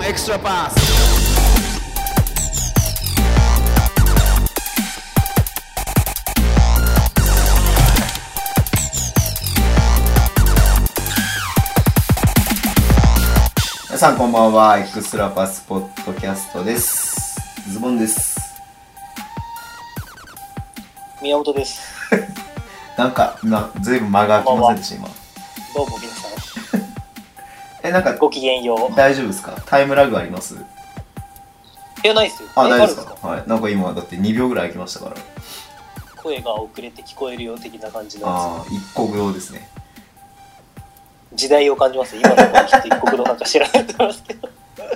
extra pass. 皆さんこんばんは。エクストラパスポッドキャストです。ズボンです。 宮本です。 なんか今ずいぶん間が空きませんでした今。 どうも皆さん。 なんかごきげんよう。 大丈夫ですか？タイムラグあります？ いや、ないっすよ。 あ、大丈夫ですか？ はい。なんか今だって2秒ぐらい空きましたから。 声が遅れて聞こえるよ的な感じのやああ、一国用ですね。 つ。時代を感じます。今の子はきっと一国のなんか知らないと思いますけど。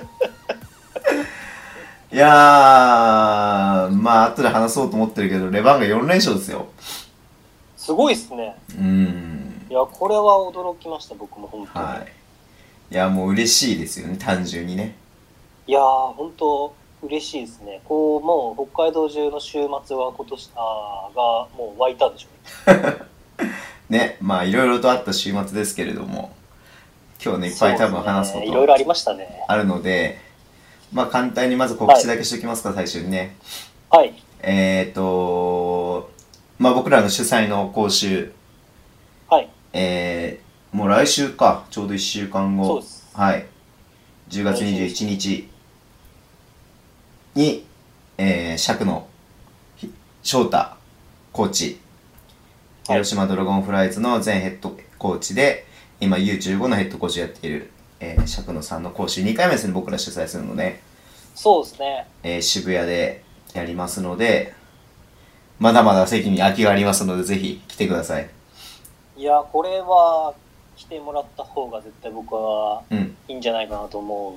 いやー、まあ後で話そうと思ってるけどレバンが4連勝ですよ。 すごいっすね。いや、これは驚きました、僕も本当に。 はい。いや、もう嬉しいですよね、単純にね。 いやー、本当嬉しいですね。こう、もう北海道中の週末は今年がもう湧いたでしょうね。まあいろいろとあった週末ですけれども、今日ねいっぱい多分話すこといろいろありましたね。 あるので、まあ簡単にまず告知だけしておきますか、最初にね。 はい。 まあ僕らの主催の講習、 はい。 もう来週か、ちょうど1週間後。 そうです。 はい。10月21日に、釈の翔太コーチ、広島ドラゴンフライズの前ヘッドコーチで、今 U15 のヘッドコーチをやっている、釈野さんの講習2回目ですね、僕ら主催するので。 そうですね。 渋谷でやりますので、まだまだ席に空きがありますので、ぜひ来てください。 いや、これは来てもらった方が絶対僕はいいんじゃないかなと思う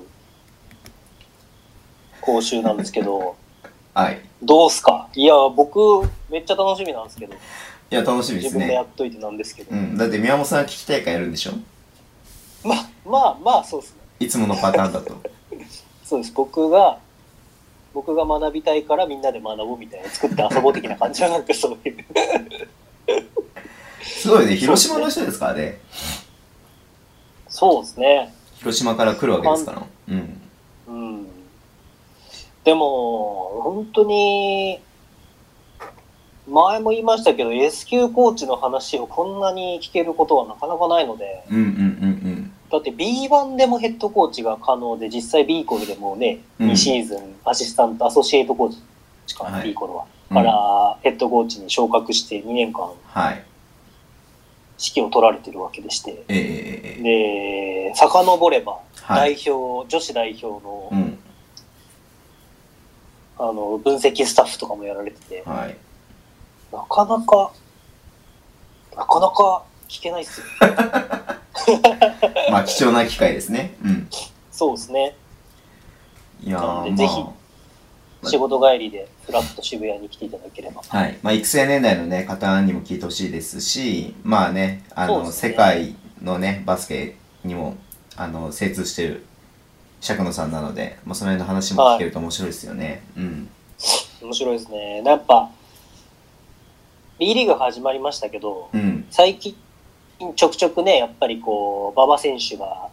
講習なんですけど、 はい。 どうすか？いや、僕めっちゃ楽しみなんですけど。 いや、楽しみですね。 自分でやっといてなんですけど。 だって宮本さんが聞きたいからやるんでしょ？ まあ、そうですね。 いつものパターンだと。 そうです。僕が学びたいからみんなで学ぼうみたいな、作って遊ぼう的な感じなんで、そういう。 すごいね、広島の人ですからね。 そうですね。 広島から来るわけですから。 でも、本当に、前も言いましたけど、S 級コーチの話をこんなに聞けることはなかなかないので、だって B1 でもヘッドコーチが可能で、実際 B コルでもね、2シーズンアシスタント、アソシエイトコーチかな、B コルは。からヘッドコーチに昇格して2年間、指揮を取られてるわけでして、で、遡れば、女子代表の、分析スタッフとかもやられてて、なかなか聞けないっすよ。 まあ貴重な機会ですね。 そうですね。 いやー、 ぜひ仕事帰りでフラッと渋谷に来ていただければ。 はい。まあ育成年代のね方にも聞いてほしいですし、まあね世界のねバスケにも精通してる釈野さんなので、まあその辺の話も聞けると面白いですよね。 面白いですね。やっぱ B リーグ始まりましたけど、最近ちょくちょくね、やっぱりこう馬場選手が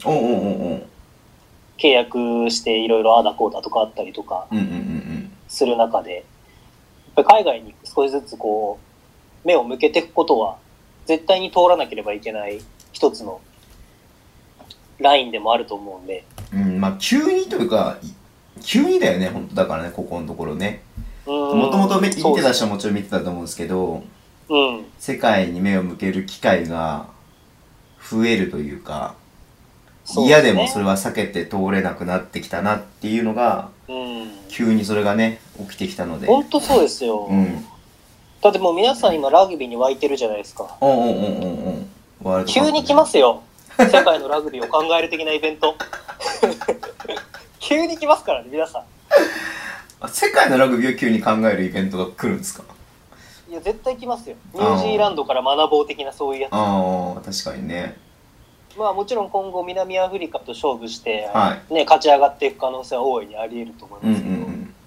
契約していろいろあだこうだとかあったりとかする中で、やっぱり海外に少しずつこう目を向けていくことは絶対に通らなければいけない一つのラインでもあると思うんで、 まあ急にというか急にだよね、本当だからね、ここのところね。もともと見てた人はもちろん見てたと思うんですけど、世界に目を向ける機会が増えるというか、嫌でもそれは避けて通れなくなってきたなっていうのが、急にそれがね起きてきたので。 本当そうですよ。だってもう皆さん今ラグビーに湧いてるじゃないですか。急に来ますよ、世界のラグビーを考える的なイベント。急に来ますからね、皆さん。 世界のラグビーを急に考えるイベントが来るんですか？ いや、絶対来ますよ。ニュージーランドから学ぼう的なそういうやつ。 確かにね。 まあもちろん今後南アフリカと勝負して、勝ち上がっていく可能性は大いにあり得ると思いますけど、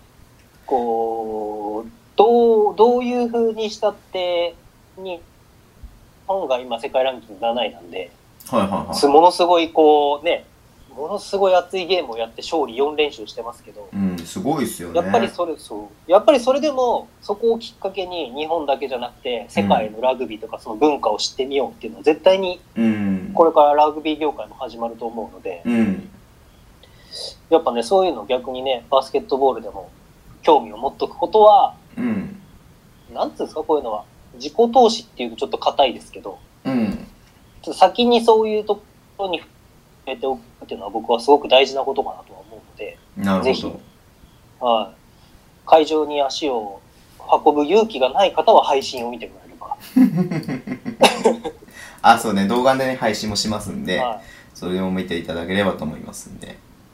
こうどういう風にしたって日本が今世界ランキング7位なんで、ものすごいこうね、 ものすごい熱いゲームをやって勝利4連勝してますけど、 すごいですよね。 やっぱりそれでもそこをきっかけに日本だけじゃなくて世界のラグビーとかその文化を知ってみようっていうのは絶対にこれからラグビー業界も始まると思うので、やっぱねそういうの逆にねバスケットボールでも興味を持っとくことは、なんつうんですかこういうのは自己投資っていうとちょっと硬いですけど、ちょっと先にそういうところに触れておくっていうのは僕はすごく大事なことかなとは思うので、ぜひ、会場に足を運ぶ勇気がない方は配信を見てもらえればそうね、動画で、ね、配信もしますんで、それを見ていただければと思いますんで、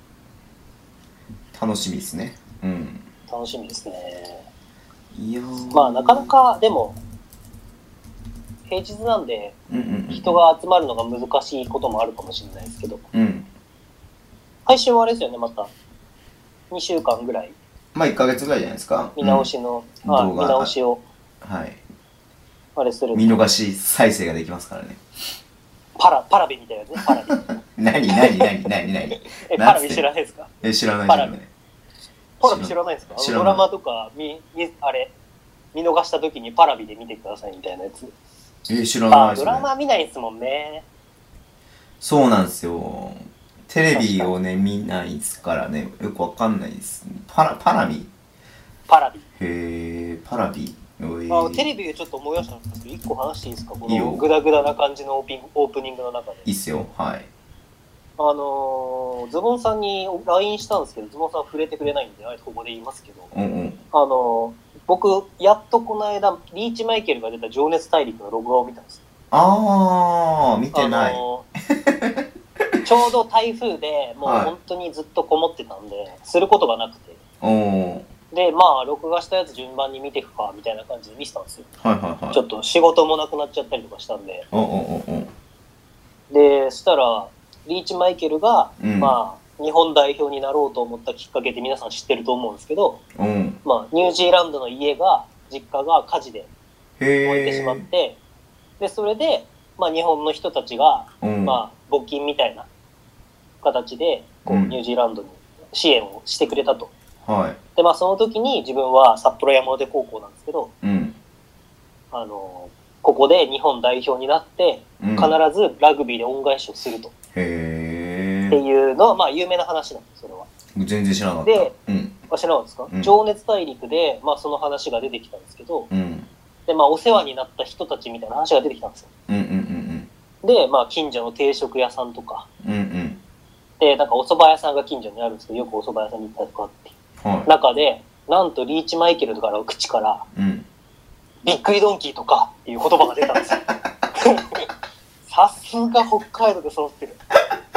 楽しみですね。 楽しみですね。 いやなかなかでも平日なんで人が集まるのが難しいこともあるかもしれないですけど、配信はあれですよね、また2週間ぐらい 1ヶ月ぐらいじゃないですか、 見直しの、見直しをあれする、 見逃し再生ができますからね。 パラビみたいなやつね、パラビ何パラビ知らないですか？ 知らないパラビ知らないですか？ドラマとかあれ見逃した時にパラビで見てくださいみたいなやつ。 知らないですね。 ドラマ見ないですもんね。 そうなんですよ。テレビをね見ないですからね、よくわかんないです。パラビ。へー、パラビ。 テレビでちょっと思い出したんですけど、1個話していいですか？このグダグダな感じのオープニングの中で。 いいっすよ、はい。 ズボンさんに LINE したんですけど、ズボンさん触れてくれないんで、あえてここで言いますけど、僕、やっとこの間、リーチマイケルが出た情熱大陸のログ画を見たんですよ。見てない。ちょうど台風で、もう本当にずっとこもってたんで、することがなくて。で、録画したやつ順番に見ていくか、みたいな感じで見てたんですよ。ちょっと仕事もなくなっちゃったりとかしたんで。で、そしたら、リーチマイケルが、日本代表になろうと思ったきっかけって皆さん知ってると思うんですけど、ニュージーランドの実家が火事で燃えてしまって、で、それで、日本の人たちが、募金みたいな形で、ニュージーランドに支援をしてくれたと。で、その時に自分は札幌山手高校なんですけど、ここで日本代表になって、必ずラグビーで恩返しをすると。っていうのは、有名な話なんです、それは。 全然知らなかった。 で、知らなかったですか？情熱大陸で、その話が出てきたんですけど、で、お世話になった人たちみたいな話が出てきたんですよ。で、近所の定食屋さんとか、で、なんかお蕎麦屋さんが近所にあるんですけど、よくお蕎麦屋さんに行ったりとかあって、中で、なんとリーチマイケルとかの口から、びっくりドンキーとかっていう言葉が出たんですよ。さすが北海道で揃ってる。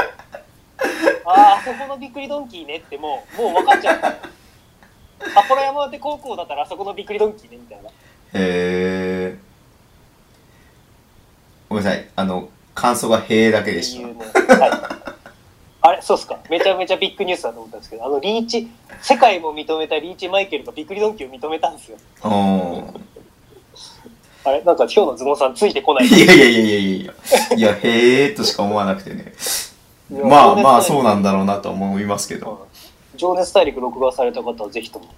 あそこのびっくりドンキーねってもう分かっちゃう。札幌山手高校だったらあそこのびっくりドンキーねみたいな。 ごめんなさい、感想がへーだけでした。 あれそうっすか。めちゃめちゃビッグニュースだと思ったんですけど、世界も認めたリーチマイケルがびっくりドンキーを認めたんですよ。あれなんか今日のズボンさんついてこない。 いや、へーとしか思わなくてね。そうなんだろうなと思いますけど。 情熱大陸録画された方はぜひとも。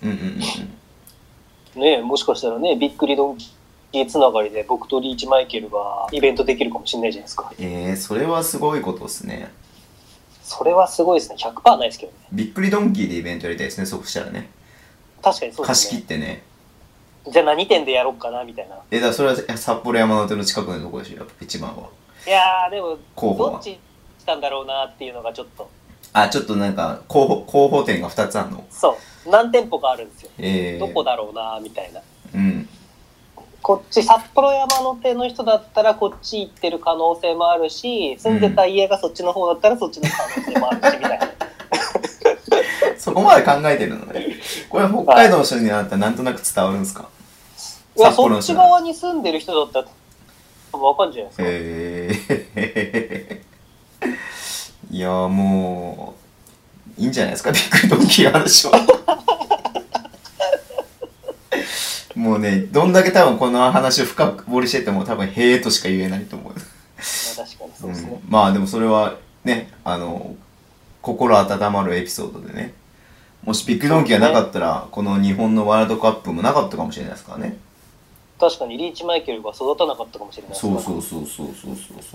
ねもしかしたらね、びっくりドンキーつながりで僕とリーチマイケルがイベントできるかもしれないじゃないですか。 それはすごいことですね。 それはすごいですね。100% ないですけどね。 びっくりドンキーでイベントやりたいですね、そうしたらね。 確かにそうですね。 貸し切ってね。 じゃあ何店でやろうかなみたいな。 だからそれは札幌山手の近くのところでしょ、やっぱ一番は。 いやー、でも、どっちしたんだろうなっていうのがちょっと。 ちょっとなんか、候補店が2つあるの？ そう。何店舗かあるんですよ。どこだろうなみたいな。こっち、札幌山手の人だったらこっち行ってる可能性もあるし、住んでた家がそっちの方だったらそっちの可能性もあるし、みたいな。 そこまで考えてるのね。これ北海道の人になったらなんとなく伝わるんですか？ いや、そっち側に住んでる人だったら多分わかんじゃないですか。 いやもういいんじゃないですか、ビッグドンキーの話は。もうね、どんだけ多分この話を深掘りしてても多分へーとしか言えないと思う。 確かにそうですね。 でもそれはね、 心温まるエピソードでね。もしビッグドンキーがなかったら、この日本のワールドカップもなかったかもしれないですからね。 確かにリーチマイケルが育たなかったかもしれないですから。 そう。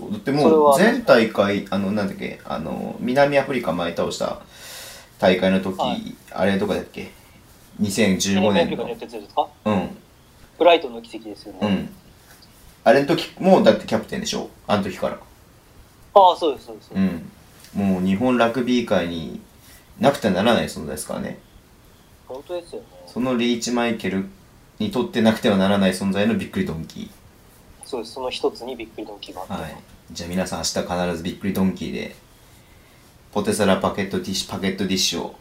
だってもう全大会、なんだっけ、南アフリカ前倒した大会の時、はい、あれどこだっけ、2015年の。南アフリカのやつですか？うん。 ブライトンの奇跡ですよね。 うん。あれの時もだってキャプテンでしょ？あの時から。 ああ、そうです。 うん。もう日本ラグビー界になくてはならない存在ですからね。 本当ですよね。 そのリーチマイケルにとってなくてはならない存在のびっくりドンキー。 そうです。その一つにびっくりドンキーがあった。 はい。じゃあ皆さん明日必ずびっくりドンキーでポテサラパケットディッシュを。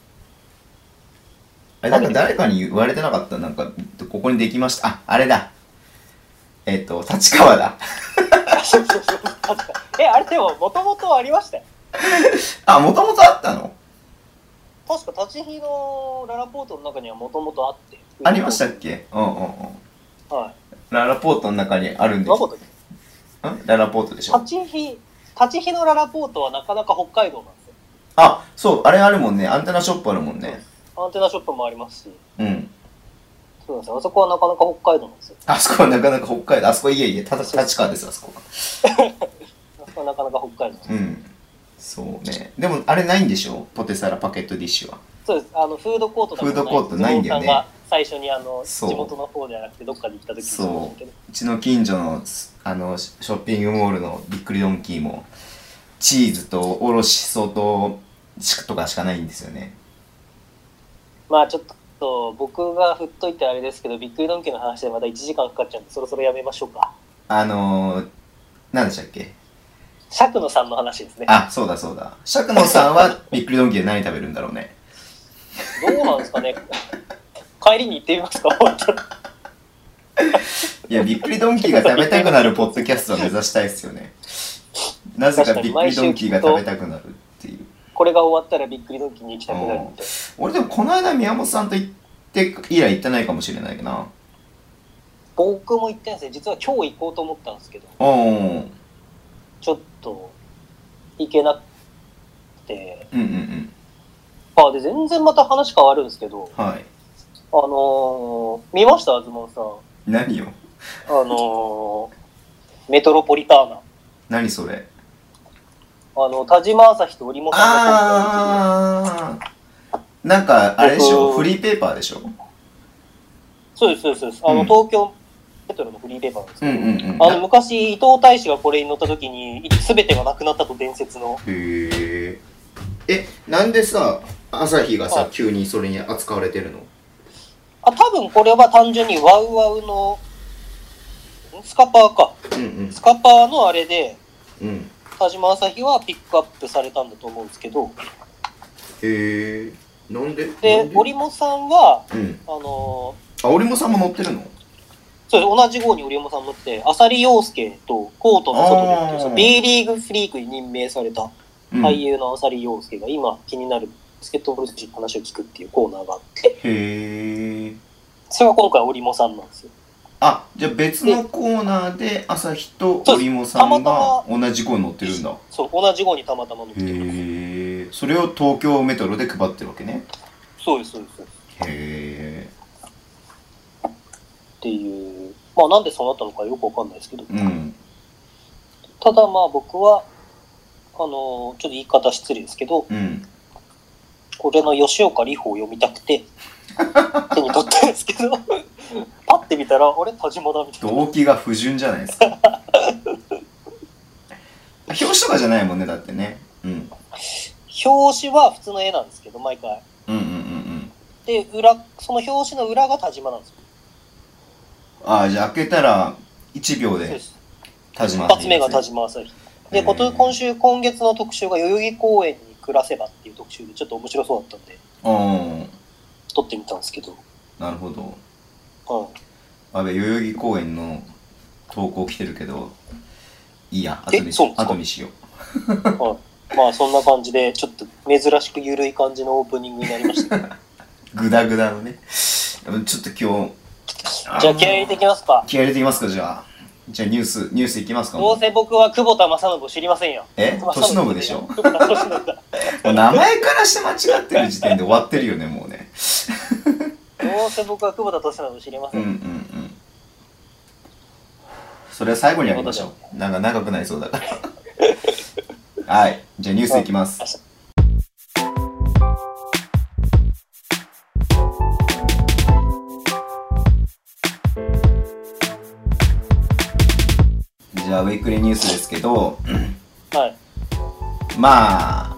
あれなんか誰かに言われてなかった？なんかここにできました。あ、あれだ。立川だ。 そう。あれでももともとありましたよ。 あ、もともとあったの？ 確か立ち火のララポートの中にはもともとあって。 ありましたっけ？うん。はい。ララポートの中にあるんです。ララポートでしょ？ 立ち火のララポートはなかなか北海道なんですよ。 あ、そう、あれあるもんね。アンテナショップあるもんね。 アンテナショップもありますし。 うん。 そうなんですよ。あそこはなかなか北海道なんですよ。 あそこはなかなか北海道。あそこ立川です、あそこは。 あそこはなかなか北海道。 うん。そうね。でもあれないんでしょ？ポテサラパケットディッシュは。 そうです。フードコートないんだよね。 最初に地元の方じゃなくてどっかで行った時にそう。うちの近所のショッピングモールのびっくりドンキーもチーズとおろしそとかしかないんですよね。 まあちょっと僕が振っといてあれですけど、びっくりドンキーの話でまた1時間かかっちゃうんでそろそろやめましょうか。 何でしたっけ？ 釈野さんの話ですね。 あ、そうだ。釈野さんはびっくりドンキーで何食べるんだろうね。 どうなんですかね。帰りに行ってみますか。 いや、びっくりドンキーが食べたくなるポッドキャストを目指したいですよね。なぜかびっくりドンキーが食べたくなるっていう。 これが終わったらびっくりドンキーに行きたくなるって。 俺でもこの間宮本さんと行って以来行ってないかもしれないな。 僕も行ってないですね。実は今日行こうと思ったんですけど、ちょっと行けなくて。で全然また話変わるんですけど、 はい。 見ましたズモンさん。 何よ。 メトロポリターナ。 何それ。 田島朝日と織茂さんがなんかあれでしょ、フリーペーパーでしょ。 そうです。東京メトロのフリーペーパーなんですけど、昔伊藤大使がこれに乗った時に全てがなくなったと伝説の。 なんでさ朝日がさ、急にそれに扱われてるの？ 多分これは単純にワウワウのスカパーか、スカパーのあれで、田島朝日はピックアップされたんだと思うんですけど。 なんで？ で織茂さんは、 織茂さんも乗ってるの？ そうです。同じ号に織茂さん乗って浅利陽介とコートの外でっていう B リーグフリークに任命された俳優の浅利陽介が今気になるバスケットボールの話を聞くっていうコーナーがあって、それが今回織茂さんなんですよ。 あ、じゃあ別のコーナーで朝日と織茂さんが同じ号に乗ってるんだ。 そう、同じ号にたまたま乗ってる。 それを東京メトロで配ってるわけね。 そうです。っていう、なんでそうなったのかよくわかんないですけど、ただ僕はちょっと言い方失礼ですけど、これの吉岡里帆を読みたくて手に取ったんですけどパッて見たらあれ田島だみたいな。 動機が不純じゃないですか。表紙とかじゃないもんね、だってね。 表紙は普通の絵なんですけど毎回。でその表紙の裏が田島なんですよ。 じゃあ開けたら1秒で田島朝日。一発目が田島朝日で、今月の特集が代々木公園に暮らせばっていう特集でちょっと面白そうだったんで撮ってみたんですけど。 なるほど。代々木公園の投稿来てるけどいいや、後にしよう。そんな感じでちょっと珍しく緩い感じのオープニングになりましたグダグダのね。ちょっと今日じゃあ気合い入れていきますか。 じゃあじゃあニュースいきますか。 どうせ僕は久保田正信を知りませんよ。 利信でしょ。 久保田利信だ。 もう名前からして間違ってる時点で終わってるよね、もうね。 どうせ僕は久保田利信を知りません。 それは最後にやりましょう。なんか長くなりそうだから。はい。じゃあニュースいきます。じゃあウィークリーニュースですけど、 はい。 まあ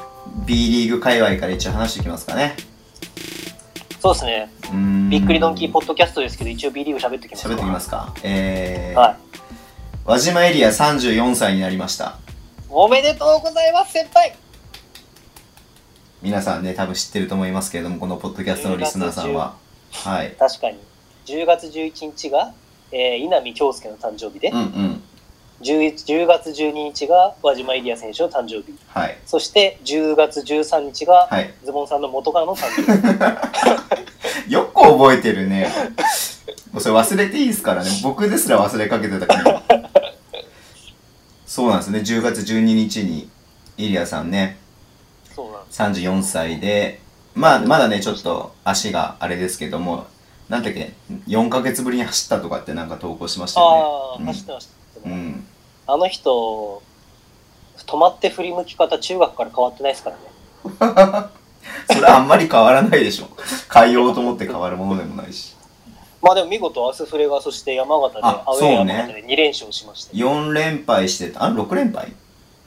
B リーグ界隈から一応話していきますかね。 そうですね。びっくりドンキーポッドキャストですけど、一応 B リーグ喋ってきますか。 喋ってきますか。 はい。 輪島エリア34歳になりました。 おめでとうございます、先輩。 皆さんね、多分知ってると思いますけれども、このポッドキャストのリスナーさんは。はい。 確かに。10月11日が、稲見恭介の誕生日で、10月12日が輪島エリア選手の誕生日。 はい。 そして10月13日が、ズボンさんの元カノの誕生日。よく覚えてるね。それ忘れていいですからね。僕ですら忘れかけてたから。そうなんですね。10月12日にイリアさんね、34歳で、まだね、ちょっと足があれですけども、なんだっけ、4ヶ月ぶりに走ったとかってなんか投稿しましたよね。 走ってましたね。あの人、止まって振り向き方、中学から変わってないですからね。 それはあんまり変わらないでしょ。変えようと思って変わるものでもないし。 まあでも見事、アスフレがそして山形で、アウェー山形で2連勝しました。 4連敗してた、6連敗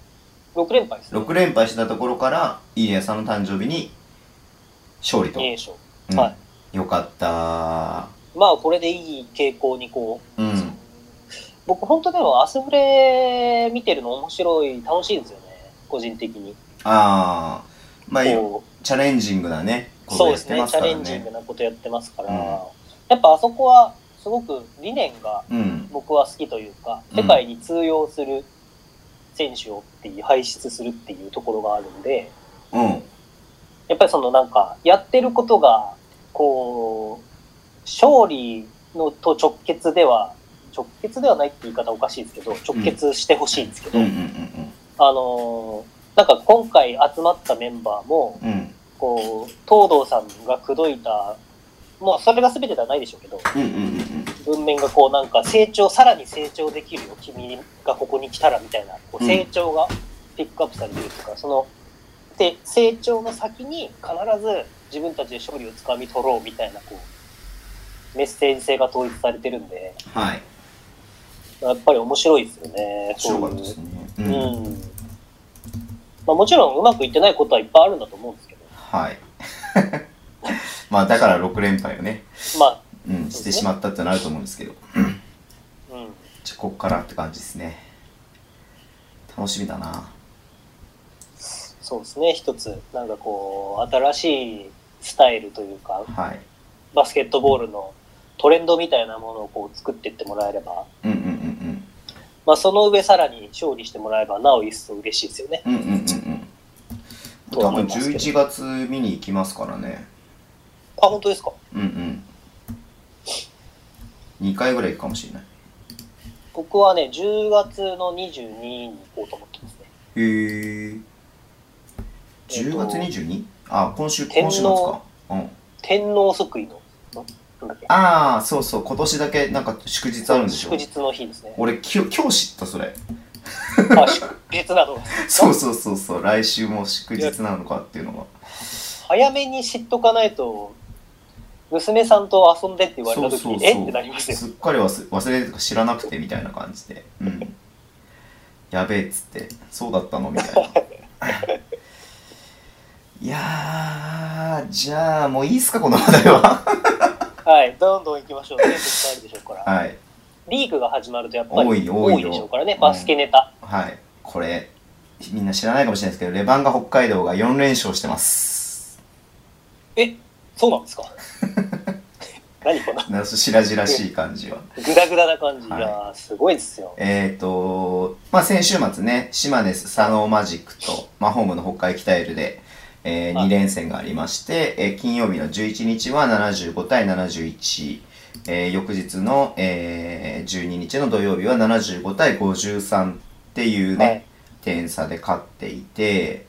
?6 連敗ですね。 6連敗したところから、イリアさんの誕生日に勝利と。 2連勝。はい。 よかった。 まあこれでいい傾向にこう、僕本当でもアスフレ見てるの面白い、楽しいですよね、個人的に。 まあチャレンジングなね、 そうですね、チャレンジングなことやってますから、やっぱあそこはすごく理念が僕は好きというか、世界に通用する選手をっていう輩出するっていうところがあるんで、やっぱりそのなんかやってることがこう勝利のと直結ではないって言い方おかしいですけど、直結してほしいんですけど、なんか今回集まったメンバーも、こう東堂さんが口説いた、もうそれが全てではないでしょうけど、文面がこうなんかさらに成長できるよ、君がここに来たらみたいな、こう成長がピックアップされてるとか、そので成長の先に必ず自分たちで勝利をつかみ取ろうみたいなこうメッセージ性が統一されてるんで、やっぱり面白いですよね。 面白かったですね。 まあもちろんうまくいってないことはいっぱいあるんだと思うんですけど。 はい。まあだから6連敗をね、してしまったってなると思うんですけど。じゃあこっからって感じですね。楽しみだな。 そうですね、一つなんかこう新しいスタイルというか、バスケットボールのトレンドみたいなものをこう作っていってもらえれば、まあその上さらに勝利してもらえばなお一層嬉しいですよね。 多分11月見に行きますからね。 あ、本当ですか。 2回ぐらい行くかもしれない。 僕はね、10月の22日に行こうと思ってますね。 へえ。10月 22？ 今週末か。 天皇即位のなんだっけ。 そうそう、今年だけなんか祝日あるんでしょ。 祝日の日ですね。 俺今日知ったそれ。 祝日なの。 そう、来週も祝日なのかっていうのが。 早めに知っとかないと、娘さんと遊んでって言われた時にってなりますよ。 すっかり忘れてか知らなくてみたいな感じで。やべえっつって、そうだったのみたいな。いやー、じゃあもういいっすか、この話題は。 はい、どんどん行きましょう。全部伝えるでしょうから。 はい。 リーグが始まるとやっぱり多いでしょうからね、バスケネタ。 はい。これ、みんな知らないかもしれないですけど、レバンガ北海道が4連勝してます。 そうなんですか。何この白々しい感じは。 グダグダな感じがすごいですよ。 まあ先週末ね、島根スサノーマジックと、ホームの北海北エルで、2連戦がありまして、金曜日の11日は75対71、 翌日の、12日の土曜日は75対53っていうね、はい、点差で勝っていて、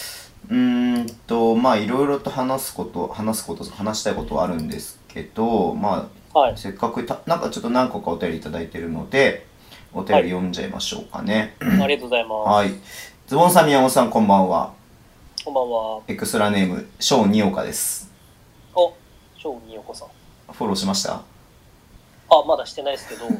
まあいろいろと話したいことはあるんですけど、まあ、はい、せっかくなんかちょっと何個かお便りいただいてるので、お便り読んじゃいましょうかね。 はい、ありがとうございます。 はい。ズボンさん、宮本さん、こんばんは。 こんばんは。 エクストラネーム、翔二岡です。 お、翔二岡さん。 フォローしました？ まだしてないですけど、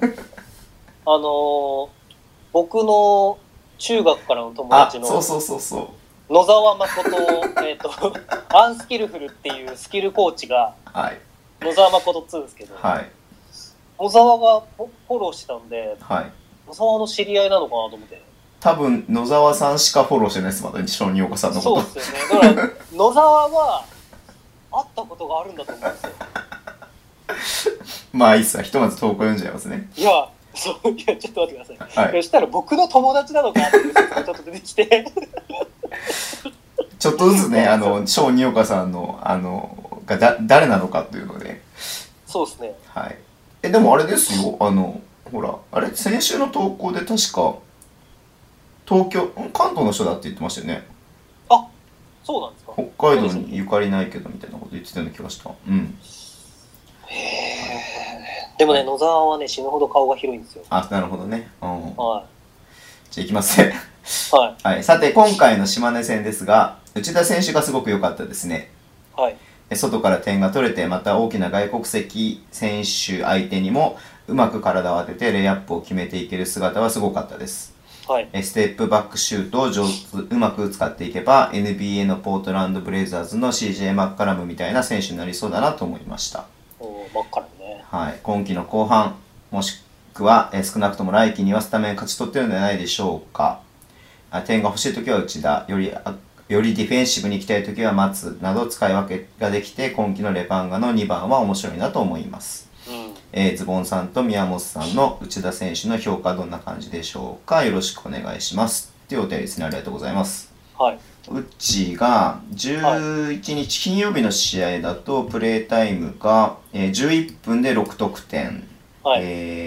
僕の中学からの友達の、 そう野沢誠、アンスキルフルっていうスキルコーチが、 はい、 野沢誠っつうんですけど、 はい、 野沢がフォローしてたんで、 はい、 野沢の知り合いなのかなと思って。 多分野沢さんしかフォローしてないです、まだ小児岡さんのこと。 そうですよね。だから野沢は会ったことがあるんだと思うんですよ。 まあいいっすわ、ひとまず投稿読んじゃいますね。 いやちょっと待ってください。はい、そしたら僕の友達なのかっていう説がちょっと出てきてちょっとずつね、小児岡さんのが誰なのかっていうので。 そうですね。 はい。でもあれですよ、ほら、あれ先週の投稿で確か関東の人だって言ってましたよね。 あ、そうなんですか。 北海道にゆかりないけどみたいなこと言ってたような気がした。うん。 へえ。でもね、野沢はね、死ぬほど顔が広いんですよ。 あ、なるほどね。うん。 はい。 じゃあ行きますね。 はい。 はい。さて、今回の島根戦ですが、内田選手がすごく良かったですね。 はい。 外から点が取れて、また大きな外国籍選手相手にもうまく体を当ててレイアップを決めていける姿はすごかったです。はい、ステップバックシュートをうまく使っていけば NBA のポートランドブレイザーズの CJ マッカラムみたいな選手になりそうだなと思いました。 マッカラムね。 はい。今季の後半、もしくは、少なくとも来季にはスタメン勝ち取ってるのではないでしょうか。点が欲しいときは内田、よりディフェンシブに行きたいときは松など使い分けができて、今季のレパンガの2番は面白いなと思います。ズボンさんと宮本さんの内田選手の評価はどんな感じでしょうか。よろしくお願いします。っていうお便りですね。ありがとうございます。 はい。 うちが11日金曜日の試合だとプレータイムが11分で6得点。はい、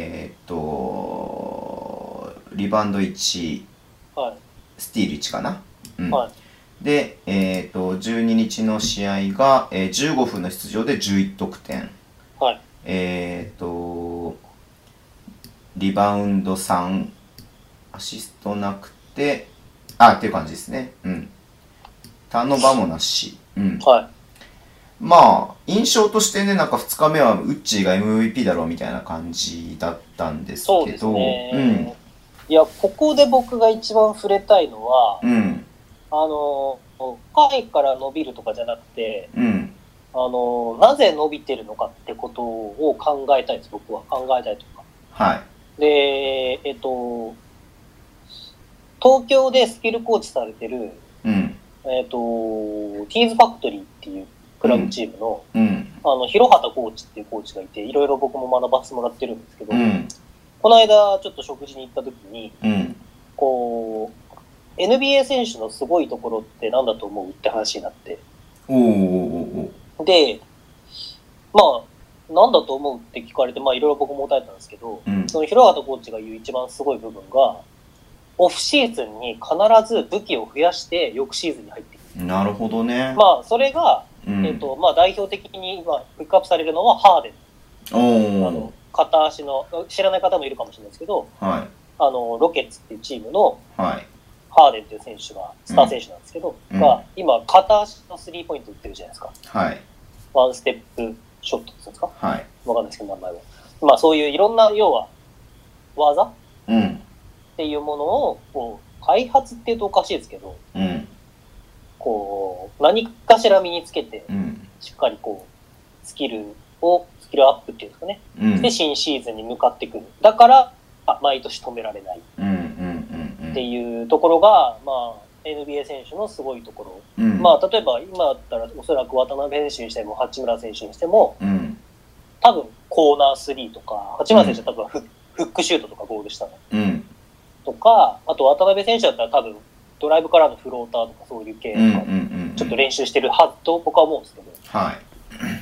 リバウンド1、はい、スティール1かな。うん。はい、で、12日の試合が15分の出場で11得点。はい、リバウンド3、アシストなくて、っていう感じですね。うん。ターンオーバーもなし。うん。はい。まあ、印象としてね、なんか2日目はウッチーが MVP だろうみたいな感じだったんですけど。そうですね。うん。 いや、ここで僕が一番触れたいのは、うん。回から伸びるとかじゃなくて、うん。なぜ伸びてるのかってことを考えたいです、僕は。考えたいとか。はい。で、東京でスキルコーチされてる、うん。ティーズファクトリーっていうクラブチームの、うん。広畑コーチっていうコーチがいて、いろいろ僕も学ばせてもらってるんですけど、うん。この間ちょっと食事に行った時に、うん。NBA 選手のすごいところって何だと思うって話になって。で、まあ、何だと思うって聞かれて、まあいろいろ僕も答えたんですけど、うん、その広畑コーチが言う一番すごい部分が、オフシーズンに必ず武器を増やして翌シーズンに入っていく。 なるほどね。 まあそれが、まあ代表的に今ピックアップされるのはハーデン。片足の、知らない方もいるかもしれないですけど、はい、ロケッツっていうチームの、はい、ハーデンっていう選手が、スター選手なんですけど、今、片足のスリーポイント打ってるじゃないですか。はい。ワンステップショットって言うんですか？はい。わかんないですけど、名前は。まあ、そういういろんな、要は、技、うん、っていうものを、開発っていうとおかしいですけど、うん、何かしら身につけて、しっかりスキルアップっていうんですかね。うん、で、新シーズンに向かってくる。だから、毎年止められない。っていうところが、まあ、NBA 選手のすごいところ。うん、まあ、例えば、今だったら、おそらく渡辺選手にしても、八村選手にしても、うん、多分、コーナー3とか、八村選手は多分フックシュートとかゴールしたの。うん、とか、あと、渡辺選手だったら多分、ドライブからのフローターとかそういう系とか、ちょっと練習してるはずと僕は思うんですけど。はい。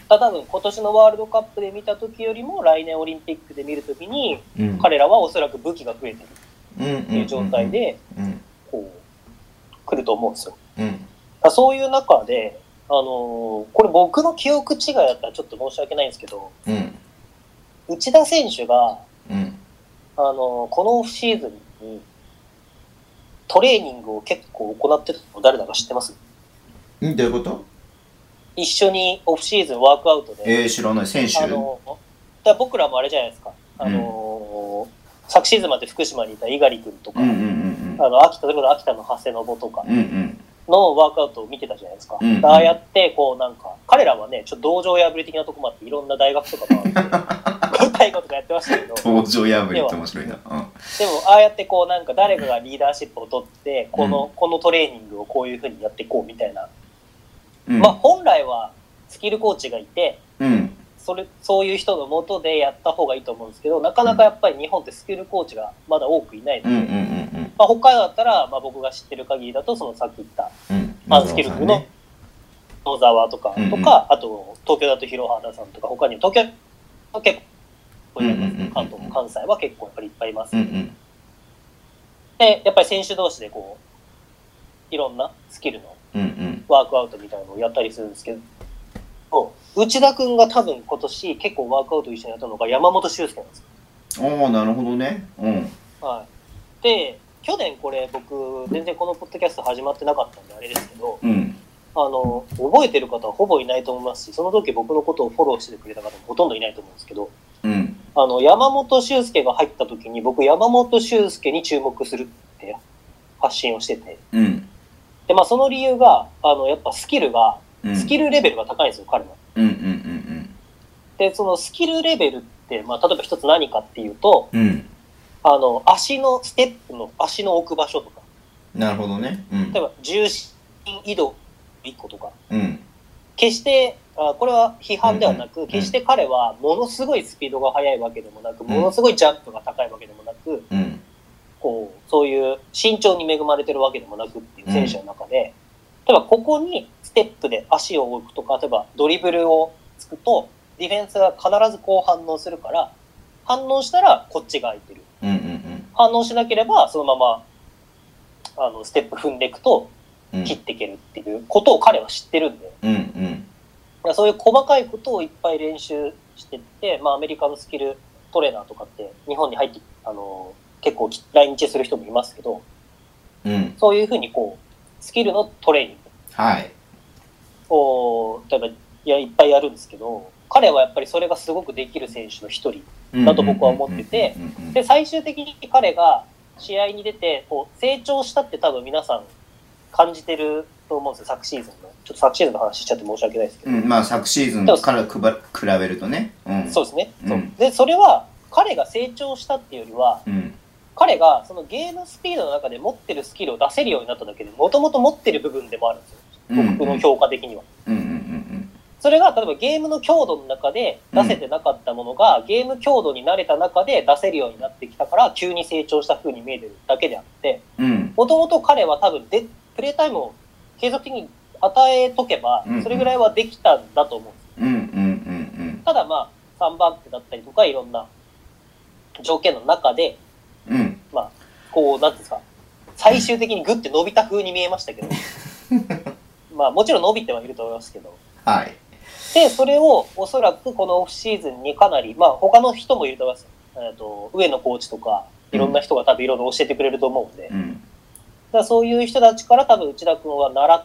多分今年のワールドカップで見た時よりも来年オリンピックで見る時に、彼らはおそらく武器が増えてるっていう状態でこう来ると思うんですよ。そういう中で、これ僕の記憶違いだったらちょっと申し訳ないんですけど、内田選手が、このオフシーズンにトレーニングを結構行ってたの誰だか知ってます？ どういうこと？ 一緒にオフシーズンワークアウトで。 知らない。選手？ だ僕らもあれじゃないですか。昨シーズンまで福島にいた猪狩君とか、秋田の長谷信とかのワークアウトを見てたじゃないですか。ああやってこうなんか彼らはね、ちょっと道場破り的なとこもあっていろんな大学とかもあって大学とかやってましたけど。 道場破りって面白いな。でもああやってこうなんか誰かがリーダーシップを取ってこのトレーニングをこういう風にやっていこうみたいな。まあ本来はスキルコーチがいて、そういう人の下でやった方がいいと思うんですけど、なかなかやっぱり日本ってスキルコーチがまだ多くいないので、北海道だったら、僕が知ってる限りだとそのさっき言ったアンスキル部の野沢とか、あと東京だと広畑さんとか、他にも東京は結構いますね。関東も関西は結構やっぱりいっぱいいます。でやっぱり選手同士でこういろんなスキルのワークアウトみたいなのをやったりするんですけど、内田君が多分今年結構ワークアウト一緒にやったのが山本修介なんですよ。 なるほどね。 で去年これ僕全然このポッドキャスト始まってなかったんであれですけど、覚えてる方はほぼいないと思いますし、その時僕のことをフォローしてくれた方もほとんどいないと思うんですけど、山本修介が入った時に僕山本修介に注目するって発信をしてて、でその理由がやっぱスキルレベルが高いんですよ、彼は。でそのスキルレベルって、例えば一つ何かっていうと、足のステップの足の置く場所とか、 なるほどね。 例えば重心移動1個とか、決してこれは批判ではなく、決して彼はものすごいスピードが速いわけでもなく、ものすごいジャンプが高いわけでもなく、こうそういう身長に恵まれてるわけでもなくっていう選手の中で、例えばここにステップで足を置くとか、例えばドリブルをつくとディフェンスが必ずこう反応するから、反応したらこっちが空いてる、反応しなければそのままステップ踏んでいくと切っていけるっていうことを彼は知ってるんで、そういう細かいことをいっぱい練習してって、アメリカのスキルトレーナーとかって日本に入って結構来日する人もいますけど、そういうふうにこうスキルのトレーニングを例えばいっぱいやるんですけど、彼はやっぱりそれがすごくできる選手の一人だと僕は思ってて、で最終的に彼が試合に出てこう成長したって多分皆さん感じてると思うんですよ。昨シーズンの話しちゃって申し訳ないですけど、 昨シーズンから比べるとね、 そうですね、でそれは彼が成長したっていうよりは、彼がそのゲームスピードの中で持ってるスキルを出せるようになっただけで、もともと持ってる部分でもあるんですよ、僕の評価的には。それが例えばゲームの強度の中で出せてなかったものが、ゲーム強度に慣れた中で出せるようになってきたから急に成長した風に見えてるだけであって、もともと彼は多分プレータイムを継続的に与えとけばそれぐらいはできたんだと思うんです。ただ3番手だったりとかいろんな条件の中で、こうなんていうんですか、最終的にグッて伸びた風に見えましたけどもちろん伸びてはいると思いますけど、でそれをおそらくこのオフシーズンにかなり他の人もいると思います。上野コーチとかいろんな人が多分いろいろ教えてくれると思うんで、だからそういう人たちから多分内田君は習って、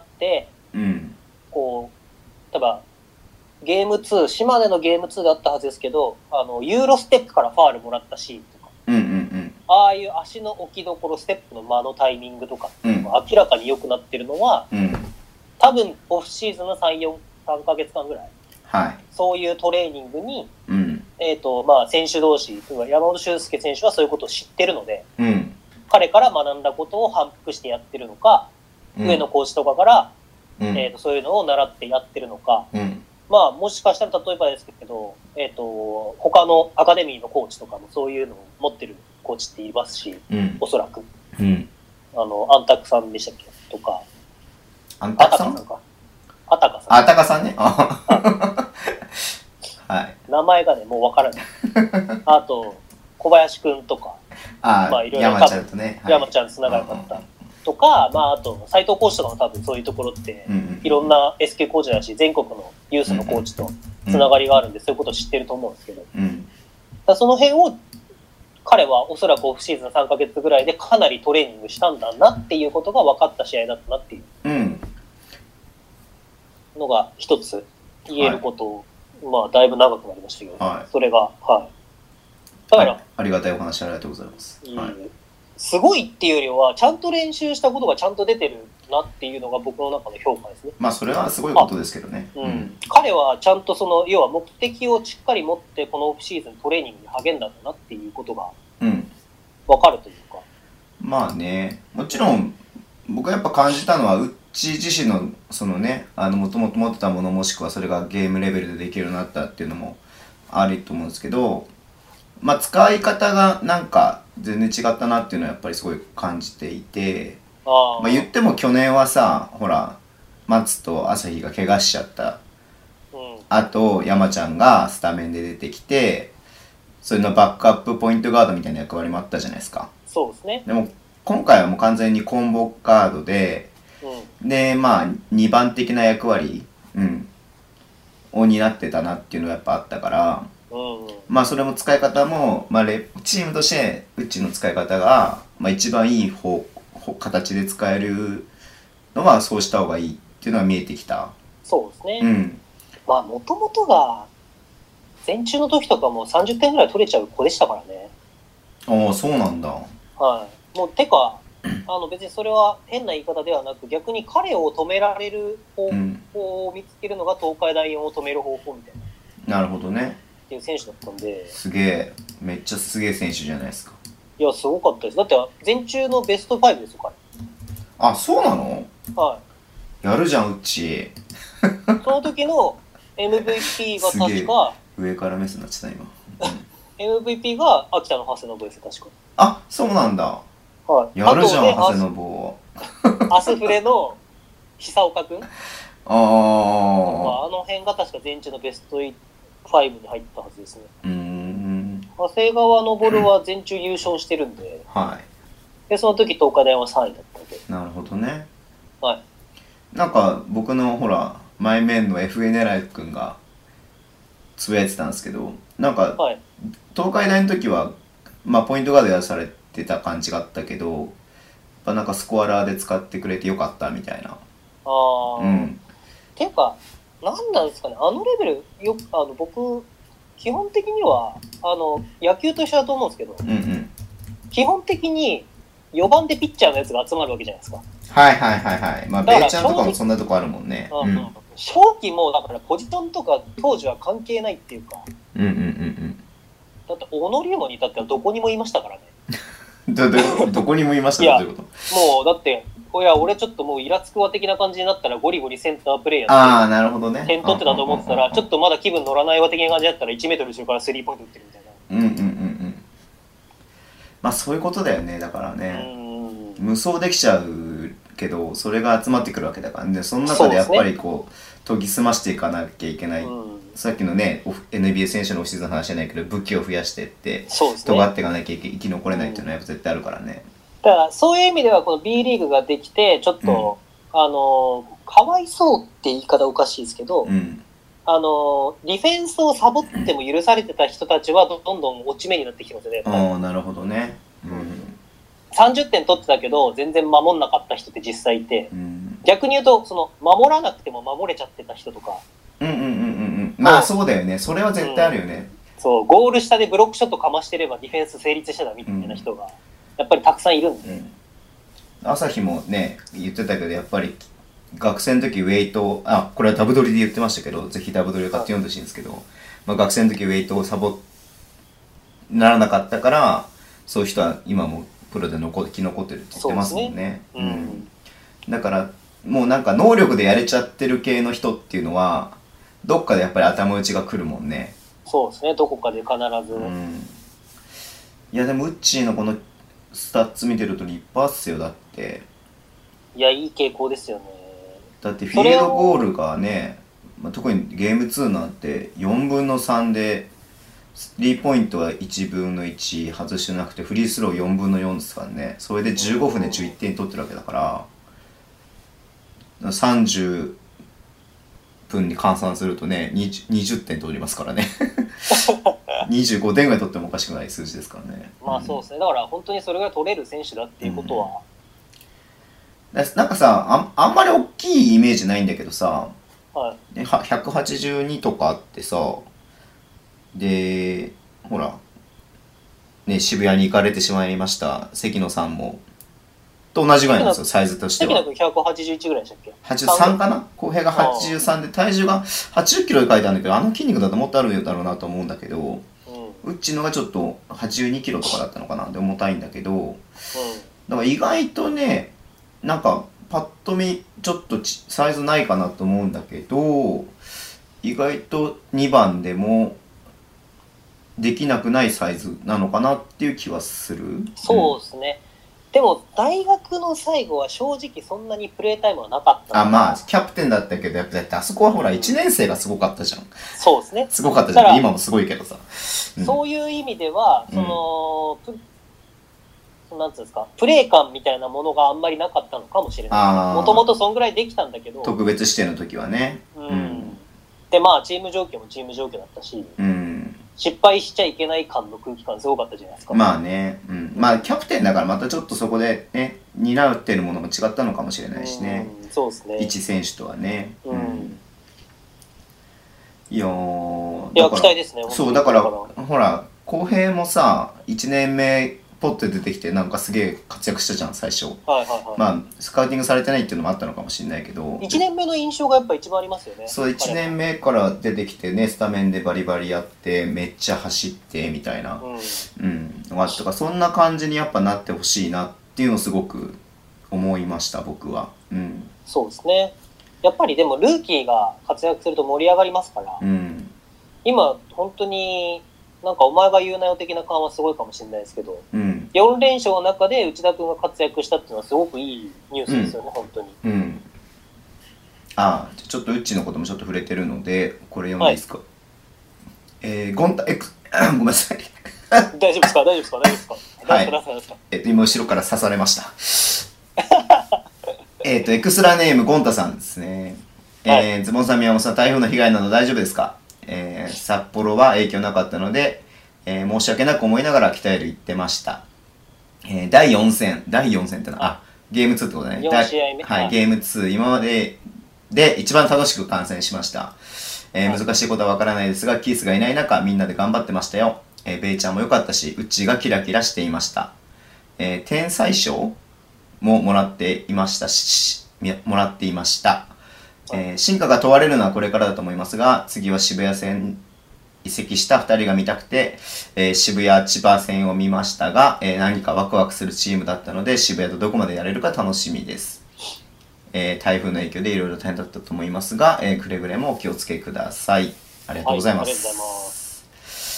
こう例えばゲーム2、島根のゲーム2だったはずですけど、ユーロステップからファールもらったシーンとか、ああいう足の置きどころ、ステップの間のタイミングとかっていうのが明らかに良くなってるのは、多分オフシーズンの3ヶ月間ぐらい、そういうトレーニングに、選手同士、山本修介選手はそういうことを知ってるので、彼から学んだことを反復してやってるのか、上野コーチとかから、そういうのを習ってやってるのか、もしかしたら例えばですけど、他のアカデミーのコーチとかもそういうのを持ってるコーチっていますし、おそらく、アンタクさんでしたっけとか、 アンタクさんか、 あたかさんあたかさんね名前がね、もうわからない。あと、小林くんとか、 まあいろいろ山ちゃんとね、 山ちゃんつながる方とか、まああと、斉藤コーチとかも多分そういうところって、いろんな SK コーチだし、全国のユースのコーチとつながりがあるんで、そういうことを知ってると思うんですけど、だその辺を、彼はおそらくオフシーズン3ヶ月ぐらいでかなりトレーニングしたんだなっていうことが分かった試合だったなっていうのが一つ言えることを、まあだいぶ長くなりましたけど、それが、だから、 ありがたいお話ありがとうございます。 すごいっていうよりは、ちゃんと練習したことがちゃんと出てるなっていうのが僕の中の評価ですね。 まあそれはすごいことですけどね。 彼はちゃんとその、要は目的をしっかり持ってこのオフシーズントレーニングに励んだんだなっていうことが分かるというか。 まあね、もちろん僕がやっぱ感じたのは、うち自身のそのね、もともと持ってたものもしくはそれがゲームレベルでできるようになったっていうのもあると思うんですけど、まあ使い方がなんか全然違ったなっていうのはやっぱりすごい感じていて、まあ言っても去年はさ、ほら松と朝日が怪我しちゃった、あと山ちゃんがスタメンで出てきて、それのバックアップポイントガードみたいな役割もあったじゃないですか。 そうですね。 でも今回はもう完全にコンボガードで、でまあ2番的な役割、を担ってたなっていうのがやっぱあったから、まあそれも使い方も、まあ、チームとしてうちの使い方が、まあ、一番いい形で使えるのはそうした方がいいっていうのが見えてきた。 そうですね。まあもともとが前中の時とかも30点ぐらい取れちゃう子でしたからね。 ああ、そうなんだ。 もうてか別にそれは変な言い方ではなく、逆に彼を止められる方法を見つけるのが東海大4を止める方法みたいな。 なるほどね。 っていう選手だったんで。 すげえ、めっちゃすげえ選手じゃないですか。 いや、すごかったです。だって前中のベスト5ですよ、彼。 あ、そうなの？やるじゃん、うち。 その時の MVP が確か上からメスになっちゃった今。MVP が秋田の長谷信です、確か。 あ、そうなんだ。やるじゃん、長谷信を。 アスフレの久岡くん。あの辺が確か前中のベスト5に入ったはずですね。長谷川昇は前中優勝してるんで、でその時東海大は3位だったんで。 なるほどね。なんか僕のほら前面の FA 狙いくんがつぶやいてたんですけど、なんか、東海大の時はまあポイントガードやらされてた感じがあったけど、やっぱなんかスコアラーで使ってくれてよかったみたいな。 っていうか、なんなんですかね、あのレベル僕基本的には野球と一緒だと思うんですけど、基本的に4番でピッチャーのやつが集まるわけじゃないですか。 まあベイちゃんとかもそんなとこあるもんね。 正気もだからポジションとか当時は関係ないっていうか。だって小野龍馬に至ってはどこにもいましたからね。 どこにもいましたってこと？ もうだって俺ちょっともうイラつくわ的な感じになったらゴリゴリセンタープレイヤーなるほどね。 点取ってたと思ってたら、ちょっとまだ気分乗らないわ的な感じだったら1メートル後ろからスリーポイント打ってるみたいな。 まあそういうことだよね。だからね、無双できちゃうけどそれが集まってくるわけだからね。その中でやっぱりこう研ぎ澄ましていかなきゃいけない。さっきのね NBA 選手のオフシーズンの話じゃないけど、武器を増やしてって尖っていかなきゃ生き残れないっていうのはやっぱ絶対あるからね。 だからそういう意味ではこの B リーグができてちょっと、かわいそうって言い方おかしいですけど、ディフェンスをサボっても許されてた人たちはどんどん落ち目になってきてますよね。 なるほどね。 30点取ってたけど全然守んなかった人って実際いて、逆に言うとその守らなくても守れちゃってた人とか。 まあそうだよね。それは絶対あるよね。 そうゴール下でブロックショットかましてればディフェンス成立してたみたいな人がやっぱりたくさんいるんで。 朝日もね言ってたけど、やっぱり学生の時ウェイトこれはダブドリで言ってましたけど、ぜひダブドリを買って読んでほしいんですけど、学生の時ウェイトをならなかったから、そういう人は今もプロで生き残ってるって言ってますもんね。だからもうなんか能力でやれちゃってる系の人っていうのはどっかでやっぱり頭打ちが来るもんね。 そうですね、どこかで必ず。 いやでもウッチーのこのスタッツ見てると立派っすよ。だっていやいい傾向ですよね。 だってフィールドゴールがね特にゲーム2なんて4分の3でスリーポイントは1分の1外してなくてフリースロー4分の4ですからね。それで15分で11点取ってるわけだから30分に換算するとね 20点取りますからね25点ぐらい取ってもおかしくない数字ですからね。 まあそうですね、だから本当にそれが取れる選手だっていうことは、 なんかさ、あんまり大きいイメージないんだけどさ、 はい、 182とかあってさ、で、ほら、ね、渋谷に行かれてしまいました関野さんもと同じぐらいなんですよ、サイズとしては。 関野君181ぐらいでしたっけ？ 83 かな。浩平が83で体重が80キロで書いてあるんだけど、あの筋肉だともっとあるだろうなと思うんだけど、うっちのがちょっと82キロとかだったのかなで重たいんだけど、だから意外とね、なんかパッと見ちょっとサイズないかなと思うんだけど、意外と2番でもできなくないサイズなのかなっていう気はする。 そうですね、でも大学の最後は正直そんなにプレータイムはなかった。 まあキャプテンだったけど、やっぱあそこはほら1年生がすごかったじゃん。 そうですね、 すごかったじゃん。今もすごいけどさ、 そういう意味ではその、なんつうんですか、プレー感みたいなものがあんまりなかったのかもしれない。もともとそんぐらいできたんだけど、 特別指定の時はね。 でまあチーム状況もチーム状況だったし、失敗しちゃいけない感の空気感すごかったじゃないですか。 まあね、まあキャプテンだからまたちょっとそこでね担ってるものも違ったのかもしれないしね。 そうですね。 一選手とはね。いや期待ですね。 そうだからほら浩平もさ1年目ポッて出てきてなんかすげえ活躍したじゃん最初。まあスカウティングされてないっていうのもあったのかもしれないけど、 1年目の印象がやっぱ一番ありますよね。 そう1年目から出てきてね、スタメンでバリバリやってめっちゃ走ってみたいなとか、そんな感じにやっぱなってほしいなっていうのをすごく思いました僕は。 そうですね。やっぱりでもルーキーが活躍すると盛り上がりますから、今本当になんかお前が言うなよ的な感はすごいかもしれないですけど、4連勝の中で内田君が活躍したっていうのはすごくいいニュースですよね、本当に。 ちょっとうちのこともちょっと触れてるのでこれ読んでいいですか。ゴンタごめんなさい大丈夫ですか大丈夫ですか大丈夫ですか。 はい。今後ろから刺されましたエクストラネームゴンタさんですね。ズボンさん宮本さん、台風の被害など大丈夫ですか。札幌は影響なかったので、申し訳なく思いながら北へ行ってました。第4戦ってのはゲーム2ってことね。 4試合目。 はい、ゲーム2今までで一番楽しく観戦しました。難しいことはわからないですがキースがいない中みんなで頑張ってましたよ。ベイちゃんも良かったしウッチーがキラキラしていました。天才賞ももらっていました。進化が問われるのはこれからだと思いますが、次は渋谷戦移籍した2人が見たくて、渋谷千葉戦を見ましたが、何かワクワクするチームだったので渋谷とどこまでやれるか楽しみです。台風の影響でいろいろ大変だったと思いますが、くれぐれもお気をつけください。ありがとうございます。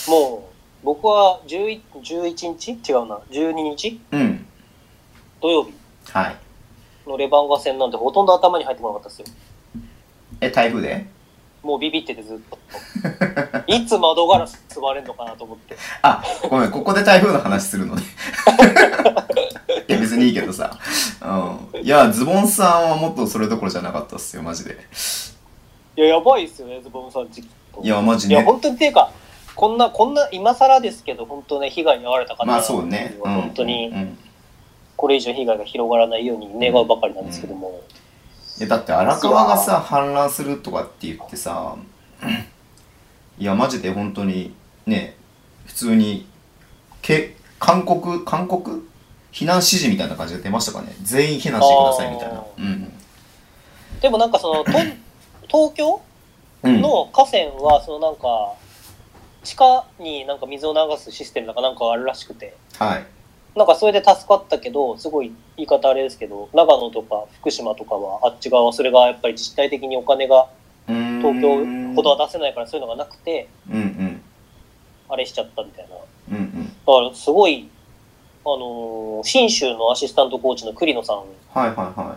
もう僕は11日違うな12日、土曜日のレバンガ戦なんてほとんど頭に入ってこなかったですよ。 台風でもうビビっててずっといつ窓ガラス割れんのかなと思って。 ごめん、ここで台風の話するのねいや別にいいけどさ、いやズボンさんはもっとそれどころじゃなかったっすよマジで。 いややばいっすよねズボンさん。いやマジね。 いや本当にっていうかこんな今更ですけど本当ね被害に遭われた方は本当にこれ以上被害が広がらないように願うばかりなんですけども。 だって荒川がさ氾濫するとかって言ってさ、いやマジで本当にね普通に韓国避難指示みたいな感じで出ましたかね。全員避難してくださいみたいな。 でもなんかその東京の河川はそのなんか地下になんか水を流すシステムなんかあるらしくて、なんかそれで助かったけど、すごい言い方あれですけど、長野とか福島とかはあっち側はそれがやっぱり自治体的にお金が東京ほどは出せないからそういうのがなくて、あれしちゃったみたいな。だからすごい信州のアシスタントコーチの栗野さん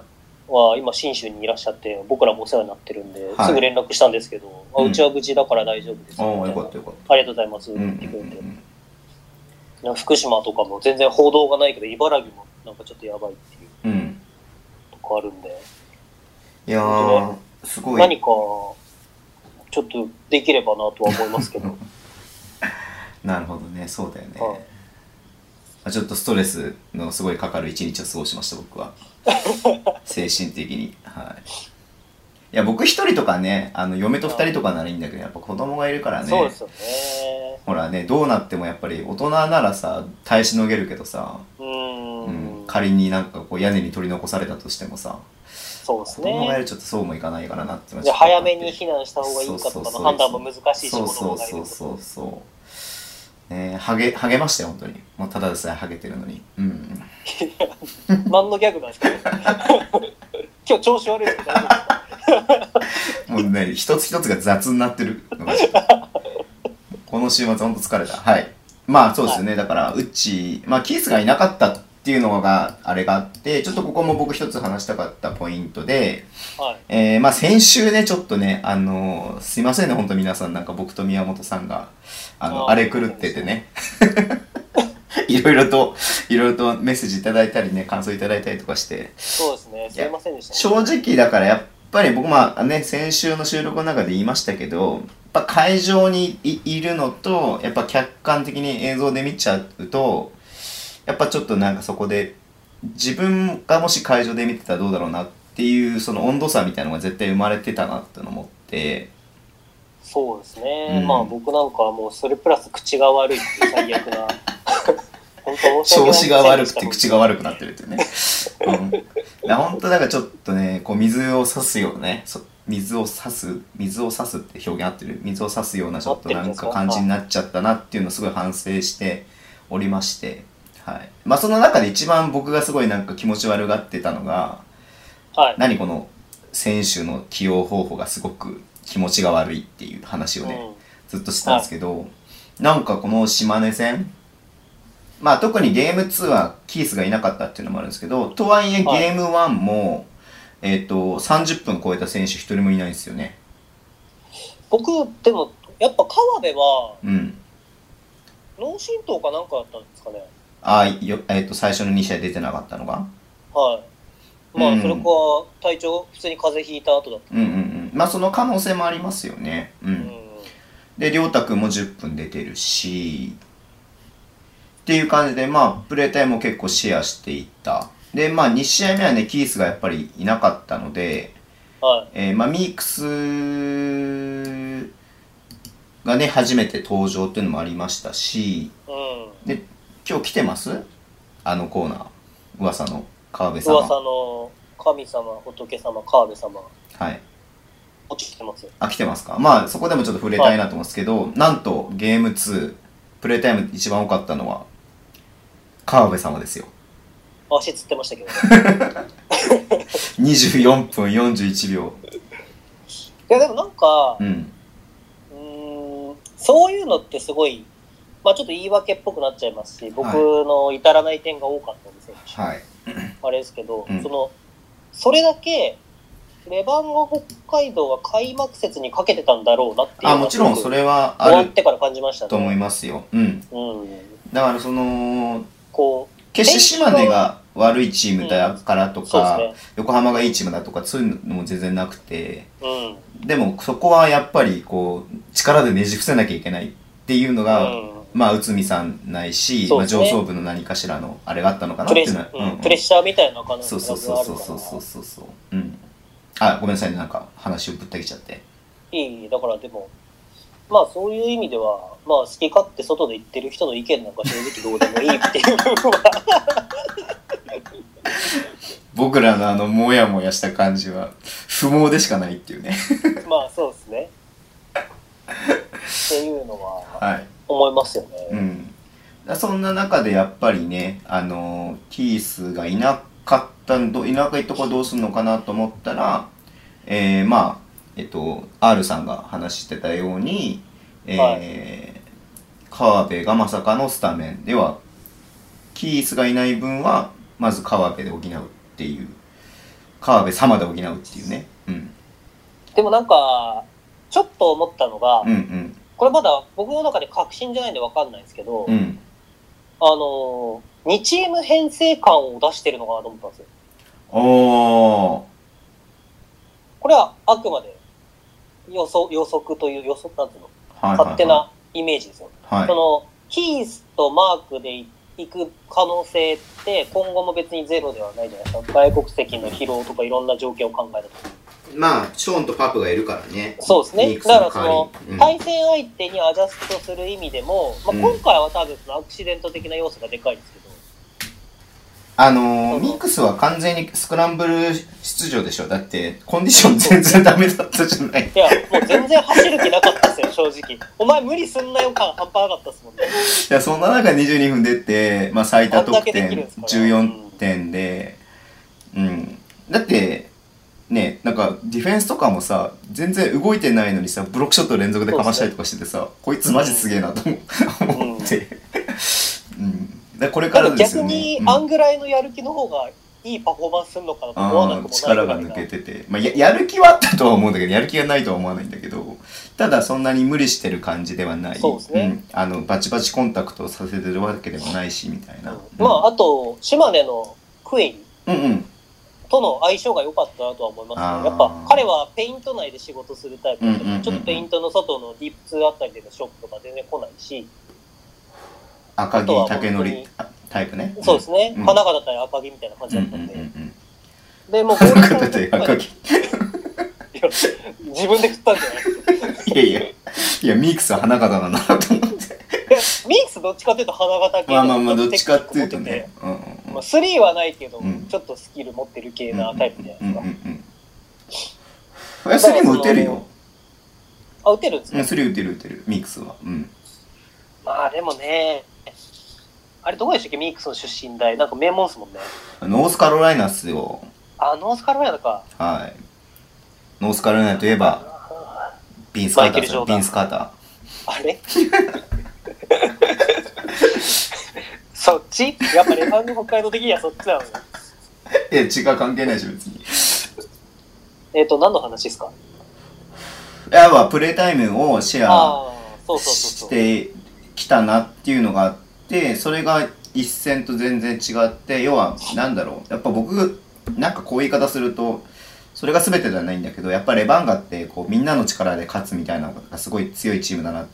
は今信州にいらっしゃって僕らもお世話になってるんで、すぐ連絡したんですけど、うちは無事だから大丈夫です、 よかったよかった。 ありがとうございますって言ってくれて、福島とかも全然報道がないけど茨城もなんかちょっとやばいっていうとこあるんで、 いやー、すごい何かちょっとできればなとは思いますけどなるほどね、そうだよね、ちょっとストレスのすごいかかる一日を過ごしました僕は精神的に。はい。いや僕一人とかね、嫁と二人とかならいいんだけど、やっぱ子供がいるからね。 そうですよね。 ほらね、どうなってもやっぱり大人ならさ耐えしのげるけどさ、仮になんかこう屋根に取り残されたとしてもさ、 そうですね、 子供がいるとちょっとそうもいかないからなってじゃあ早めに避難した方がいいかとかの判断も難しいし、子供がいると。 そう励まして本当に。もうただでさえ励てるのに。 何のギャグなんですかね今日調子悪いですけど大丈夫ですかもうね、一つ一つが雑になってるのがこの週末ほんと疲れた。はい。まあそうですよね、だからうちキースがいなかったっていうのがあれがあって、ちょっとここも僕一つ話したかったポイントで、先週ねちょっとねすいませんね本当皆さん、なんか僕と宮本さんがあれ狂っててねいろいろとメッセージいただいたりね、感想いただいたりとかして、 そうですね、すいませんでした、 正直だからやっぱり僕先週の収録の中で言いましたけど、やっぱ会場に いるのとやっぱ客観的に映像で見ちゃうと、やっぱちょっとなんかそこで自分がもし会場で見てたらどうだろうなっていうその温度差みたいなのが絶対生まれてたなって思って。 そうですね、僕なんかはもうそれプラス口が悪いっていう最悪な本当調子が悪くて口が悪くなってるっていうね本当なんかちょっとねこう水を差すようね、水を差すって表現合ってる、水を差すようなちょっとなんか感じになっちゃったなっていうのをすごい反省しておりまして、はい。その中で一番僕がすごいなんか気持ち悪がってたのが、何この選手の起用方法がすごく気持ちが悪いっていう話をね、ずっとしてたんですけど、なんかこの島根戦、特にゲーム2はキースがいなかったっていうのもあるんですけど、とはいえゲーム1も、30分超えた選手一人もいないんですよね。 僕でもやっぱ川辺は脳震盪かなんかだったんですかね。 最初の2試合出てなかったのが、 それか体調普通に風邪ひいた後だった。 その可能性もありますよね。で亮太くんも10分出てるしっていう感じで、プレータイムも結構シェアしていった。で2試合目はねキースがやっぱりいなかったので、ミークスがね初めて登場っていうのもありましたし、で今日来てます？コーナー噂の川辺様。 噂の神様、仏様、川辺様。 はい。 来てます。 来てますか。そこでもちょっと触れたいなと思うんですけど、なんとゲーム2プレイタイム一番多かったのは川辺様ですよ。 足つってましたけどね。 24分41秒。 いやでもなんか、そういうのってすごい、ちょっと言い訳っぽくなっちゃいますし、僕の至らない点が多かったんですよ。あれですけど、それだけレバンガ北海道は開幕節にかけてたんだろうなっていうのもちろんそれはある終わってから感じましたね。 と思いますよ。だからその決して島根が悪いチームだからとか、横浜がいいチームだとかそういうのも全然なくて、でもそこはやっぱりこう力でねじ伏せなきゃいけないっていうのが、内海さんないし、上層部の何かしらのあれがあったのかなっていうのは、 プレッシャーみたいな感じがあるから。 そう。ごめんなさいね、なんか話をぶった切っちゃって。 だからでもそういう意味では好き勝手外で言ってる人の意見なんか正直どうでもいいっていう部分は僕らのモヤモヤした感じは不毛でしかないっていうね。 そうですねっていうのは思いますよね。 そんな中でやっぱりねキースがいなかったいなかったところどうするのかなと思ったらR さんが話してたように、川辺がまさかのスタメンではキースがいない分はまず川辺で補うっていう川辺様で補うっていうね。うん。 でもなんか、ちょっと思ったのが、 うんうん、 これまだ僕の中で確信じゃないんでわかんないんですけど、 うん、 2チーム編成感を出してるのかなと思ったんですよ。 おー。 これはあくまで予測という、なんていうの、勝手なイメージですよ。 はい、 その、キースとマークで行く可能性って今後も別にゼロではないじゃないですか。外国籍の疲労とかいろんな条件を考えたときに。 まあ、ショーンとパプがいるからね。 そうですね。だからその、対戦相手にアジャストする意味でも、まあ、今回は多分そのアクシデント的な要素がでかいんですけど。 ミックスは完全にスクランブル出場でしょ。だって、コンディション全然ダメだったじゃない。 いや、もう全然走る気なかったですよ、正直。お前無理すんなよ感半端なかったっすもんね。 いや、そんな中22分出て、まあ最多得点14点で、うん。だって、ね、なんかディフェンスとかもさ、全然動いてないのにさ、ブロックショット連続でかましたりとかしててさ、こいつマジすげえなと思って。うん。でこれからですよね。 逆に、あんぐらいのやる気の方がいいパフォーマンスするのかなと思わなくもない。 力が抜けてて。まあやる気はあったとは思うんだけど、やる気がないとは思わないんだけど、ただそんなに無理してる感じではない。 そうですね。 バチバチコンタクトさせてるわけでもないし、みたいな。 まあ、あと、島根のクエイ。との相性が良かったなとは思いますね。やっぱ彼はペイント内で仕事するタイプだから、ちょっとペイントの外のディープ2あたりでのショットとか全然来ないし、 赤木竹則タイプね。 そうですね。花形だったり赤木みたいな感じだったんで。で、もう花形だったり赤木。 自分で振ったんじゃないですか。 いや、ミークスは花形だなと思って。 ミークスどっちかっていうと花形系まあどっちかっていうとね。 3はないけど、ちょっとスキル持ってる系なタイプじゃないですか。 3も打てるよ。 あ、打てるんですか？ 3打てる、ミークスは。 まあでもね、あれどこでしたっけ、ミークスの出身大。なんか名門っすもんね。 ノースカロライナっすよ。 あ、ノースカロライナか。 はい。ノースカロライナといえば、ビンス・カーターですよ。ビンス・カーター。 あれそっちやっぱレバンド北海道的にはそっちなのね。 いや、違う、関係ないし、別に。 何の話ですか？ いや、プレイタイムをシェアしてきたなっていうのがあって、それが一戦と全然違って、要は、なんだろう。やっぱ僕、なんかこういう言い方すると、それが全てではないんだけど、やっぱレバンガってこうみんなの力で勝つみたいなのがすごい強いチームだなって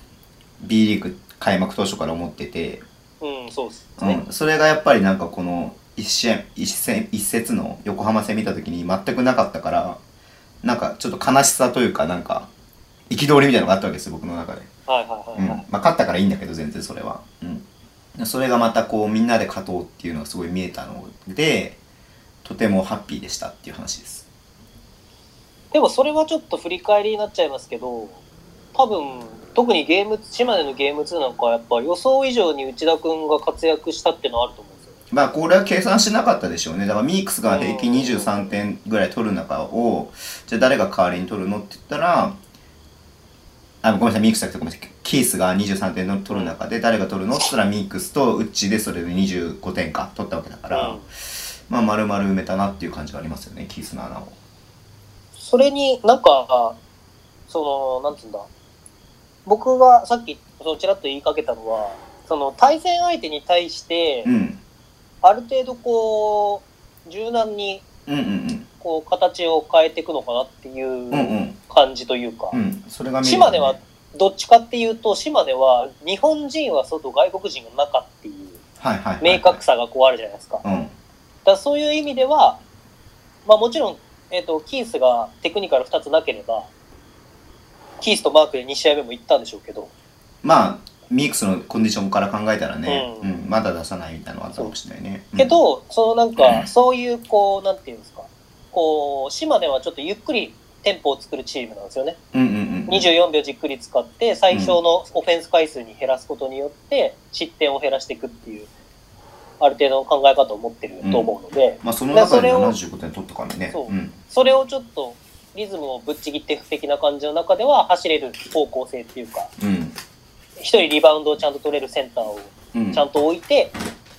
B リーグ開幕当初から思ってて、 そうですね。 それがやっぱりなんかこの一節の横浜戦見た時に全くなかったから、なんかちょっと悲しさというかなんか憤りみたいなのがあったわけですよ、僕の中で。まあ勝ったからいいんだけど全然それは。それがまたこうみんなで勝とうっていうのがすごい見えたので、とてもハッピーでしたっていう話です。 でもそれはちょっと振り返りになっちゃいますけど、多分特に島根のゲーム2なんかやっぱ予想以上に内田君が活躍したっていうのはあると思うんですよ。 まあこれは計算してなかったでしょうね。だからミークスが平均23点ぐらい取る中を、じゃあ誰が代わりに取るのって言ったら、ごめんなさい、ミークスだけどごめんなさい、キースが23点取る中で誰が取るのって言ったらミークスとウッチでそれで25点か取ったわけだから、まあ丸々埋めたなっていう感じがありますよね、キースの穴を。 それになんか、なんつうんだ、僕がさっきちらっと言いかけたのは、対戦相手に対して、ある程度こう、柔軟に、こう、形を変えていくのかなっていう感じというか、島根はどっちかっていうと、島根は日本人は外、外国人が中っていう、明確さがこうあるじゃないですか。だからそういう意味では、まあもちろん、キースがテクニカル2つなければ、キースとマークで2試合目も行ったんでしょうけど。 まあ、ミークスのコンディションから考えたらね、まだ出さないみたいなのはあったかもしれないね。 けど、なんか、そういう、こう、なんていうんですか、こう、島根はちょっとゆっくりテンポを作るチームなんですよね。24秒じっくり使って、最小のオフェンス回数に減らすことによって、失点を減らしていくっていう。ある程度の考え方を持ってると思うので、 まあその中で75点取ったからね。 それをちょっとリズムをぶっちぎって的な感じの中では走れる方向性っていうか、一人リバウンドをちゃんと取れるセンターをちゃんと置いて、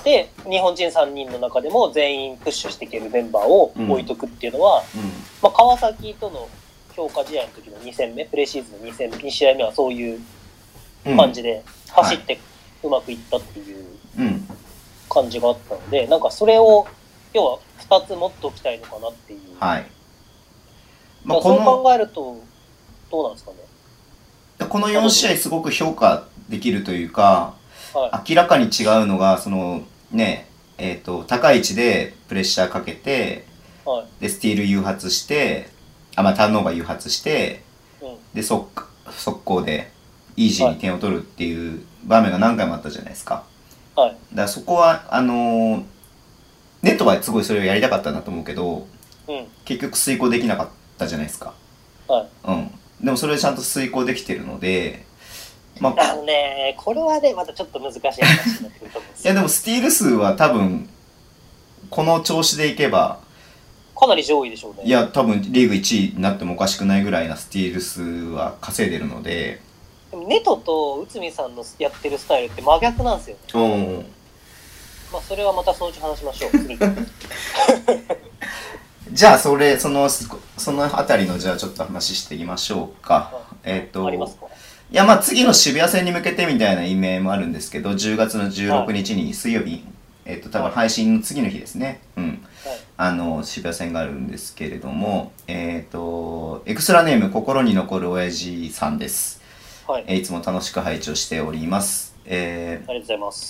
で日本人3人の中でも全員プッシュしていけるメンバーを置いとくっていうのは、まあ、川崎との強化試合の時の2戦目、プレシーズンの2試合目はそういう感じで走ってうまくいったっていう感じがあったので、なんかそれを要は2つ持っておきたいのかなっていう。はい。まあ、そう考えるとどうなんですかね。 この4試合すごく評価できるというか、はい、明らかに違うのがそのね、高い位置でプレッシャーかけて、はい、でスティール誘発して、まあターンオーバー誘発して、で速攻でイージーに点を取るっていう場面が何回もあったじゃないですか。はい、だからそこはネットはすごいそれをやりたかったんだと思うけど、結局遂行できなかったじゃないですか。はい、でもそれをちゃんと遂行できてるので、 まあね、これはねまたちょっと難しい話になってくると思うんですいやでもスティール数は多分この調子でいけばかなり上位でしょうね。 いや多分リーグ1位になってもおかしくないぐらいなスティール数は稼いでるので。 でもネトと内海さんのやってるスタイルって真逆なんですよね。まあそれはまたそのうち話しましょう。 じゃあそのあたりのじゃあちょっと話していきましょうか。 ありますか？ いやまあ次の渋谷戦に向けてみたいな意味もあるんですけど、10月の16日に水曜日、多分配信の次の日ですね。渋谷戦があるんですけれども、エクストラネーム心に残る親父さんです。はい、いつも楽しく拝聴しております。 ありがとうございます。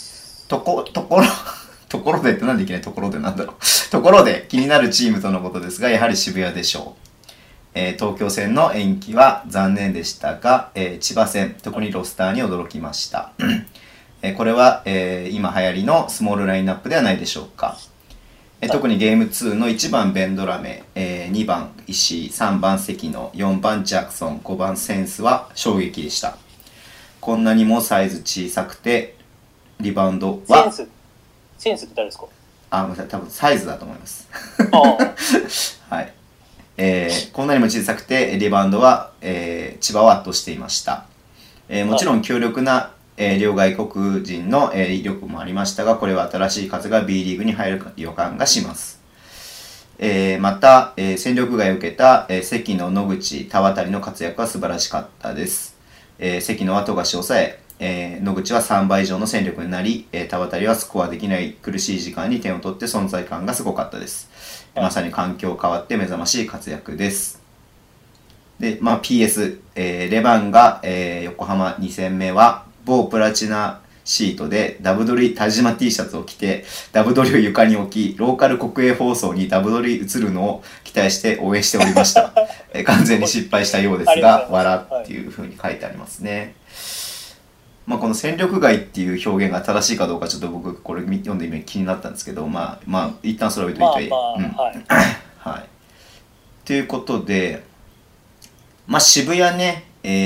ところでってなんでいきなりところでなんだろう。ところで気になるチームとのことですが、やはり渋谷でしょう。東京戦の延期は残念でしたが、千葉戦、特にロスターに驚きました。これは、今流行りのスモールラインナップではないでしょうか。特にゲーム2の1番ベンドラメ、2番石井、3番関野、4番ジャクソン、5番センスは衝撃でした。こんなにもサイズ小さくて、リバウンドはセンスって誰ですか？ ごめんなさい、多分サイズだと思います。はい。こんなにも小さくて、リバウンドは、千葉は圧倒していました。もちろん強力な両外国人の威力もありましたが、これは新しい風が B リーグに入る予感がします。また、戦力外を受けた関野、野口、田渡の活躍は素晴らしかったです。関野は富樫を抑え、野口は3倍以上の戦力になり、田渡はスコアできない苦しい時間に点を取って存在感がすごかったです。まさに環境変わって目覚ましい活躍です。で、まあ、PS、レバンが、横浜2戦目は某プラチナシートでダブドリ田島 T シャツを着てダブドリを床に置きローカル国営放送にダブドリ映るのを期待して応援しておりました完全に失敗したようですが笑っていう風に書いてありますね。まあこの戦力外っていう表現が正しいかどうかちょっと僕これ読んで気になったんですけど、まあ一旦それを置いといて、はい。ということでまあ渋谷ね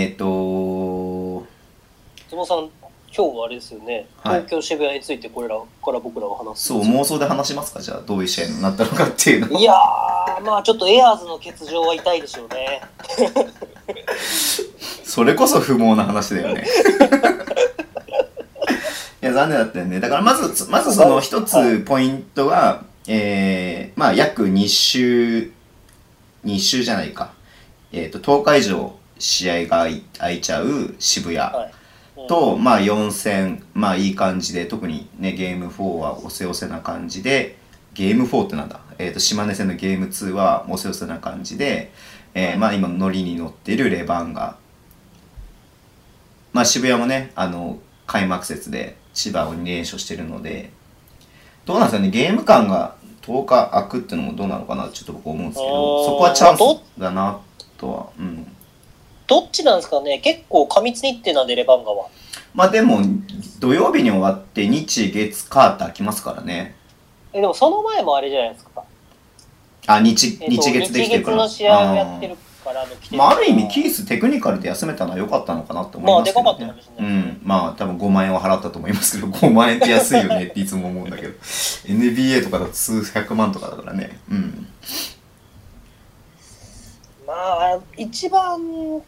坪さん今日はあれですよね、東京渋谷についてこれらから僕らが話す。 そう妄想で話しますか。じゃあどういう試合になったのかっていうの。 いやーまあちょっとエアーズの欠場は痛いでしょうねそれこそ不毛な話だよねいや残念だったよね。だからまずその一つポイントは、まあ約2週じゃないか、10日以上試合が空いちゃう渋谷、と、まあ4戦、まあいい感じで、特にね、ゲーム4は押せ押せな感じで、ゲーム4ってなんだ島根戦のゲーム2は押せ押せな感じで、まあ今ノリに乗っているレバンガ。まあ渋谷もね、開幕節で千葉を2連勝してるので、どうなんですかね、ゲーム感が10日空くっていうのもどうなのかなちょっと僕思うんですけど、そこはチャンスだなとは。 どっちなんですかね。結構過密日程なんでレバンガは。 まあでも土曜日に終わって日月火って空きますからね。 でもその前もあれじゃないですか。 日月できてるから。 日月の試合をやってるから来てる。 まあある意味キーステクニカルで休めたのは良かったのかなって思いますけどね。 まあでかかったかもしれない。 まあ多分5万円は払ったと思いますけど、5万円って安いよねっていつも思うんだけど、NBA とかだと数百万とかだからね。 まあ一番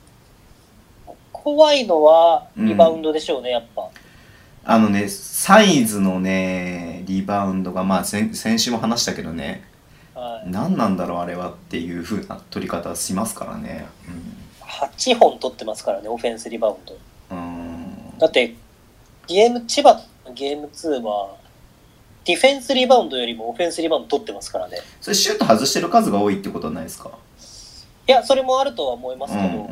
怖いのはリバウンドでしょうね、やっぱ。 サイズのねリバウンドがまあ先週も話したけどね、はい、何なんだろうあれはっていう風な取り方しますからね、 8本取ってますからね、オフェンスリバウンド。だって千葉のゲーム2はディフェンスリバウンドよりもオフェンスリバウンド取ってますからね。 それシュート外してる数が多いってことはないですか？ いや、それもあるとは思いますけど、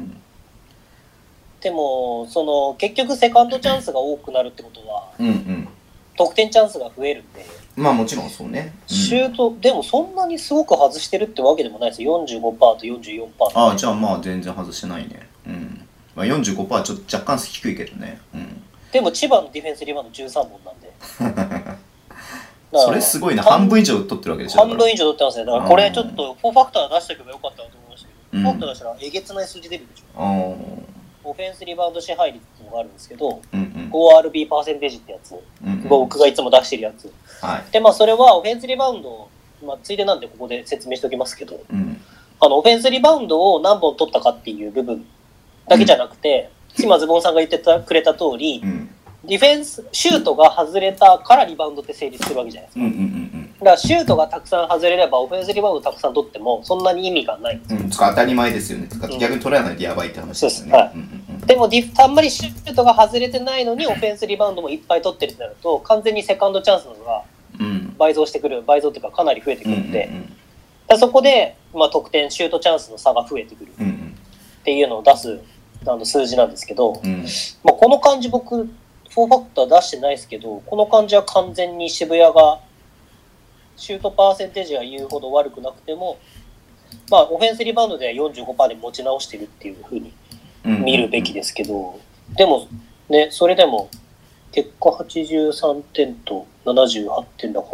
でも結局セカンドチャンスが多くなるってことは、得点チャンスが増えるんで、 まあもちろんそうね、 シュートでもそんなにすごく外してるってわけでもないですよ。 45% と 44%、 ああ、じゃあまあ全然外してないね。まあ、45% ちょっと若干低いけどね。 でも千葉のディフェンスリバウンド13本なんでそれすごいな。半分以上取ってるわけでしょ。 半分以上取ってますね。だからこれちょっと4ファクター出しておけばよかったなと思いましたけど、4ファクター出したらえげつない数字出るでしょ。オフェンスリバウンド支配率っていうのがあるんですけど、5RB パーセンテージってやつ、僕がいつも出してるやつ、でまあそれはオフェンスリバウンド、ついでなんでここで説明しておきますけど、オフェンスリバウンドを何本取ったかっていう部分だけじゃなくて、今ズボンさんが言ってくれた通り、ディフェンスシュートが外れたからリバウンドって成立するわけじゃないですか。だからシュートがたくさん外れればオフェンスリバウンドたくさん取ってもそんなに意味がないんですよ。 当たり前ですよね。逆に取らないとやばいって話ですよね。 でもあんまりシュートが外れてないのにオフェンスリバウンドもいっぱい取ってるってなると完全にセカンドチャンスのが倍増してくる、倍増っていうかかなり増えてくるんで、そこで、得点シュートチャンスの差が増えてくるっていうのを出す数字なんですけど、この感じ僕4ファクター出してないですけど、この感じは完全に渋谷がシュートパーセンテージが言うほど悪くなくても、オフェンスリバウンドでは 45% で持ち直してるっていう風に見るべきですけど、でもね、それでも結果83点と78点だから、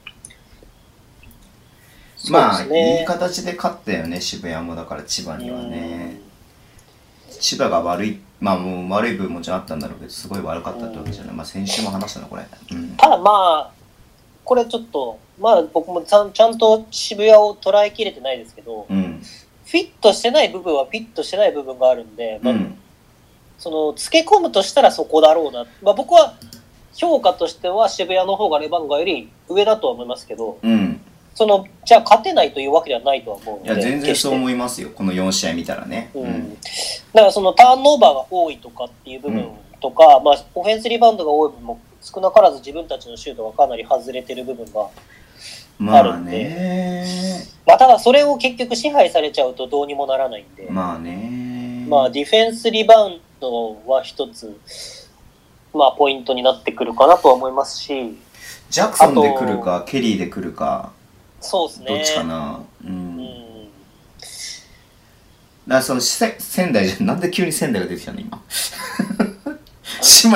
まあ、いい形で勝ったよね、渋谷も。だから千葉にはね、千葉が悪い、もう悪い部分もちろんあったんだろうけど、すごい悪かったってわけじゃない。先週も話したのこれ、 ただこれちょっと僕もちゃんと渋谷を捉えきれてないですけど、フィットしてない部分はフィットしてない部分があるんで、つけ込むとしたらそこだろうな。僕は評価としては渋谷の方がレバンガより上だとは思いますけど、じゃあ勝てないというわけではないとは思うので。 いや全然そう思いますよ、この4試合見たらね。 だからターンオーバーが多いとかっていう部分とか、オフェンスリバウンドが多い部分も少なからず自分たちのシュートがかなり外れてる部分があるんで、ただそれを結局支配されちゃうとどうにもならないんで、ディフェンスリバウンドは一つポイントになってくるかなとは思いますし、 ジャクソンで来るかケリーで来るか、 そうですね、 どっちかな。だから仙台じゃ、なんで急に仙台が出てきたの今島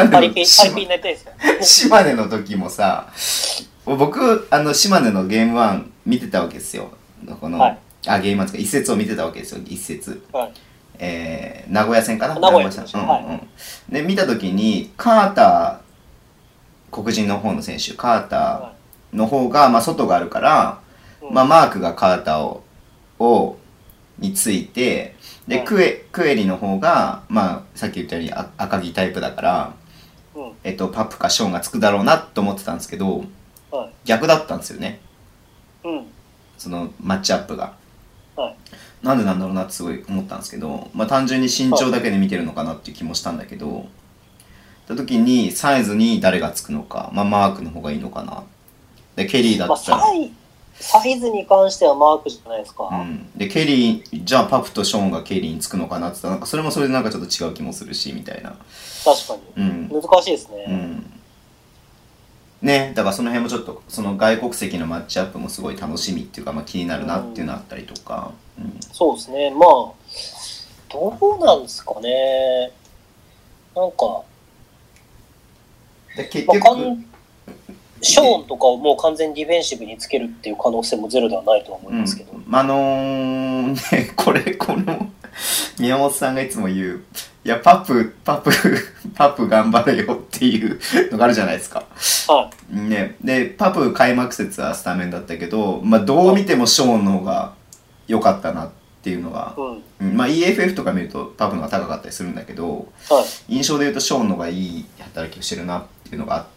根の時もさ、僕島根のゲーム1見てたわけですよ。ゲーム1ですか、一節を見てたわけですよ、一節。名古屋戦かな。名古屋戦。で見た時にカーター、黒人の方の選手カーターの方が外があるから、マークがカーターについて、でクエリの方がさっき言ったように赤木タイプだから、パップかショーンがつくだろうなと思ってたんですけど、逆だったんですよね、そのマッチアップが。なんでなんだろうなってすごい思ったんですけど、単純に身長だけで見てるのかなっていう気もしたんだけど、た時にサイズに誰がつくのか、マークの方がいいのかな。でケリーだったら、 サイズに関してはマークじゃないですか。 でケリー、じゃあパプとショーンがケリーにつくのかなって言ったら、それもそれでなんかちょっと違う気もするしみたいな。 確かに、難しいですね。 ね、だからその辺もちょっとその外国籍のマッチアップもすごい楽しみっていうか、気になるなっていうのあったりとか。 そうですね。どうなんですかね。なんかで結局、 ショーンとかをもう完全にディフェンシブにつけるっていう可能性もゼロではないとは思いますけど、 この宮本さんがいつも言う、いやパプ頑張れよっていうのがあるじゃないですか。でパプ開幕節はスタメンだったけど、どう見てもショーンの方が良かったなっていうのが、EFF とか見るとパプの方が高かったりするんだけど、印象で言うとショーンの方がいい働きをしてるなっていうのがあって、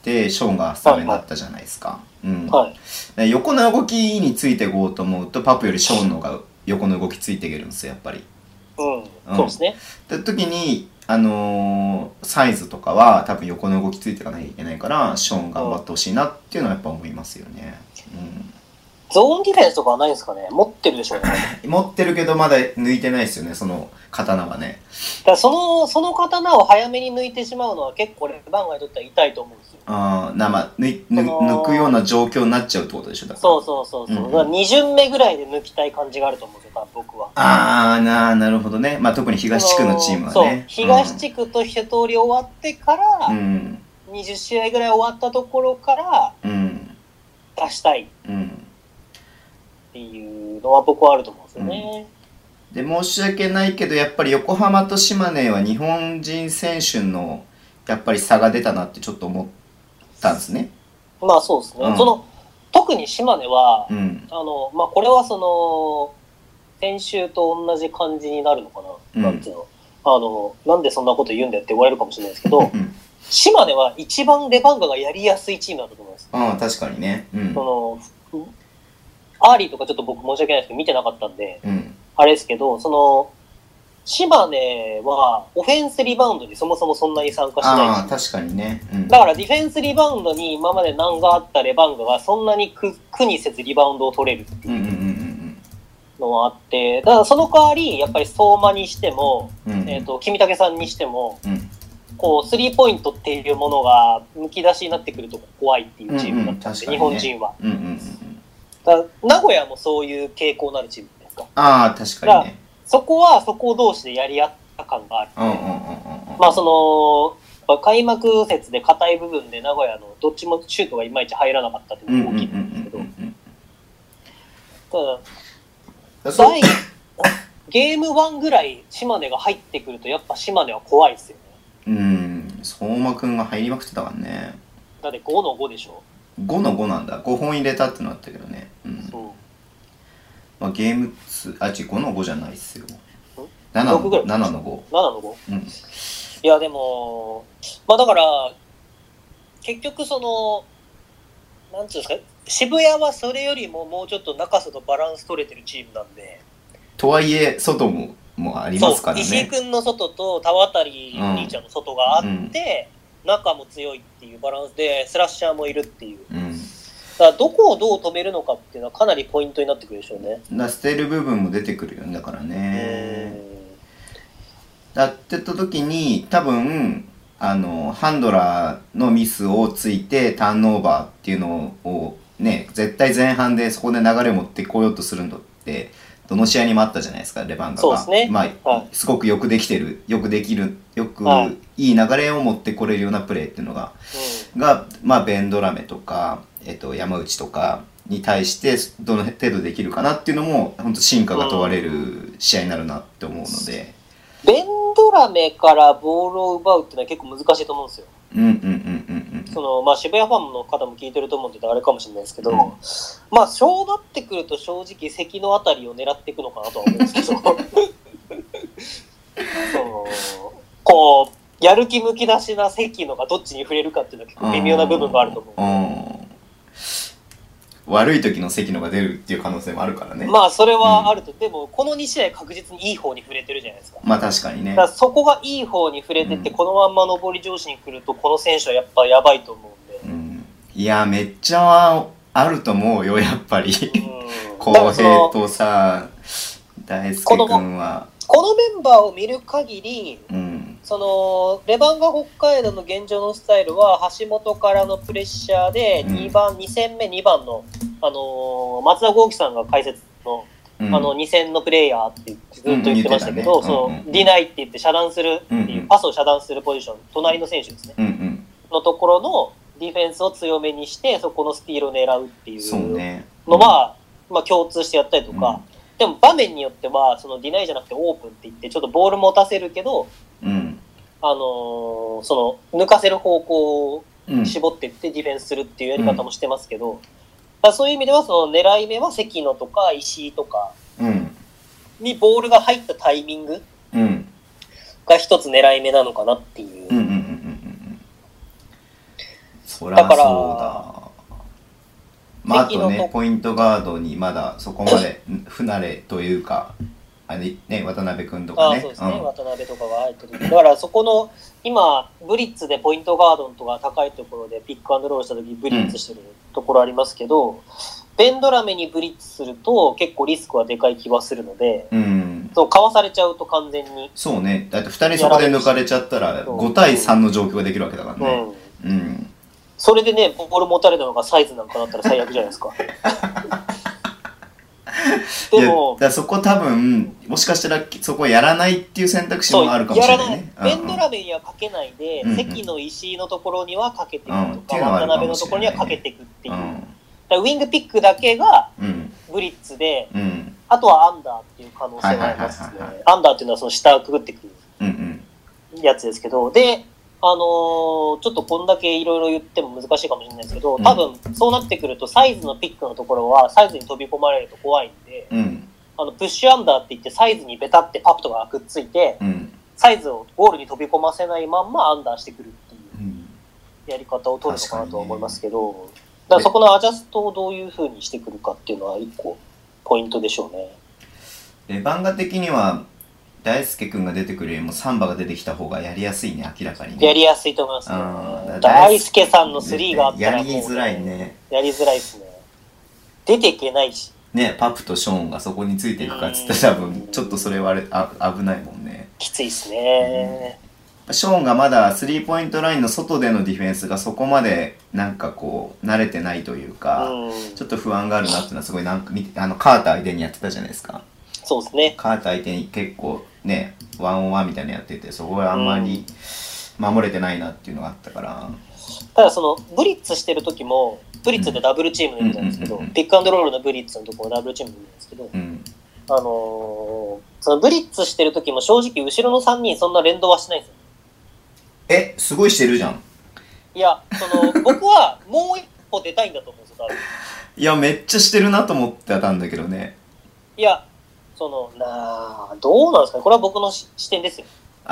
ってショーンがスタメンだったじゃないですか。横の動きについていこうと思うとパプよりショーンの方が横の動きついていけるんですよやっぱり。 そうですね。 って時にサイズとかは多分横の動きついていかなきゃいけないからショーン頑張ってほしいなっていうのはやっぱ思いますよね。 ゾーンディフェンスとかはないんですかね。持ってるでしょうね。 持ってるけどまだ抜いてないですよね、その刀はね。 だからその刀を早めに抜いてしまうのは結構レバンガにとっては痛いと思うんですよ。 抜くような状況になっちゃうってことでしょ。だからそう。だから2巡目ぐらいで抜きたい感じがあると思うんですよ、僕は。 なるほどね。特に東地区のチームはね。 東地区と一通り終わってから、20試合ぐらい終わったところから、出したい。っていうのは僕はあると思うんですよね。 で申し訳ないけどやっぱり横浜と島根は日本人選手のやっぱり差が出たなってちょっと思ったんですね。 そうですね。特に島根は、これは先週と同じ感じになるのかな、なんていうの、なんでそんなこと言うんだよって言われるかもしれないですけど、島根は一番レバンガがやりやすいチームだったと思います。 確かにね。 アーリーとかちょっと僕申し訳ないですけど見てなかったんで、あれですけど、島根はオフェンスリバウンドにそもそもそんなに参加しないし、 確かにね。 だからディフェンスリバウンドに今まで難があったレバンガがそんなに苦にせずリバウンドを取れるっていうのはあって、だからその代わりやっぱり相馬にしても、君武さんにしても、こうスリーポイントっていうものがむき出しになってくると怖いっていうチームだったんで、日本人は。名古屋もそういう傾向のあるチームですか。 確かにね。 そこはそこ同士でやり合った感がある。開幕節で硬い部分で名古屋のどっちもシュートがいまいち入らなかったっていうのが大きいんですけど、ただゲーム1ぐらい島根が入ってくるとやっぱ島根は怖いですよね。 相馬くんが入りまくってたからね。 だって5の5でしょ。 5の5なんだ。5本入れたってのあったけどね。ゲーム2、5の5じゃないっすよ。7の 5。7の 5。 いやでも、だから、結局なんていうんですか、渋谷はそれよりももうちょっと中外バランス取れてるチームなんで。 とはいえ、外もありますからね。 石井君の外と田渡お兄ちゃんの外があって、中も強いっていうバランスでスラッシャーもいるっていう、だからどこをどう止めるのかっていうのはかなりポイントになってくるでしょうね。 捨てる部分も出てくるよね。だからね。だってた時に多分ハンドラーのミスをついてターンオーバーっていうのをね、絶対前半でそこで流れを持ってこようとするのってどの試合にもあったじゃないですか、レバンガが。 そうですね。 すごくよくできてる、いい流れを持ってこれるようなプレーっていうのが、ベンドラメとか、山内とかに対してどの程度できるかなっていうのも本当進化が問われる試合になるなって思うので、 ベンドラメからボールを奪うっていうのは結構難しいと思うんですよ。渋谷ファンの方も聞いてると思うんであれかもしれないですけど、そうなってくると正直関のあたりを狙っていくのかなとは思うんですけどこうやる気むき出しな関のがどっちに触れるかっていうのは結構微妙な部分があると思う。 悪い時の関野が出るっていう可能性もあるからね。 それはあると、でもこの2試合確実にいい方に触れてるじゃないですか。 確かにね。 だからそこがいい方に触れてて、このまんま上り調子に来るとこの選手はやっぱやばいと思うんで。 いやめっちゃあると思うよやっぱり。浩平とさ大輔君は。 このメンバーを見る限り、レバンガ北海道の現状のスタイルは橋本からのプレッシャーで2戦目2番の、松田豪樹さんが解説の、2戦のプレイヤーってずっと言ってましたけど、ディナイって言って遮断するっていう、パスを遮断するポジション、隣の選手ですね、のところのディフェンスを強めにしてそこのスティールを狙うっていうのは、共通してやったりとか、でも場面によってはディナイじゃなくてオープンって言ってちょっとボール持たせるけど、抜かせる方向を絞っていってディフェンスするっていうやり方もしてますけど、そういう意味では狙い目は関野とか石井とかにボールが入ったタイミングが一つ狙い目なのかなっていう。 そらそうだ。まあ、あとね、ポイントガードにまだそこまで不慣れというか、ね、渡辺君とかね。 そうですね、渡辺とかが入ってる。だからそこの、今、ブリッツでポイントガードとか高いところでピックアンドロールした時にブリッツしてるところありますけど、ベンドラメにブリッツすると結構リスクはでかい気はするので、そうかわされちゃうと完全に。 そうね。だって2人そこで抜かれちゃったら5対3の状況ができるわけだからね。 それでね、ボール持たれたのがサイズなんかだったら最悪じゃないですか。 でもだそこ多分もしかしたらそこやらないっていう選択肢もあるかもしれないね。 ベンドラメにはかけないで、関の石井のところにはかけていくとか、渡辺のところにはかけていくっていう。ウィングピックだけがブリッツで、あとはアンダーっていう可能性がありますね。アンダーっていうのはその下をくぐってくるやつですけど、で、ちょっとこんだけいろいろ言っても難しいかもしれないですけど、多分そうなってくるとサイズのピックのところはサイズに飛び込まれると怖いんで、プッシュアンダーって言ってサイズにベタってパッとがくっついて、サイズをゴールに飛び込ませないまんまアンダーしてくるっていうやり方を取るのかなとは思いますけど、だからそこのアジャストをどういう風にしてくるかっていうのは一個ポイントでしょうね。 レバンガ的には大輔君が出てくるよりもサンバが出てきた方がやりやすいね、明らかにね。 やりやすいと思いますね。大輔さんの3があったらもう、 やりづらいね。 やりづらいですね。出ていけないし。 ね、パプとショーンがそこについていくかっつったら多分ちょっとそれは危ないもんね。 きついっすね。 ショーンがまだスリーポイントラインの外でのディフェンスがそこまでなんかこう慣れてないというか、ちょっと不安があるなっていうのはすごいなんかカーター相手にやってたじゃないですか。 そうですね。 カーター相手に結構ね、ワンオンワンみたいなのやってて、そこはあんまり守れてないなっていうのがあったから。 ただそのブリッツしてる時も、ブリッツでダブルチームでいるじゃないですけど、ピックアンドロールのブリッツのところダブルチームでいるんですけど、そのブリッツしてる時も正直後ろの3人そんな連動はしないんですよ。 すごいしてるじゃん。 いや、僕はもう一歩出たいんだと思うんですよ、多分。 いや、めっちゃしてるなと思ってたんだけどね。 いや、どうなんですかね、これは僕の視点ですよ。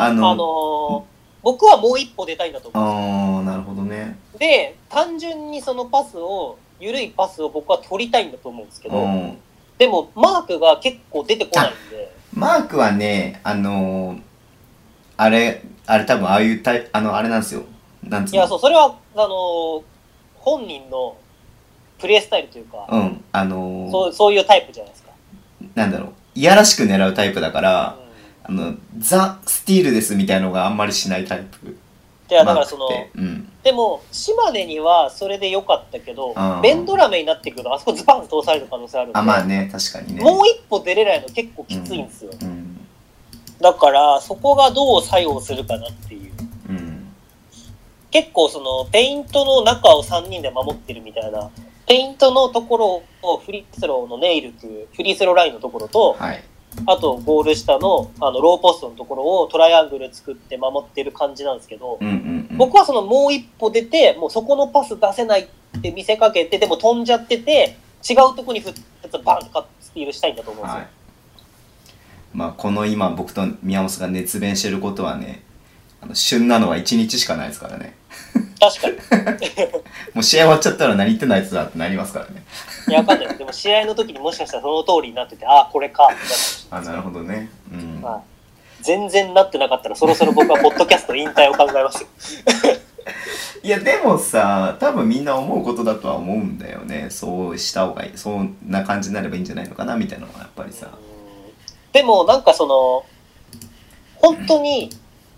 僕はもう一歩出たいんだと思うんですよ。 なるほどね。 で、単純にその緩いパスを僕は取りたいんだと思うんですけど、でもマークが結構出てこないんで。 マークはね、あれ多分ああいうタイプ、あれなんですよ。なんつうの。 いや、それは、本人のプレースタイルというか、そういうタイプじゃないですか。 なんだろう、いやらしく狙うタイプだから、ザ・スティールですみたいなのがあんまりしないタイプ。 いや、だからでも、島根にはそれで良かったけど、ベンドラメになってくると、あそこズバンと通される可能性あるんで。 まあね、確かにね。 もう一歩出れないの結構きついんですよ。だから、そこがどう作用するかなっていう。結構ペイントの中を3人で守ってるみたいな、ペイントのところをフリースローのネイルっていうフリースローラインのところと、あとゴール下のローポストのところをトライアングル作って守ってる感じなんですけど、僕はもう一歩出て、もうそこのパス出せないって見せかけて、でも飛んじゃってて、違うとこにバンとスティールしたいんだと思うんですよ。 まあこの今僕と宮本さんが熱弁してることはね、旬なのは1日しかないですからね。 確かに。 もう試合終わっちゃったら何言ってんのあいつだってなりますからね。 いや、わかんないです。でも試合の時にもしかしたらその通りになってて、これかみたいな。 なるほどね。 全然なってなかったらそろそろ僕はポッドキャスト引退を考えますよ。 いやでもさ、多分みんな思うことだとは思うんだよね。そうした方がいい、そんな感じになればいいんじゃないのかなみたいなのはやっぱりさ。 でもなんか本当に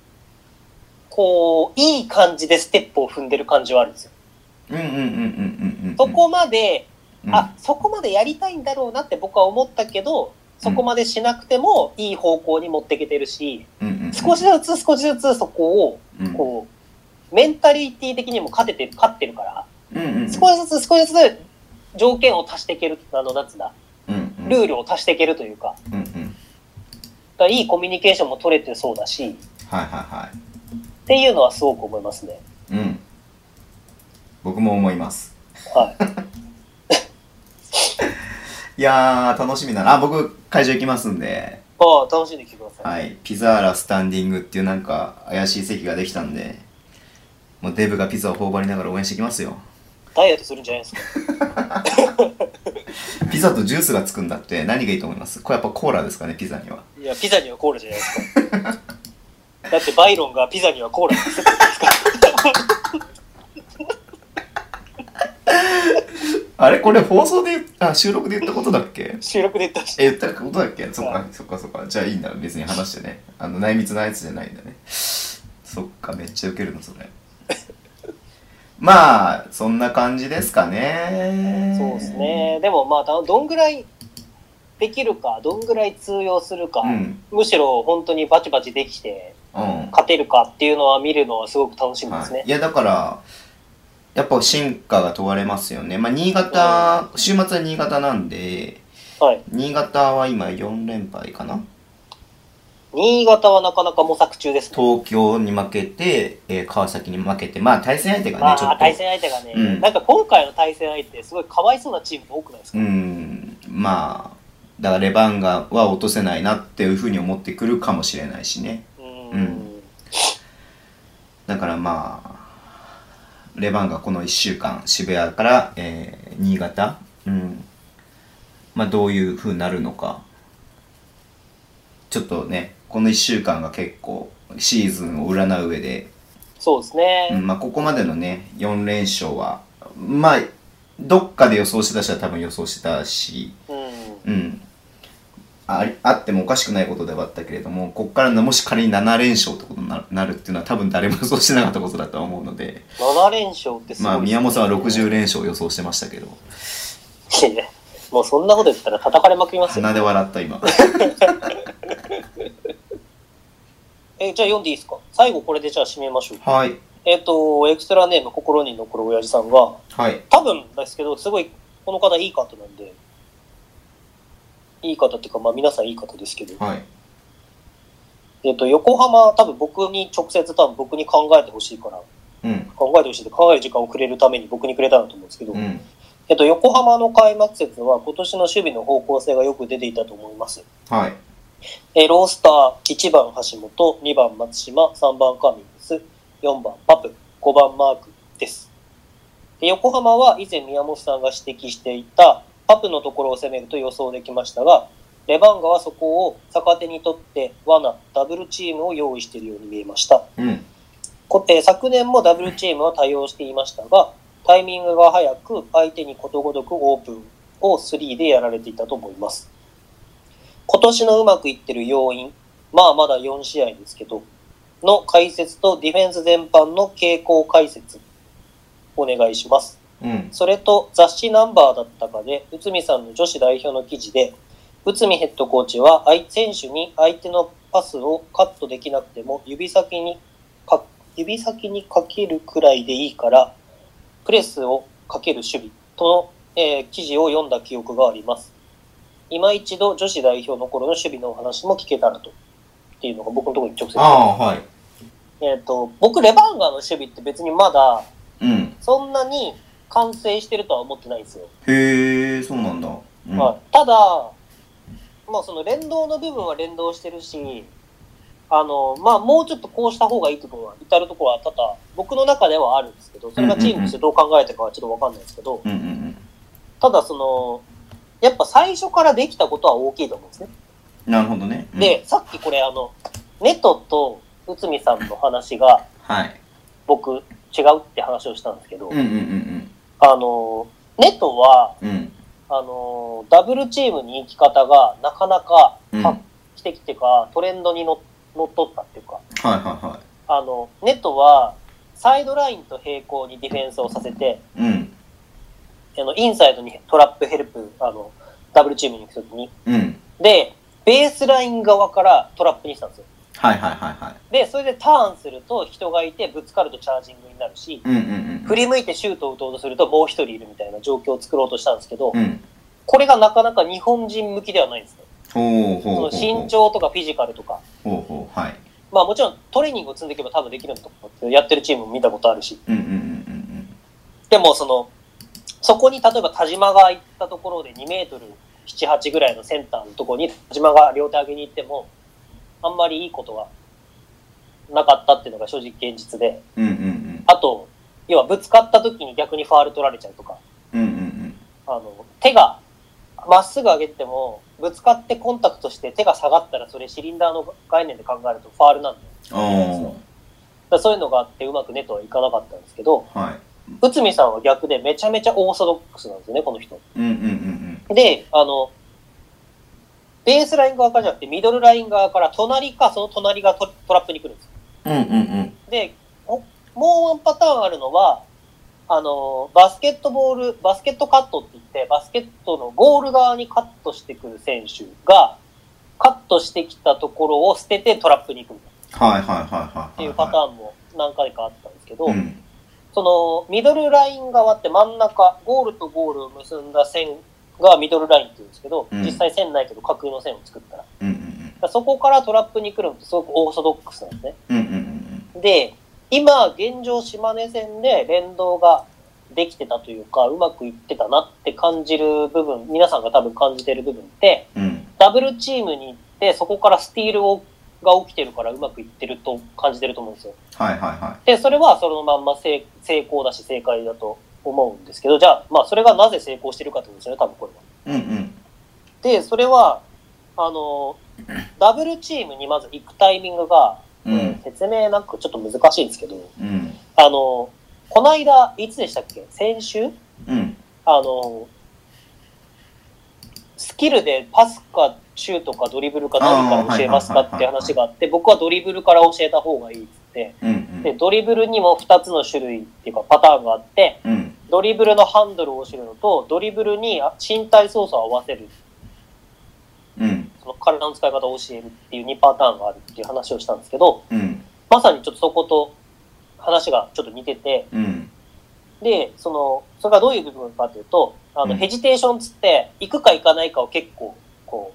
こういい感じでステップを踏んでる感じはあるんですよ。そこまでそこまでやりたいんだろうなって僕は思ったけど、そこまでしなくてもいい方向に持っていけてるし、少しずつそこをこうメンタリティ的にも勝ってるから、少しずつ条件を足していける、なんつうんだ、ルールを足していけるというか、だからいいコミュニケーションも取れてそうだし、っていうのはすごく思いますね。 僕も思います。 いやー、楽しみだな。僕、会場行きますんで。 楽しんできてください。 ピザーラスタンディングっていうなんか怪しい席ができたんで、 もうデブがピザを頬張りながら応援してきますよ。 ダイエットするんじゃないですか。 ピザとジュースがつくんだって何がいいと思います？これやっぱコーラですかね、ピザには。 いや、ピザにはコーラじゃないですか。だってバイロンがピザにはコーラって言ってたんですか。 あれこれ放送で収録で言ったことだっけ？ 収録で言ったし。 言ったことだっけ？そっかそっかそっか。じゃあいいんだ、別に話してね。内密なやつじゃないんだね。そっか、めっちゃウケるのそれ。まあそんな感じですかね。 そうですね。でもまあどんぐらいできるか、どんぐらい通用するか、むしろ本当にバチバチできて勝てるかっていうのは見るのはすごく楽しみですね。 いやだからやっぱ進化が問われますよね。まあ新潟、週末は新潟なんで、新潟は今4連敗かな。 新潟はなかなか模索中ですね。 東京に負けて、川崎に負けて、まあ対戦相手がね、ちょっと。 対戦相手がね、なんか今回の対戦相手、すごいかわいそうなチーム多くないですか？ まあ、だからレバンガは落とせないなっていうふうに思ってくるかもしれないしね。だからまあ、レバンガこの1週間、渋谷から、新潟、まあどういうふうになるのか。ちょっとね、この1週間が結構シーズンを占う上で、 そうですね。 まあここまでのね、4連勝は、まあ、どっかで予想してた人は多分予想してたし、あってもおかしくないことではあったけれども、ここからもし仮に7連勝ってことになるっていうのは多分誰も予想してなかったことだとは思うので。 7連勝ってすごいですね。 まあ宮本さんは60連勝を予想してましたけど。 いや、もうそんなこと言ったら叩かれまくりますよ。 鼻で笑った今。 じゃあ読んでいいですか？最後これでじゃあ締めましょう。 はい。 エクストラネーム心に残る親父さんが、 はい。 多分ですけど、すごいこの方いい方なんで、いい方っていうか、まあ皆さんいい方ですけど、 はい。 横浜、多分僕に直接僕に考えてほしいから、考えてほしいって考える時間をくれるために僕にくれたんだと思うんですけど、横浜の開幕節は今年の守備の方向性がよく出ていたと思います。 はい。 ロースター、1番橋本、2番松島、3番カミングス、4番パプ、5番マークです。横浜は以前宮本さんが指摘していたパプのところを攻めると予想できましたが、レバンガはそこを逆手にとって罠、ダブルチームを用意しているように見えました。昨年もダブルチームは対応していましたが、タイミングが早く相手にことごとくオープンを3でやられていたと思います。今年のうまくいってる要因、まあまだ4試合ですけど、の解説とディフェンス全般の傾向解説、お願いします。それと雑誌ナンバーだったかで、内海さんの女子代表の記事で、内海ヘッドコーチは選手に相手のパスをカットできなくても指先にかけるくらいでいいから、プレスをかける守備との、記事を読んだ記憶があります。今一度女子代表の頃の守備のお話も聞けたらと。っていうのが僕のところに直接。僕レバンガの守備って別にまだ、そんなに完成してるとは思ってないんですよ。 へえ、そうなんだ。 ただ、まあその連動の部分は連動してるし、まあもうちょっとこうした方がいいところは至るところは多々僕の中ではあるんですけど、それがチームとしてどう考えてるかはちょっとわかんないですけど、ただやっぱ最初からできたことは大きいと思うんですね。 なるほどね。 で、さっきこれネトと内海さんの話が、僕違うって話をしたんですけど、ネトは、ダブルチームに行き方がなかなか画期的っていうか、トレンドにのっとったっていうか、ネトはサイドラインと並行にディフェンスをさせて、インサイドにトラップヘルプ、ダブルチームに行くときに、で、ベースライン側からトラップにしたんですよ。で、それでターンすると人がいてぶつかるとチャージングになるし、振り向いてシュートを打とうとするともう一人いるみたいな状況を作ろうとしたんですけど、これがなかなか日本人向きではないんですね。その身長とかフィジカルとか。まあもちろんトレーニングを積んでいけば多分できるんだと思ってやってるチームも見たことあるし。でもそこに例えば田島が行ったところで2メートル7、8ぐらいのセンターのところに田島が両手上げに行ってもあんまりいいことはなかったっていうのが正直現実で、 あと、要はぶつかった時に逆にファール取られちゃうとか、手がまっすぐ上げても、ぶつかってコンタクトして手が下がったら、それシリンダーの概念で考えるとファールなんだよ。そういうのがあってうまくねとはいかなかったんですけど、内海さんは逆でめちゃめちゃオーソドックスなんですよね、この人。で、ベースライン側からじゃなくてミドルライン側から隣かその隣がトラップに来るんですよ。で、もうワンパターンあるのは、バスケットカットって言って、バスケットのゴール側にカットしてくる選手が、カットしてきたところを捨ててトラップに行くみたいな。っていうパターンも何回かあったんですけど、そのミドルライン側って真ん中、ゴールとゴールを結んだ線がミドルラインって言うんですけど、実際線ないけど架空の線を作ったら。そこからトラップに来るのってすごくオーソドックスなんですね。で、今、現状島根戦で連動ができてたというか、うまくいってたなって感じる部分、皆さんが多分感じてる部分って、ダブルチームに行って、そこからスティールが起きてるからうまくいってると感じてると思うんですよ。で、それはそのまんま成功だし正解だと思うんですけど、じゃあ、まあそれがなぜ成功してるかってことですよね、多分これは。で、それは、ダブルチームにまず行くタイミングが、説明なんかちょっと難しいんですけど、この間、いつでしたっけ？先週？スキルでパスかシュートかドリブルか何から教えますかって話があって、僕はドリブルから教えた方がいいっつって、で、ドリブルにも2つの種類っていうかパターンがあって、ドリブルのハンドルを教えるのと、ドリブルに身体操作を合わせる。その体の使い方を教えるっていう2パターンがあるっていう話をしたんですけど、まさにちょっとそこと話がちょっと似てて、で、それがどういう部分かというと、ヘジテーションつって、行くか行かないかを結構、こ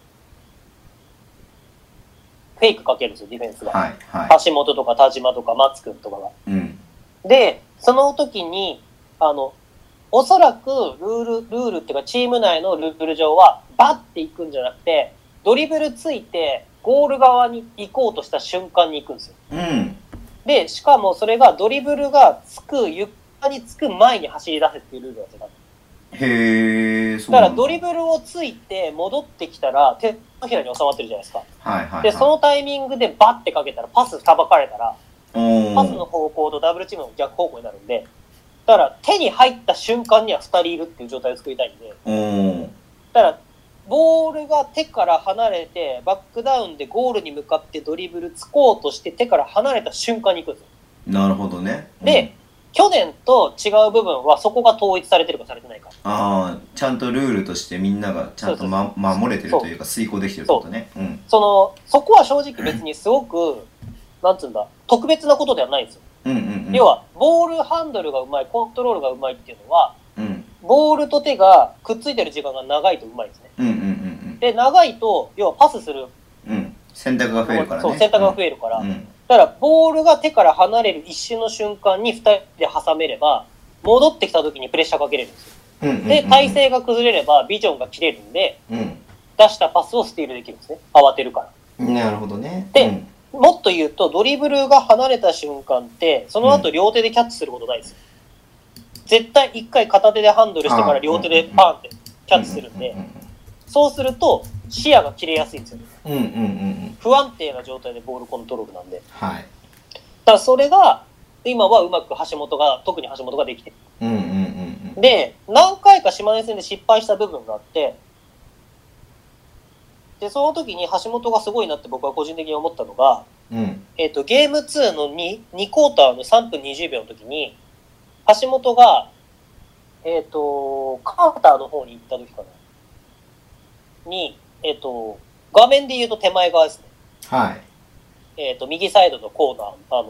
う、フェイクかけるんですよ、ディフェンスが。橋本とか田島とか松君とかが。で、その時に、おそらくルールっていうかチーム内のルール上はバッて行くんじゃなくて、ドリブルついてゴール側に行こうとした瞬間に行くんですよ。で、しかもそれがドリブルが床につく前に走り出せっていうルールなんですよ。だからドリブルをついて戻ってきたら手のひらに収まってるじゃないですか。で、そのタイミングでバッてかけたらパスさばかれたら、パスの方向とダブルチームの逆方向になるんで、だから手に入った瞬間には2人いるっていう状態を作りたいんで、だからボールが手から離れてバックダウンでゴールに向かってドリブルつこうとして手から離れた瞬間に行くんですよ。 なるほどね。 で、去年と違う部分はそこが統一されてるかされてないか。 ちゃんとルールとしてみんながちゃんと、守れてるというか遂行できてるってことね。 そこは正直別にすごくなんつうんだ、特別なことではないんですよ。要はボールハンドルがうまい、コントロールがうまいっていうのは、ボールと手がくっついてる時間が長いとうまいですね。で、長いと要はパスする、 選択が増えるからね。 選択が増えるから、だからボールが手から離れる一瞬の瞬間に2人で挟めれば戻ってきた時にプレッシャーかけれるんですよ。で、体勢が崩れればビジョンが切れるんで、出したパスをスティールできるんですね、慌てるから。 なるほどね。 で、もっと言うとドリブルが離れた瞬間ってその後両手でキャッチすることないですよ。絶対一回片手でハンドルしてから両手でパーンってキャッチするんで、そうすると視野が切れやすいんですよね。不安定な状態でボールコントロールなんで。だからそれが今はうまく特に橋本ができてる。で、何回か島根戦で失敗した部分があって、で、その時に橋本がすごいなって僕は個人的に思ったのが、ゲーム2の2クォーターの3分20秒の時に、橋本が、カーターの方に行った時かな。に、画面で言うと手前側ですね。右サイドのコーナー、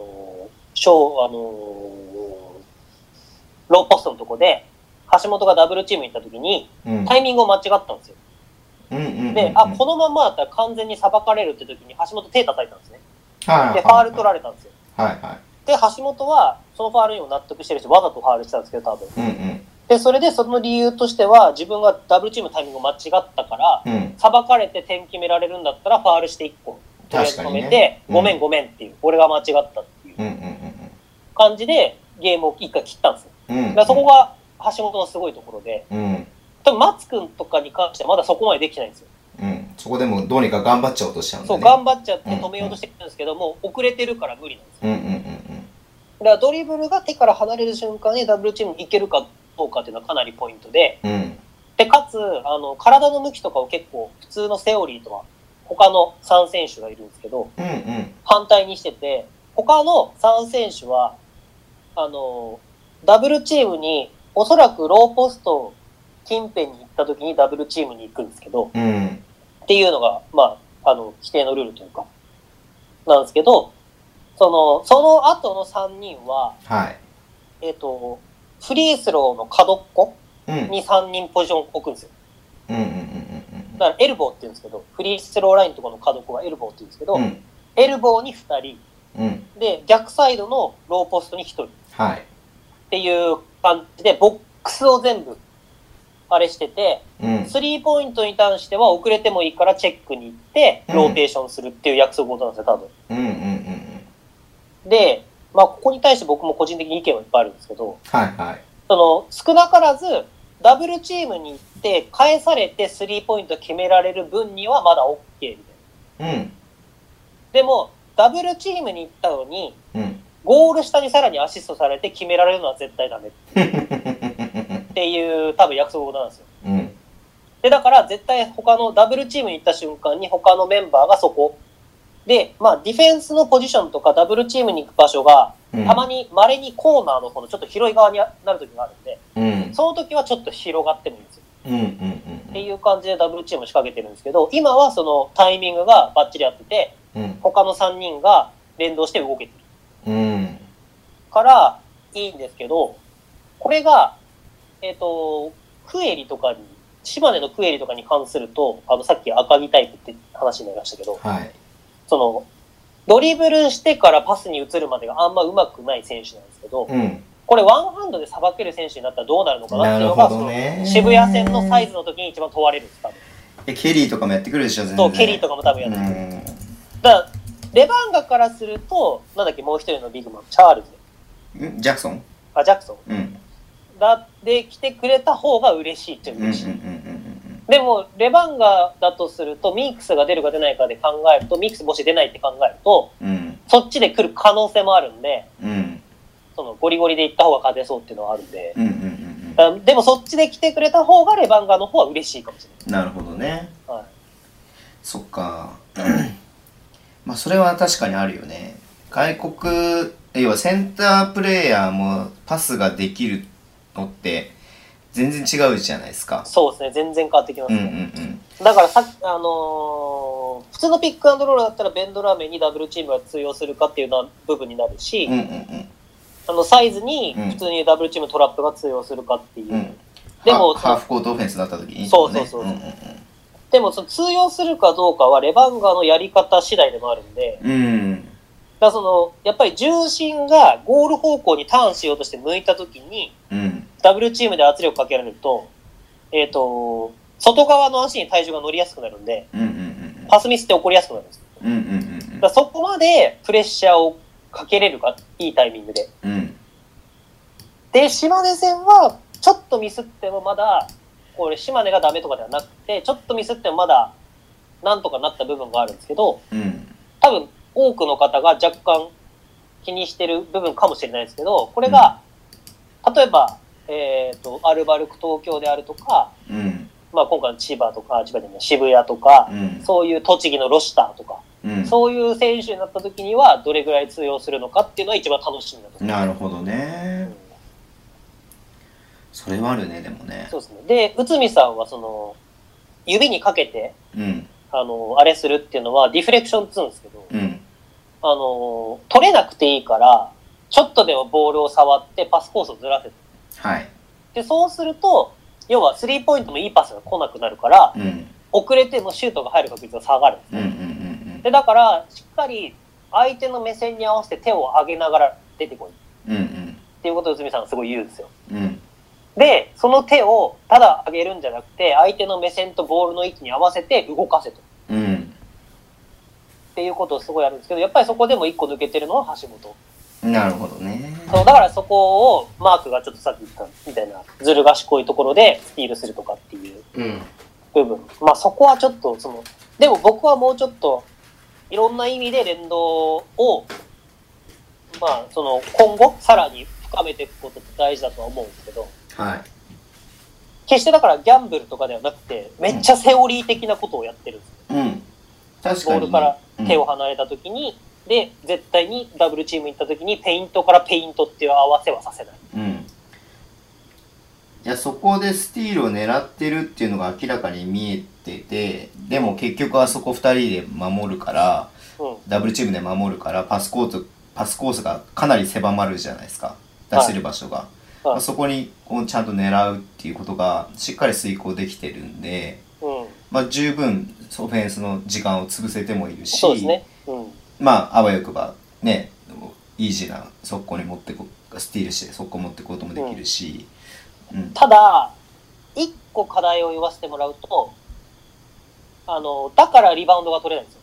ローポストのとこで、橋本がダブルチームに行った時に、タイミングを間違ったんですよ。で、このままだったら完全に裁かれるって時に橋本手叩いたんですね。で、ファール取られたんですよ。で、橋本はそのファールにも納得してるし、わざとファールしてたんですけど、多分。で、それでその理由としては、自分がダブルチームのタイミングを間違ったから、裁かれて点決められるんだったら、ファールして1個、とりあえず止めて、ごめんっていう、俺が間違ったっていう感じで、 ゲームを1回切ったんですよ。だからそこが橋本のすごいところで、多分松君とかに関してはまだそこまでできてないんですよ。 そこでもどうにか頑張っちゃおうとしちゃうんだね。 そう、頑張っちゃって止めようとしてるんですけども、遅れてるから無理なんですよ。だからドリブルが手から離れる瞬間にダブルチームに行けるかどうかっていうのはかなりポイントで、でかつ体の向きとかを結構普通のセオリーとは他の3選手がいるんですけど、反対にしてて、他の3選手はダブルチームにおそらくローポスト近辺に行った時にダブルチームに行くんですけど、っていうのが規定のルールというかなんですけど、その後の3人は、フリースローの角っこに3人ポジション置くんですよ。だからエルボーって言うんですけど、フリースローラインのところの角っこはエルボーって言うんですけど、エルボーに2人、で逆サイドのローポストに1人、っていう感じでボックスを全部あれしてて、スリーポイントに関しては遅れてもいいからチェックに行ってローテーションするっていう約束事なんですよ、多分。で、ここに対して僕も個人的に意見はいっぱいあるんですけど、少なからずダブルチームに行って返されてスリーポイント決められる分にはまだ OK みたいな。でもダブルチームに行ったのに、ゴール下にさらにアシストされて決められるのは絶対ダメっていう多分約束事なんですよ。でだから絶対他のダブルチームに行った瞬間に他のメンバーがそこで、ディフェンスのポジションとかダブルチームに行く場所が、たまに稀にコーナーの方のちょっと広い側になる時があるんで、その時はちょっと広がってもいいんですよ。っていう感じでダブルチームを仕掛けてるんですけど、今はそのタイミングがバッチリ合ってて、他の3人が連動して動けてる。からいいんですけど、これが、クエリとかに、島根のクエリとかに関すると、さっき赤木タイプって話になりましたけど、そのドリブルしてからパスに移るまでがあんま上手くない選手なんですけど、これワンハンドでさばける選手になったらどうなるのかなっていうのが、渋谷戦のサイズの時に一番問われるんです。多分ケリーとかもやってくるでしょ、全然。 そう、ケリーとかも多分やってくる。だからレバンガからすると、なんだっけ、もう一人のビッグマン、チャールズ。 ジャクソンジャクソン。で来てくれた方が嬉しいっちゃ嬉しい。でもレバンガだとするとミークスが出るか出ないかで考えると、ミークスもし出ないって考えると、そっちで来る可能性もあるんで、そのゴリゴリで行った方が勝てそうっていうのはあるんで、でもそっちで来てくれた方がレバンガの方は嬉しいかもしれない。 なるほどね。そっか。それは確かにあるよね。外国、要はセンタープレーヤーもパスができるのって全然違うじゃないですか。 そうですね、全然変わってきますね。だから普通のピックアンドロールだったらベンドラメにダブルチームが通用するかっていう部分になるし、サイズに普通にダブルチームトラップが通用するかっていう。 でもハーフコートオフェンスだった時に、 そう。でもその通用するかどうかはレバンガのやり方次第でもあるんで、だからやっぱり重心がゴール方向にターンしようとして向いた時に、ダブルチームで圧力かけられると、外側の足に体重が乗りやすくなるんで、パスミスって起こりやすくなるんですよ。だからそこまでプレッシャーをかけれるか、いいタイミングで。で、島根戦はちょっとミスってもまだ、これ島根がダメとかではなくて、ちょっとミスってもまだなんとかなった部分があるんですけど、多分多くの方が若干気にしてる部分かもしれないですけど、これが、例えば、アルバルク東京であるとか、今回の千葉とか、千葉でも渋谷とか、そういう栃木のロシターとか、そういう選手になった時にはどれぐらい通用するのかっていうのは一番楽しみだと思います。 なるほどね。それはあるね、でもね。 そうですね。で、内海さんは指にかけて、あれするっていうのはディフレクションっつうんですけど、取れなくていいから、ちょっとでもボールを触ってパスコースをずらせる。で、そうすると、要はスリーポイントもいいパスが来なくなるから、遅れてもシュートが入る確率が下がるんですね。で、だから、しっかり相手の目線に合わせて手を上げながら出てこい。っていうことを内海さんがすごい言うんですよ。で、その手をただ上げるんじゃなくて、相手の目線とボールの位置に合わせて動かせと。っていうことをすごいやるんですけど、やっぱりそこでも一個抜けてるのは橋本。 なるほどね。 そうだからそこをマークがちょっとさっき言ったみたいなずる賢いところでスティールするとかっていう部分、まあそこはちょっとでも僕はもうちょっといろんな意味で連動をまあ今後さらに深めていくことって大事だとは思うんですけど、 はい。 決してだからギャンブルとかではなくてめっちゃセオリー的なことをやってるんですよ。 うん。確かに、ね。 ボールから手を離れた時に、で絶対にダブルチームに行った時にペイントからペイントっていう合わせはさせない。 うん。いや、そこでスティールを狙ってるっていうのが明らかに見えてて、でも結局あそこ2人で守るから、ダブルチームで守るからパスコースがかなり狭まるじゃないですか、出せる場所が。はい、そこにちゃんと狙うっていうことがしっかり遂行できてるんで、まあ十分オフェンスの時間を潰せてもいるし、 そうですね。 まああわよくばね、イージーな速攻にスティールして速攻持っていくこともできるし、 ただ一個課題を言わせてもらうと、だからリバウンドが取れないんですよ。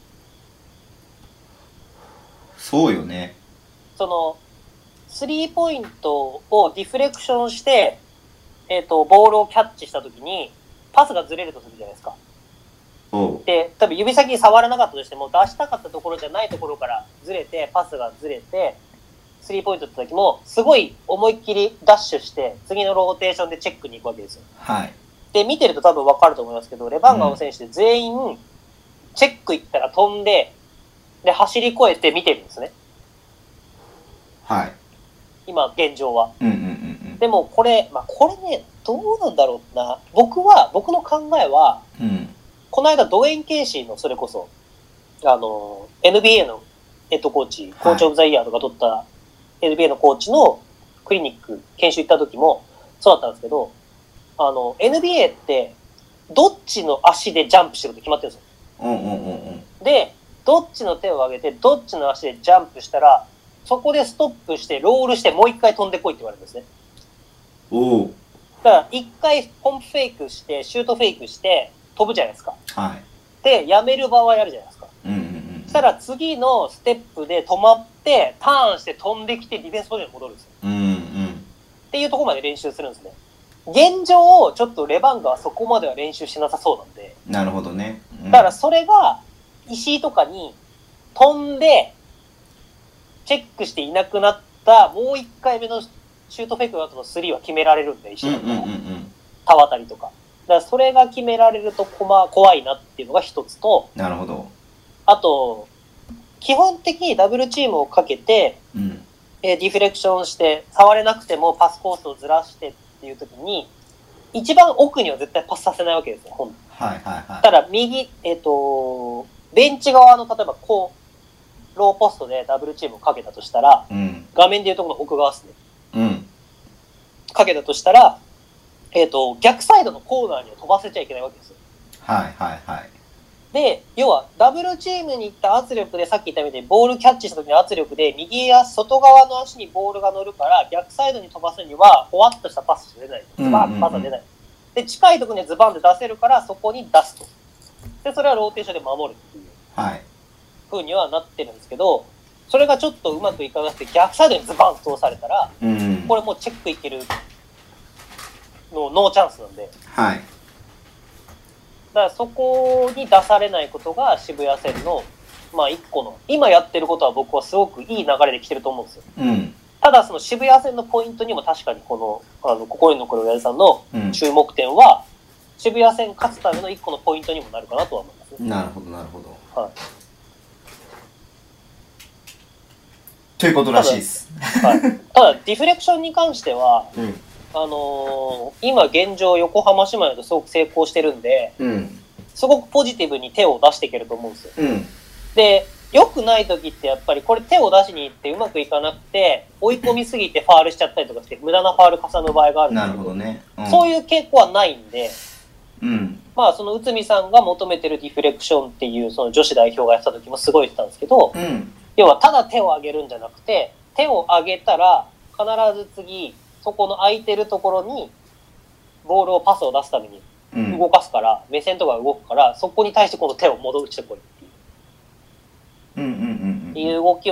そうよね。 スリーポイントをディフレクションして、ボールをキャッチしたときに、パスがずれるとするじゃないですか。で、多分指先に触らなかったとしても、出したかったところじゃないところからずれて、パスがずれて、スリーポイントって時も、すごい思いっきりダッシュして、次のローテーションでチェックに行くわけですよ。 はい。 で、見てると多分わかると思いますけど、レバンガの選手って全員、チェック行ったら飛んで、で、走り越えて見てるんですね。 はい。 今、現状は。 うんうんうんうん。 でも、これね、どうなんだろうな。僕の考えは、この間、ドウェイン・ケイシーの、それこそ、NBA のヘッドコーチ、コーチオブザイヤーとか取った NBA のコーチのクリニック、研修行った時も、そうだったんですけど、NBA って、どっちの足でジャンプしてるって決まってるんですよ。で、どっちの手を上げて、どっちの足でジャンプしたら、そこでストップして、ロールして、もう一回飛んでこいって言われるんですね。だから、一回ポンプフェイクして、シュートフェイクして、飛ぶじゃないですか。 はい。 で、やめる場合あるじゃないですか。そしたら、次のステップで止まって、ターンして飛んできて、ディフェンスポジションに戻るんですよ。っていうところまで練習するんですね。現状、ちょっとレバンガはそこまでは練習しなさそうなんで。 なるほどね。 だから、それが、石井とかに飛んで、チェックしていなくなったもう一回目のシュートフェイクの後の3は決められるんで、石井だったら。田渡りとか。だからそれが決められると怖いなっていうのが一つと、 なるほど。 あと、基本的にダブルチームをかけて、ディフレクションして、触れなくてもパスコースをずらしてっていう時に、一番奥には絶対パスさせないわけですよ、 はいはいはい。 ただ右、ベンチ側の例えばローポストでダブルチームをかけたとしたら、画面でいうとこの奥側ですね。かけたとしたら、逆サイドのコーナーには飛ばせちゃいけないわけですよ。 はいはいはい。 で、要はダブルチームに行った圧力で、さっき言ったみたいにボールキャッチした時の圧力で右足、外側の足にボールが乗るから、逆サイドに飛ばすには、ほわっとしたパスしか出ない。ズバンパスは出ない。で、近いところにズバンで出せるから、そこに出すと。で、それはローテーションで守るっていう風にはなってるんですけど、それがちょっとうまくいかなくて、逆サイドにズバン通されたら、これもうチェックいけるのノーチャンスなんで。 はい。 だからそこに出されないことが渋谷戦の、まあ一個の、今やってることは僕はすごくいい流れで来てると思うんですよ。ただその渋谷戦のポイントにも確かに心に残る親父さんの注目点は、渋谷戦勝つための一個のポイントにもなるかなとは思いますね。 なるほどなるほど。 はい。 ということらしいです。 はい。ただディフレクションに関しては、今現状横浜姉妹だとすごく成功してるんで、すごくポジティブに手を出していけると思うんですよ。で、良くない時ってやっぱりこれ手を出しに行ってうまくいかなくて、追い込みすぎてファールしちゃったりとかして、無駄なファール重む場合があるんですけど、 なるほどね。 そういう傾向はないんで、まあその内海さんが求めてるディフレクションっていうその女子代表がやった時もすごい言ってたんですけど、要はただ手を上げるんじゃなくて、手を上げたら必ず次、そこの空いてるところにボールをパスを出すために動かすから、目線とか動くから、そこに対してこの手を戻してこいっていう動きは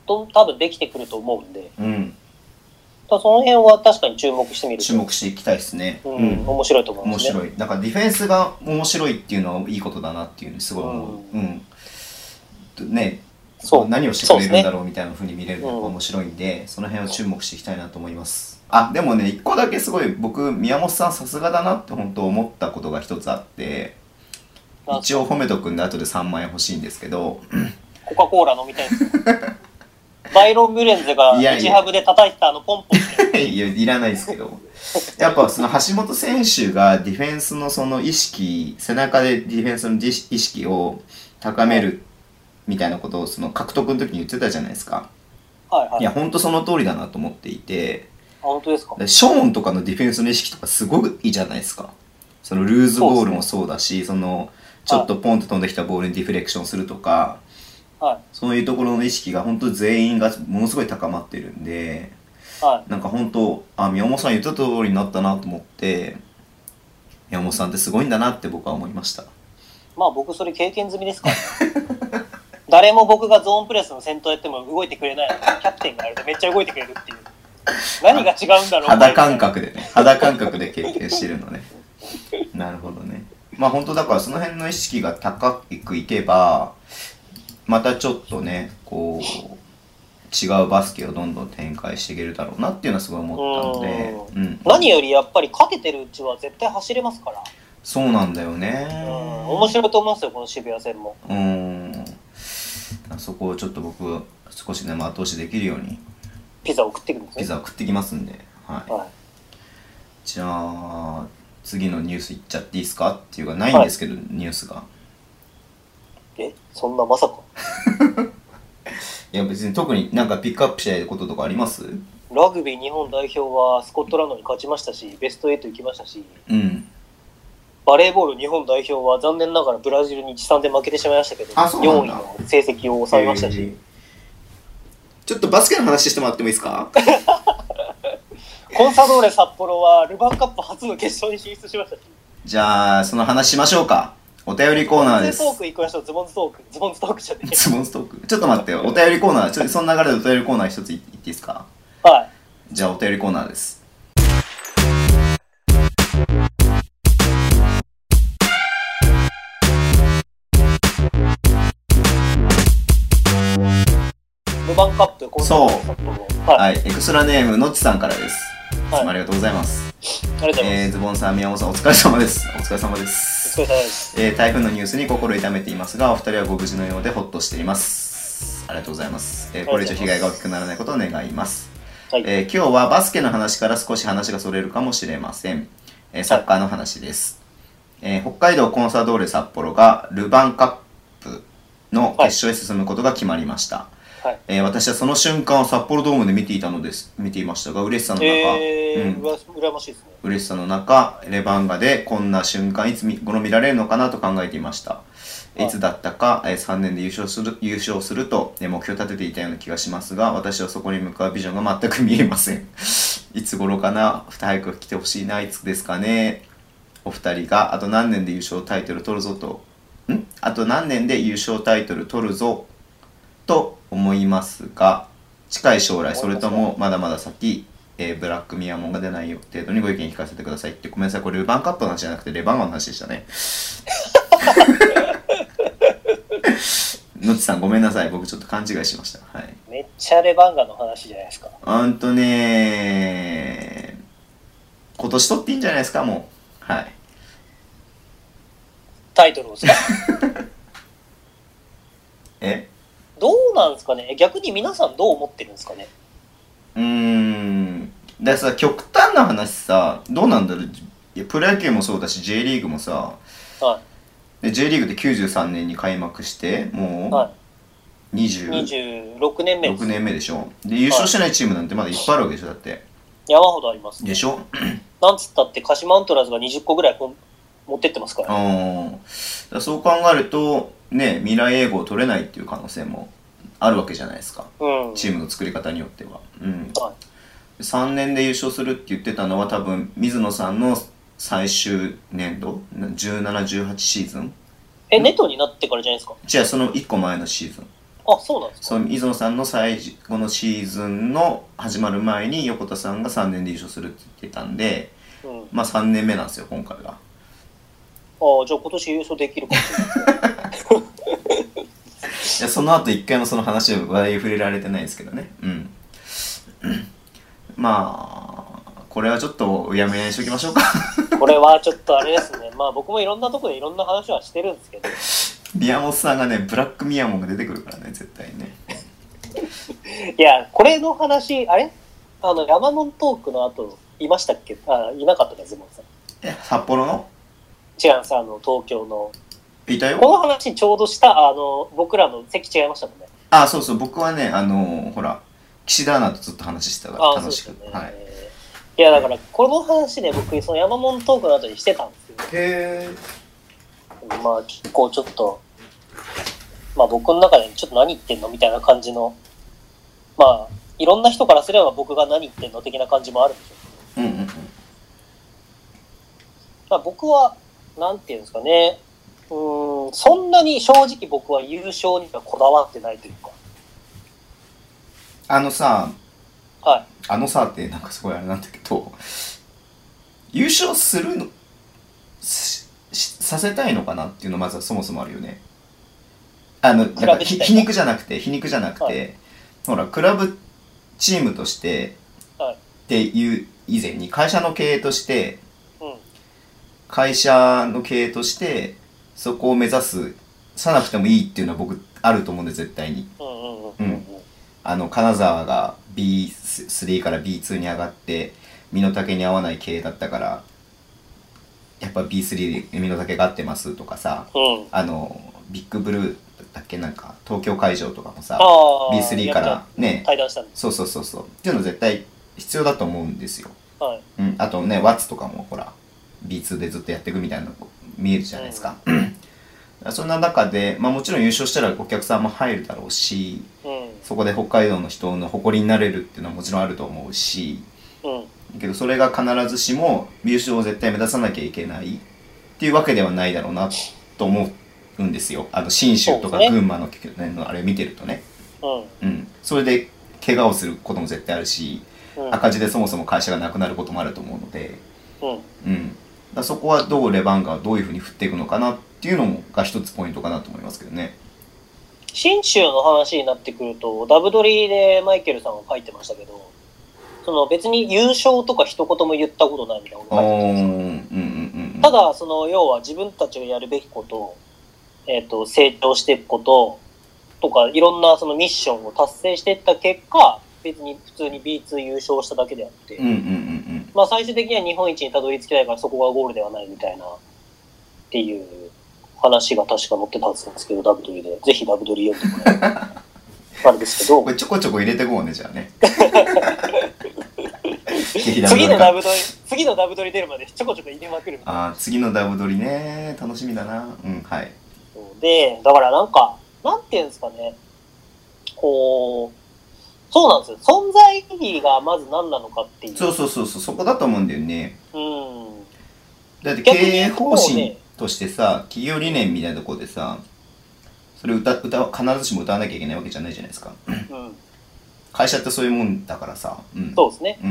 多分できてくると思うんで、 うん、 その辺は確かに注目してみると。 注目していきたいですね。 面白いと思いますね。 面白い。だからディフェンスが面白いっていうのはいいことだなっていうのすごい思う。ね、何をしてくれるんだろうみたいな風に見れるのが面白いんで、その辺を注目していきたいなと思います。あ、でもね、一個だけすごい僕、宮本さんさすがだなって本当思ったことが一つあって、一応褒めとくんで後で3万円欲しいんですけど、 コカ・コーラ飲みたいんですか？バイロン・ミュレンゼが日ハブで叩いてたポンポンいや、いらないですけど。やっぱその橋本選手がディフェンスのその意識、背中でディフェンスの意識を高めるみたいなことをその獲得の時に言ってたじゃないですか。 はいはい。 いや、ほんとその通りだなと思っていて。 あ、本当ですか？ ショーンとかのディフェンスの意識とかすごくいいじゃないですか。そのルーズボールもそうだし、そのちょっとポンと飛んできたボールにディフレクションするとか、はい、そういうところの意識が本当全員がものすごい高まってるんで、はい、なんか本当宮本さん言った通りになったなと思って、宮本さんってすごいんだなって僕は思いました。 まあ僕それ経験済みですからね。誰も僕がゾーンプレスの先頭やっても動いてくれないのに、キャプテンがやるとめっちゃ動いてくれるっていう。何が違うんだろう。 肌感覚で経験してるのね。なるほどね。まあ本当だからその辺の意識が高くいけば、またちょっとね、こう違うバスケをどんどん展開していけるだろうなっていうのはすごい思ったので、 何よりやっぱり勝ててるうちは絶対走れますから。 そうなんだよね。 面白いと思いますよ、この渋谷戦も。 そこをちょっと僕少しでも後押しできるようにピザ送ってくるんですね。 ピザ送ってきますんで、はい。はい、じゃあ次のニュースいっちゃっていいですかっていうかないんですけど、はい、ニュースが。 そんなまさか。 いや別に特になんかピックアップしたいこととかあります？ ラグビー日本代表はスコットランドに勝ちましたし、ベスト8行きましたし、バレーボール日本代表は残念ながらブラジルに 1-3 で負けてしまいましたけど、4位の成績を収めましたし。 ちょっとバスケの話してもらってもいいですか？ コンサドーレ札幌はルヴァンカップ初の決勝に進出しましたし。 じゃあその話しましょうか。お便りコーナーです。 ズボンズトーク行きましょう。ズボンズトーク。ズボンズトークじゃねえ。 ズボンズトーク。ちょっと待ってよ。お便りコーナー。ちょっとその流れでお便りコーナー一つ言っていいですか？ はい。 じゃあお便りコーナーです。 ルヴァンカップコンサドーレ札幌。 はい。エクストラネームのっちさんからです。いつもありがとうございます。 ありがとうございます。 ズボンさん、宮本さん、お疲れ様です。お疲れ様です。 お疲れ様です。 台風のニュースに心痛めていますが、お二人はご無事のようでほっとしています。ありがとうございます。これ以上被害が大きくならないことを願います。はい、今日はバスケの話から少し話がそれるかもしれません。サッカーの話です。北海道コンサドーレ札幌がルヴァンカップの決勝へ進むことが決まりました。はい、私はその瞬間を札幌ドームで見ていましたが、嬉しさの中、 羨ましいですね。 嬉しさの中、レバンガでこんな瞬間いつ頃見られるのかなと考えていました。いつだったか3年で優勝すると目標を立てていたような気がしますが、私はそこに向かうビジョンが全く見えません。いつ頃かな、早く来てほしいな、いつですかね。お二人があと何年で優勝タイトル取るぞと、あと何年で優勝タイトル取るぞと思いますが、近い将来、それともまだまだ先、ブラックミヤモンが出ないよ程度にご意見聞かせてくださいって。ごめんなさい、これルヴァンカップの話じゃなくてレバンガの話でしたね。のちさんごめんなさい、僕ちょっと勘違いしました。はい、 めっちゃレバンガの話じゃないですか。 今年取っていいんじゃないですか、もう。はい。 タイトルをですか？どうなんですかね。逆に皆さんどう思ってるんですかね。 だからさ、極端な話さ、どうなんだろう。いやプロ野球もそうだし J リーグもさ、はい、で J リーグで93年に開幕してもう 26年目です。 6年目でしょ。で優勝してないチームなんてまだいっぱいあるわけでしょ。だって山ほどあります、 ね、でしょ。 なんつったって鹿島アントラーズが20個ぐらい持ってってますから、ね、 だそう考えるとね、未来永劫を取れないっていう可能性もあるわけじゃないですか、チームの作り方によっては。はい、3年で優勝するって言ってたのは多分水野さんの最終年度17、18シーズン。 ネトになってからじゃないですか。 じゃあその1個前のシーズン。 あ、そうなんですか。 そう、磯野さんの最後のシーズンの始まる前に横田さんが3年で優勝するって言ってたんで、まあ3年目なんですよ、今回が。ああ、じゃあ今年優勝できるかもしれないいや、その後一回もその話を話題触れられてないですけどね。うん。まあ、これはちょっとうやむやにしときましょうか。 これはちょっとあれですね。まあ僕もいろんなとこでいろんな話はしてるんですけど。 宮本さんがね、ブラックミヤモンが出てくるからね、絶対にね。 いや、これの話、あれ山門トークの後、いましたっけ？いなかったか、ズボンさん。 札幌の？ 違うんです、東京の。 いたよ。 この話ちょうどした、僕らの席違いましたもんね。 あ、そうそう、僕はね、ほら、岸田アナとずっと話してたから楽しく。ね、はい。 いや、だから、この話ね、僕、その山門トークの後にしてたんですよ。 へー。まあ、結構ちょっと、まあ僕の中でちょっと何言ってんのみたいな感じの、まあ、いろんな人からすれば僕が何言ってんの的な感じもあるんでしょう。うんうんうん。まあ僕は、なんていうんですかね、そんなに正直僕は優勝にはこだわってないというか。 はい。ってなんかすごいあれなんだけど、優勝するの、させたいのかなっていうのまずはそもそもあるよね。なんか皮肉じゃなくて、はい、ほら、クラブチームとして、っていう以前に会社の経営として、会社の経営として、そこを目指さなくてもいいっていうのは僕あると思うんで、絶対に。うん。金沢が B3 から B2 に上がって、身の丈に合わない経営だったから、やっぱ B3 で身の丈が合ってますとかさ、ビッグブルーだっけ、なんか東京会場とかもさ B3 からね、 対談したんです。 そうっていうの絶対必要だと思うんですよ。 はい。 あとね、ワッツとかもほら B2 でずっとやっていくみたいなの見えるじゃないですか。そんな中で、まあ、もちろん優勝したらお客さんも入るだろうし、そこで北海道の人の誇りになれるっていうのはもちろんあると思うし、けどそれが必ずしも優勝を絶対目指さなきゃいけないっていうわけではないだろうなと思うんですよ。信州とか群馬のあれ見てるとね。それで怪我をすることも絶対あるし、赤字でそもそも会社がなくなることもあると思うので、だそこはどうレバンガをどういうふうに振っていくのかなっていうのが一つポイントかなと思いますけどね。 信州の話になってくると、ダブドリでマイケルさんが書いてましたけど、その別に優勝とか一言も言ったことないみたいなこと書いてたんですよ。ただ、その要は自分たちがやるべきこと、成長していくこととか、いろんなそのミッションを達成していった結果、別に普通に B2 優勝しただけであって、まあ最終的には日本一にたどり着きたいからそこがゴールではないみたいなっていう話が確か載ってたはずなんですけど、ダブドリで。ぜひダブドリ読んでもらえるあれですけど。 これちょこちょこ入れてこうね、じゃあね。 次のダブドリ出るまでちょこちょこ入れまくるみたいな。 次のダブドリね、楽しみだな。はい。 で、だからなんか、なんていうんですかね。こう、そうなんですよ。存在意義がまず何なのかっていう。 そう、そこだと思うんだよね。だって経営方針としてさ、企業理念みたいなところでさ、それ必ずしも歌わなきゃいけないわけじゃないじゃないですか。会社ってそういうもんだからさ。 そうですね。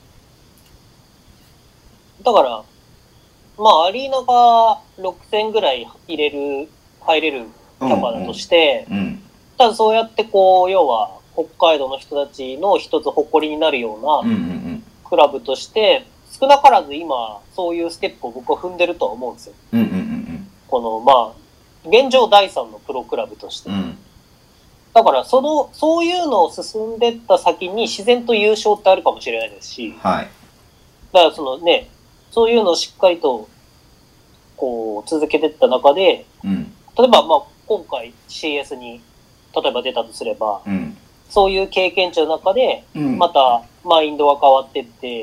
だから、まあアリーナが6000ぐらい入れるキャパだとして、ただそうやってこう、要は北海道の人たちの一つ誇りになるようなクラブとして、少なからず今、そういうステップを僕は踏んでるとは思うんですよ。この、まあ、現状第3のプロクラブとして。だから、そういうのを進んでった先に自然と優勝ってあるかもしれないですし、だからそのね、そういうのをしっかりと、こう、続けてった中で、例えば、まあ、今回 CS に、例えば出たとすれば、そういう経験値の中で、またマインドが変わってって、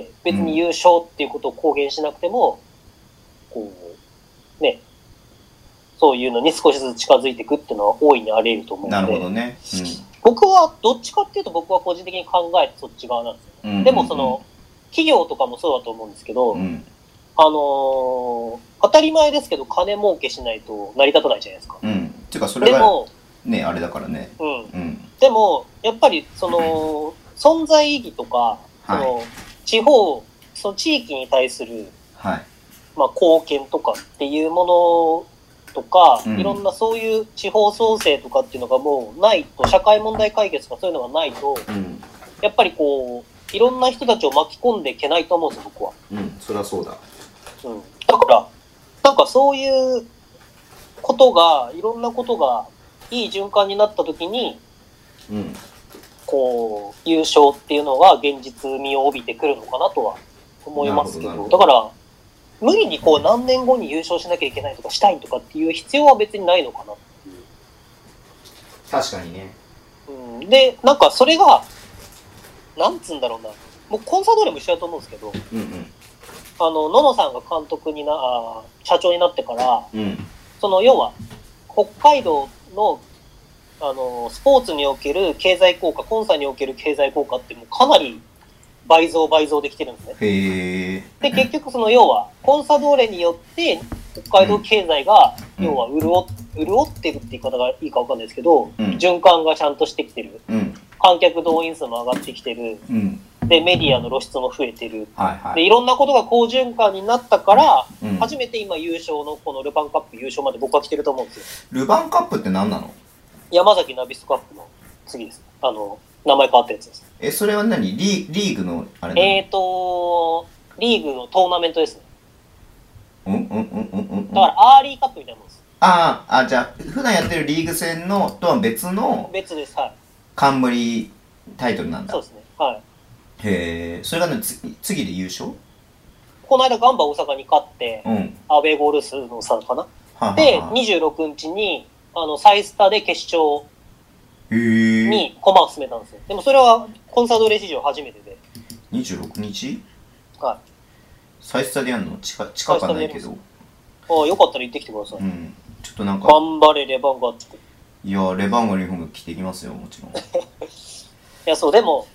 別に優勝っていうことを公言しなくても、こう、ね、そういうのに少しずつ近づいていくっていうのは大いにあり得ると思うので。 なるほどね。 僕は、どっちかっていうと僕は個人的に考えてそっち側なんですよ。でもその、企業とかもそうだと思うんですけど、当たり前ですけど金儲けしないと成り立たないじゃないですか。 てかそれがねあれだからね。 でもやっぱりその存在意義とか、その地方、その地域に対する、まあ、貢献とかっていうものとか、いろんなそういう地方創生とかっていうのがもうないと、社会問題解決とかそういうのがないと、やっぱりこういろんな人たちを巻き込んでいけないと思うんですよ、僕は。 そりゃそうだ。 だからなんかそういうことが、いろんなことがいい循環になった時に、こう優勝っていうのが現実味を帯びてくるのかなとは思いますけど、だから無理にこう何年後に優勝しなきゃいけないとかしたいとかっていう必要は別にないのかなっていう。 確かにね。 でなんかそれがなんつうんだろうな、もうコンサドーレも一緒だと思うんですけど、野野さんが監督に社長になってから、その要は北海道のスポーツにおける経済効果、コンサにおける経済効果ってもうかなり倍増できてるんですね。で結局その要はコンサドーレによって北海道経済が要は潤ってるって言い方がいいか分かんないですけど、循環がちゃんとしてきてる、観客動員数も上がってきてる、でメディアの露出も増えてる、でいろんなことが好循環になったから、初めて今優勝のこのルヴァンカップ優勝まで僕は来てると思うんですよ。 ルヴァンカップって何なの？ 山崎ナビストカップの次です。名前変わったやつです。 それは何？リーグのあれなの？ リーグのトーナメントですね。だからアーリーカップみたいなもんです。 じゃあ普段やってるリーグ戦のとは別です。冠タイトルなんだ。 そうですね。 へえ。それがね次で優勝？ この間ガンバ大阪に勝って、アウェーゴール数の差かな。で26日にサイスタで決勝に駒を進めたんですよ。でもそれはコンサドーレ史上初めてで。 26日？サイスタでやるの？近かないけど。 よかったら行ってきてください。 ちょっとなんか頑張れレバンガって。 いやレバンガのユニフォーム着ていきますよ、もちろん。いやそうでも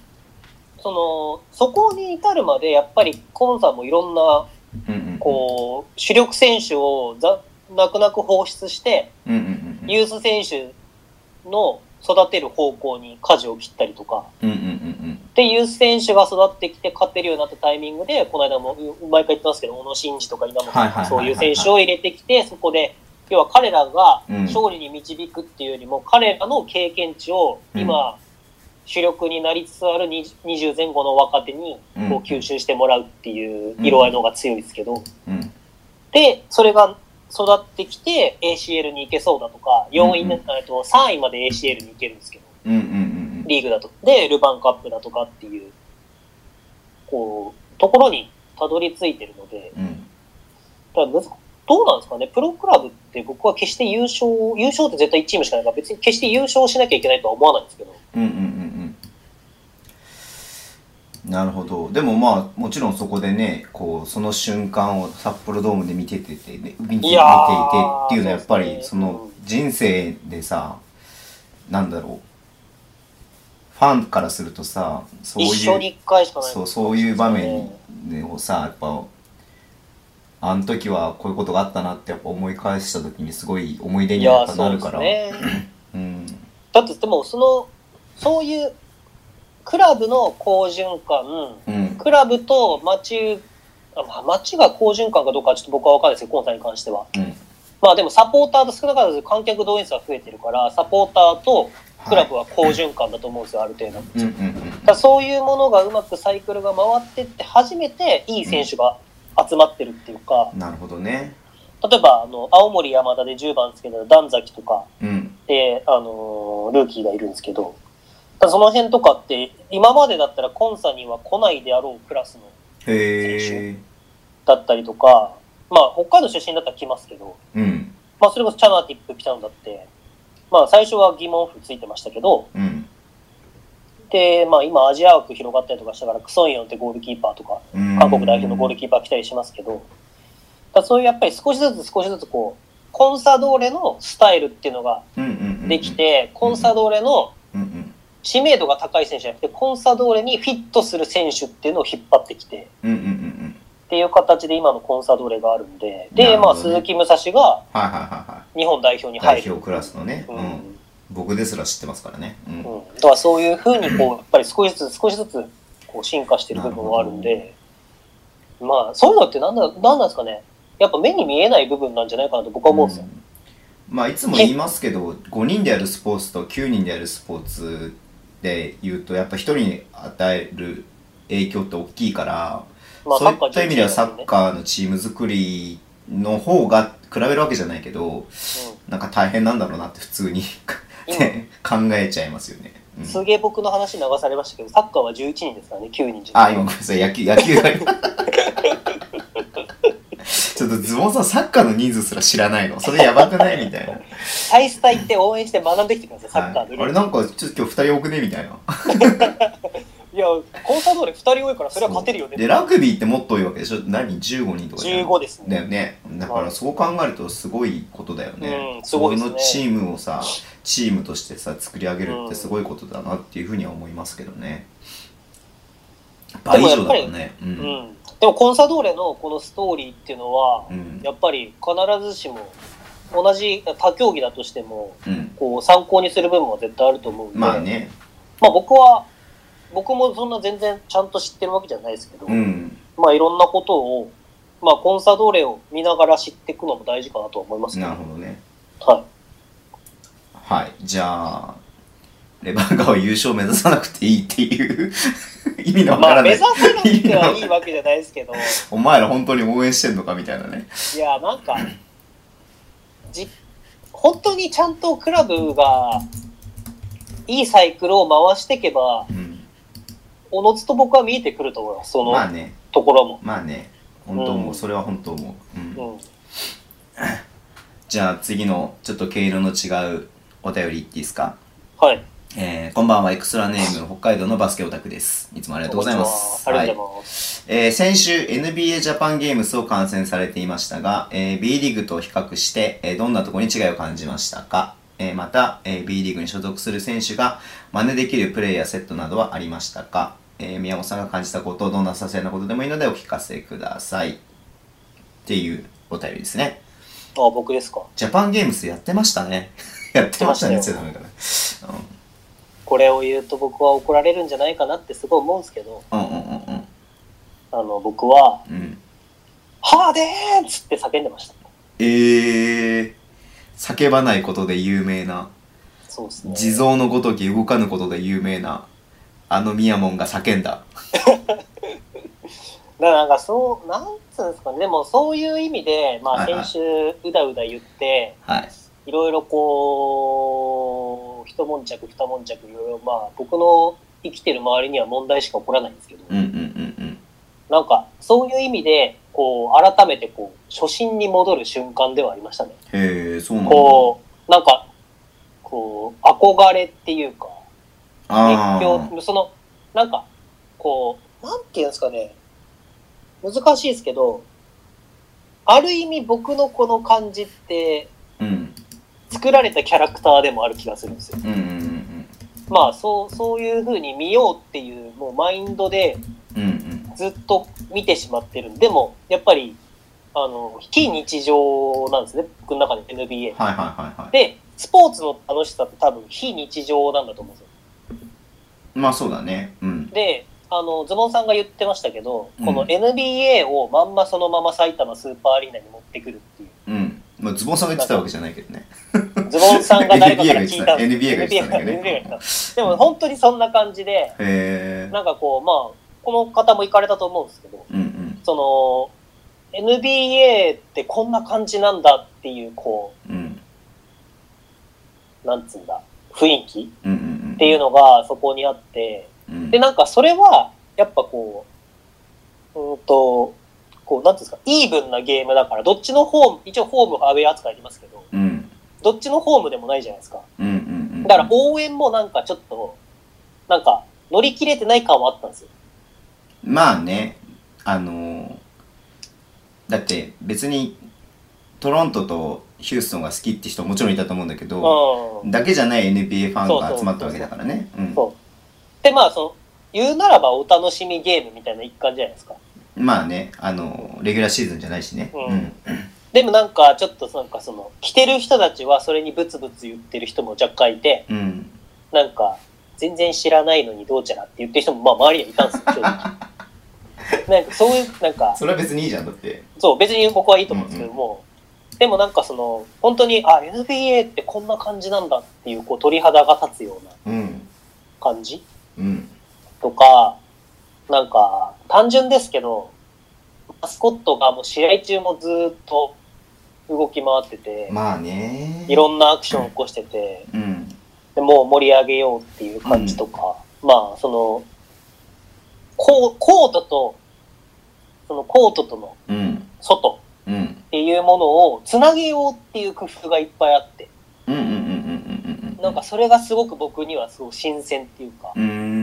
そこに至るまでやっぱりコンサもいろんなこう主力選手を泣く泣く放出して、ユース選手の育てる方向に舵を切ったりとか、でユース選手が育ってきて勝てるようになったタイミングで、この間も毎回言ってますけど、小野伸二とか稲本とかそういう選手を入れてきて、そこで要は彼らが勝利に導くっていうよりも、彼らの経験値を今主力になりつつある20前後の若手にこう吸収してもらうっていう色合いの方が強いですけど、でそれが育ってきて ACL に行けそうだとか、4位、3位まで ACL に行けるんですけど、リーグだと。で、ルヴァンカップだとかっていう、こう、ところにたどり着いてるので、だからどうなんですかね、プロクラブって僕は決して優勝って絶対1チームしかないから、別に決して優勝しなきゃいけないとは思わないんですけど。 なるほど。でもまあもちろんそこでね、こうその瞬間を札幌ドームで見ていてっていうのはやっぱりその人生でさ、なんだろう、ファンからするとさ、 そういう一生に一回しかない、 そういう場面をさ、やっぱあの時はこういうことがあったなってやっぱ思い返した時にすごい思い出にやっぱなるから。 だってでもそういうクラブの好循環、クラブと街が好循環かどうかはちょっと僕は分かんないですけど、コンサに関しては。まあでもサポーターと少なからず観客動員数が増えてるから、サポーターとクラブは好循環だと思うんですよ、ある程度。だそういうものがうまくサイクルが回ってって初めていい選手が集まってるっていうか。 なるほどね。 例えば青森山田で10番つけた段崎とかで、ルーキーがいるんですけど、その辺とかって今までだったらコンサには来ないであろうクラスの選手だったりとか、まあ北海道出身だったら来ますけど、まあそれこそチャナティップ来たのだって、まあ最初は疑問符ついてましたけど、でまあ今アジア枠広がったりとかしたからクソンヨンってゴールキーパーとか韓国代表のゴールキーパー来たりしますけど、そういうやっぱり少しずつこうコンサドーレのスタイルっていうのができて、コンサドーレの知名度が高い選手じゃなくて、コンサドーレにフィットする選手っていうのを引っ張ってきて、っていう形で今のコンサドーレがあるんで、で、まあ鈴木武蔵が日本代表に入る。 代表クラスのね。 僕ですら知ってますからね。 だからそういうふうにこうやっぱり少しずつこう進化してる部分があるんで、まあそういうのってなんなんですかね。やっぱ目に見えない部分なんじゃないかなと僕は思うんですよ。 まあいつも言いますけど、5人でやるスポーツと9人でやるスポーツで言うとやっぱ1人に与える影響って大きいから、そういった意味ではサッカーのチーム作りの方が比べるわけじゃないけど、なんか大変なんだろうなって普通に考えちゃいますよね。 すげえ僕の話流されましたけど、サッカーは11人ですからね、9人じゃ。あ、今ごめんなさい、野球がちょっとズボンさんサッカーの人数すら知らないの、それやばくないみたいな。 サイスタ行って応援して学んできてください、サッカーの。あれなんかちょっと今日2人多くねみたいな。 いや、コンサドーレ2人多いからそれは勝てるよね。 で、ラグビーってもっと多いわけでしょ。何 ?15 人とか 15ですね。 だよね。だからそう考えるとすごいことだよね。すごいですね。そのチームをさ、チームとしてさ、作り上げるってすごいことだなっていうふうには思いますけどね。倍以上だからね。 でもコンサドーレのこのストーリーっていうのは、やっぱり必ずしも同じ他競技だとしても、こう参考にする部分は絶対あると思うんで、 まあね。 まあ僕もそんな全然ちゃんと知ってるわけじゃないですけど、まあいろんなことを、まあコンサドーレを見ながら知っていくのも大事かなと思いますね。なるほどね。 はい。 はい。じゃあ、レバンガは優勝目指さなくていいっていう意味のわからない。 まあ目指さなくてはいいわけじゃないですけど。 お前ら本当に応援してんのかみたいなね。 いや、なんか、本当にちゃんとクラブがいいサイクルを回していけば、おのずと僕は見えてくると思います、そのところも。 まあね、本当思う、それは本当思う。じゃあ次のちょっと毛色の違うお便り言っていいですか？ はい。 こんばんは、エクストラネーム北海道のバスケオタクです。いつもありがとうございます。 ありがとうございます。 先週 NBA ジャパンゲームスを観戦されていましたが、B リーグと比較して、どんなところに違いを感じましたか？また、B リーグに所属する選手が真似できるプレーやセットなどはありましたか？宮本さんが感じたこと、どんな些細なことでもいいのでお聞かせください。っていうお便りですね。 あ、僕ですか。 ジャパンゲームスやってましたね。やってましたね。 これを言うと僕は怒られるんじゃないかなってすごい思うんですけど、僕は、ハーデーンっつって叫んでました。 叫ばないことで有名な、 そうですね、 地蔵のごとき動かぬことで有名な宮門が叫んだ。 だからなんかそうなんつうんですかね、でもそういう意味でまあ先週うだうだ言って、いろいろこう一悶着二悶着いろいろまあ僕の生きてる周りには問題しか起こらないんですけど、なんかそういう意味でこう改めてこう初心に戻る瞬間ではありましたね。 へえ、そうなんだ。 こうなんかこう憧れっていうか熱狂、そのなんかこうなんていうんですかね、難しいですけど、ある意味僕のこの感じって、作られたキャラクターでもある気がするんですよ。まあそういう風に見ようっていうもうマインドでずっと見てしまってる。でもやっぱり非日常なんですね、僕の中で NBA。でスポーツの楽しさって多分非日常なんだと思うんですよ。 まあそうだね。 でズボンさんが言ってましたけど、この NBA をまんまそのまま埼玉スーパーアリーナに持ってくるっていう。 まあ、ズボンさんが言ってたわけじゃないけどね。 ズボンさんが誰かから聞いた。 NBA が言ってたんだけどね。 でも本当にそんな感じで、なんかこう、まあ、この方も行かれたと思うんですけど、その、NBA ってこんな感じなんだっていう、こう、なんつうんだ、雰囲気っていうのがそこにあって、で、なんかそれは、やっぱこう、なんていうんですか、イーブンなゲームだから、どっちのホーム、一応ホーム、アウェー扱いありますけど、どっちのホームでもないじゃないですか。だから応援もなんかちょっと、なんか乗り切れてない感はあったんですよ。 まあね、だって別にトロントとヒューストンが好きって人ももちろんいたと思うんだけど、だけじゃない NBA ファンが集まったわけだからね。 で、まあ言うならばお楽しみゲームみたいな一環じゃないですか。 まあね、レギュラーシーズンじゃないしね。 でもなんかちょっとなんかその着てる人たちはそれにブツブツ言ってる人も若干いて、うん、なんか全然知らないのにどうちゃらって言ってる人もまあ周りにはいたんですよ正直。なんかそういうなんかそれは別にいいじゃんだって。 そう別に僕はいいと思うんですけども、でもなんかその本当にNBA ってこんな感じなんだっていうこう鳥肌が立つような感じ、とかなんか単純ですけどマスコットがもう試合中もずっと動き回ってて、 まあね、 いろんなアクションを起こしてて、でもう盛り上げようっていう感じとか、まあそのコートとそのコートとの外っていうものをつなげようっていう工夫がいっぱいあって、なんかそれがすごく僕にはすごく新鮮っていうか、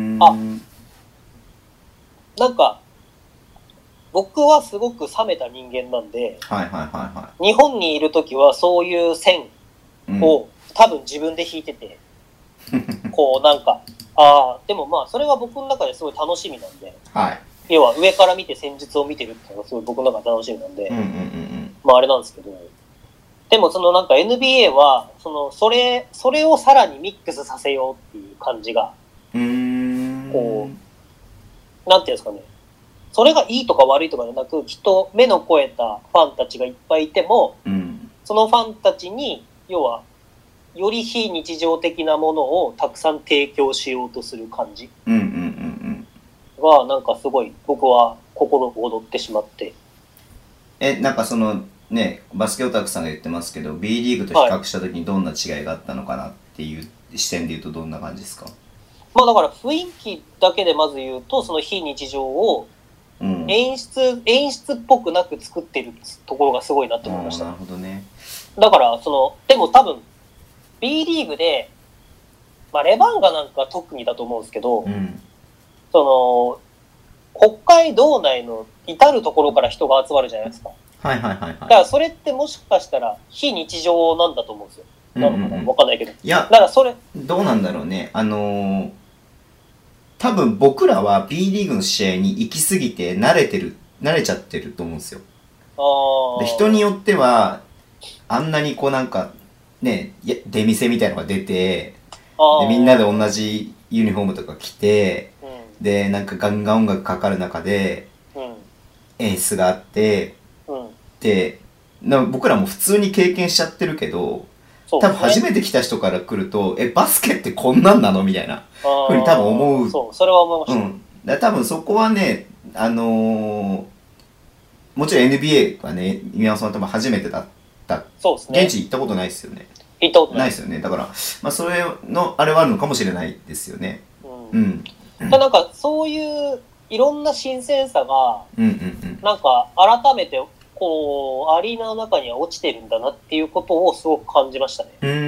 なんか僕はすごく冷めた人間なんで、日本にいる時はそういう線を多分自分で引いてて、こうなんかでもまあそれは僕の中ですごい楽しみなんで、要は上から見て戦術を見てるっていうのがすごい僕の中で楽しみなんで、まああれなんですけど、でもそのなんか NBA はそれをさらにミックスさせようっていう感じが、こうなんていうんですかね、それがいいとか悪いとかじゃなく、きっと目の肥えたファンたちがいっぱいいても、そのファンたちに要はより非日常的なものをたくさん提供しようとする感じがなんかすごい僕は心躍ってしまって。 なんかそのね、バスケオタクさんが言ってますけど B リーグと比較した時にどんな違いがあったのかなっていう視点で言うとどんな感じですか？ まあだから雰囲気だけでまず言うとその非日常を演出っぽくなく作ってるところがすごいなって思いました。 なるほどね。 だからでも多分 B リーグで、まあ、レバンガなんか特にだと思うんですけど、北海道内の至るところから人が集まるじゃないですか。だからそれってもしかしたら非日常なんだと思うんですよ。なのかな、わかんないけど。 いや、 だからそれどうなんだろうね。多分僕らは B リーグの試合に行き過ぎて慣れちゃってると思うんですよ。で人によってはあんなにこうなんかね出店みたいのが出て、でみんなで同じユニフォームとか着て、でなんかガンガン音楽かかる中で、演出があって、で僕らも普通に経験しちゃってるけど、多分初めて来た人から来るとバスケってこんなんなのみたいなふうに多分思う。 それは思いました。 だ多分そこはね、もちろん NBA はね、宮本さんは多分初めてだった。そうですね。現地行ったことないですよね。 行ったことないですよね。だから、まあそれのあれはあるのかもしれないですよね。 なんかそういういろんな新鮮さが、なんか改めてこうアリーナの中には落ちてるんだなっていうことをすごく感じましたね。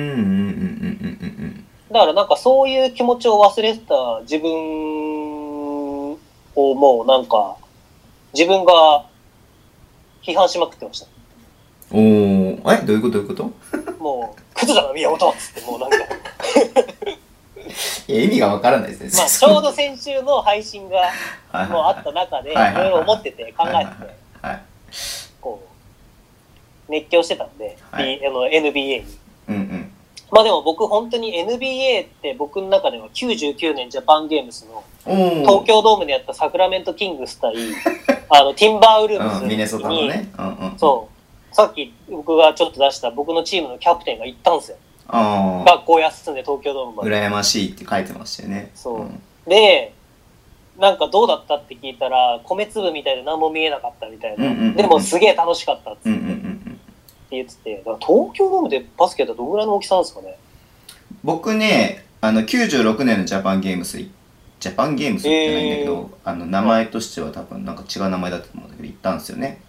だからなんかそういう気持ちを忘れてた自分をもうなんか自分が批判しまくってました。 どういうこともうクズだな宮本っつってもうなんかいや意味がわからないですね。 まあちょうど先週の配信がもうあった中でいろいろ思ってて考えててこう熱狂してたんで、NBA に。まあでも僕本当に NBA って僕の中では99年ジャパンゲームスの東京ドームでやったサクラメントキングス対ティンバーウルームスに、 ミネソタのね、 そうさっき僕がちょっと出した僕のチームのキャプテンが行ったんですよ。学校休んで東京ドームまで。 羨ましいって書いてましたよね。 でなんかどうだったって聞いたら米粒みたいで何も見えなかったみたいな、でもすげえ楽しかったっつって言ってて、だから東京ドームでバスケやったらどのぐらいの大きさなんですかね。 僕ね96年のジャパンゲームスってないんだけど、名前としては多分なんか違う名前だったと思うんだけど行ったんですよね。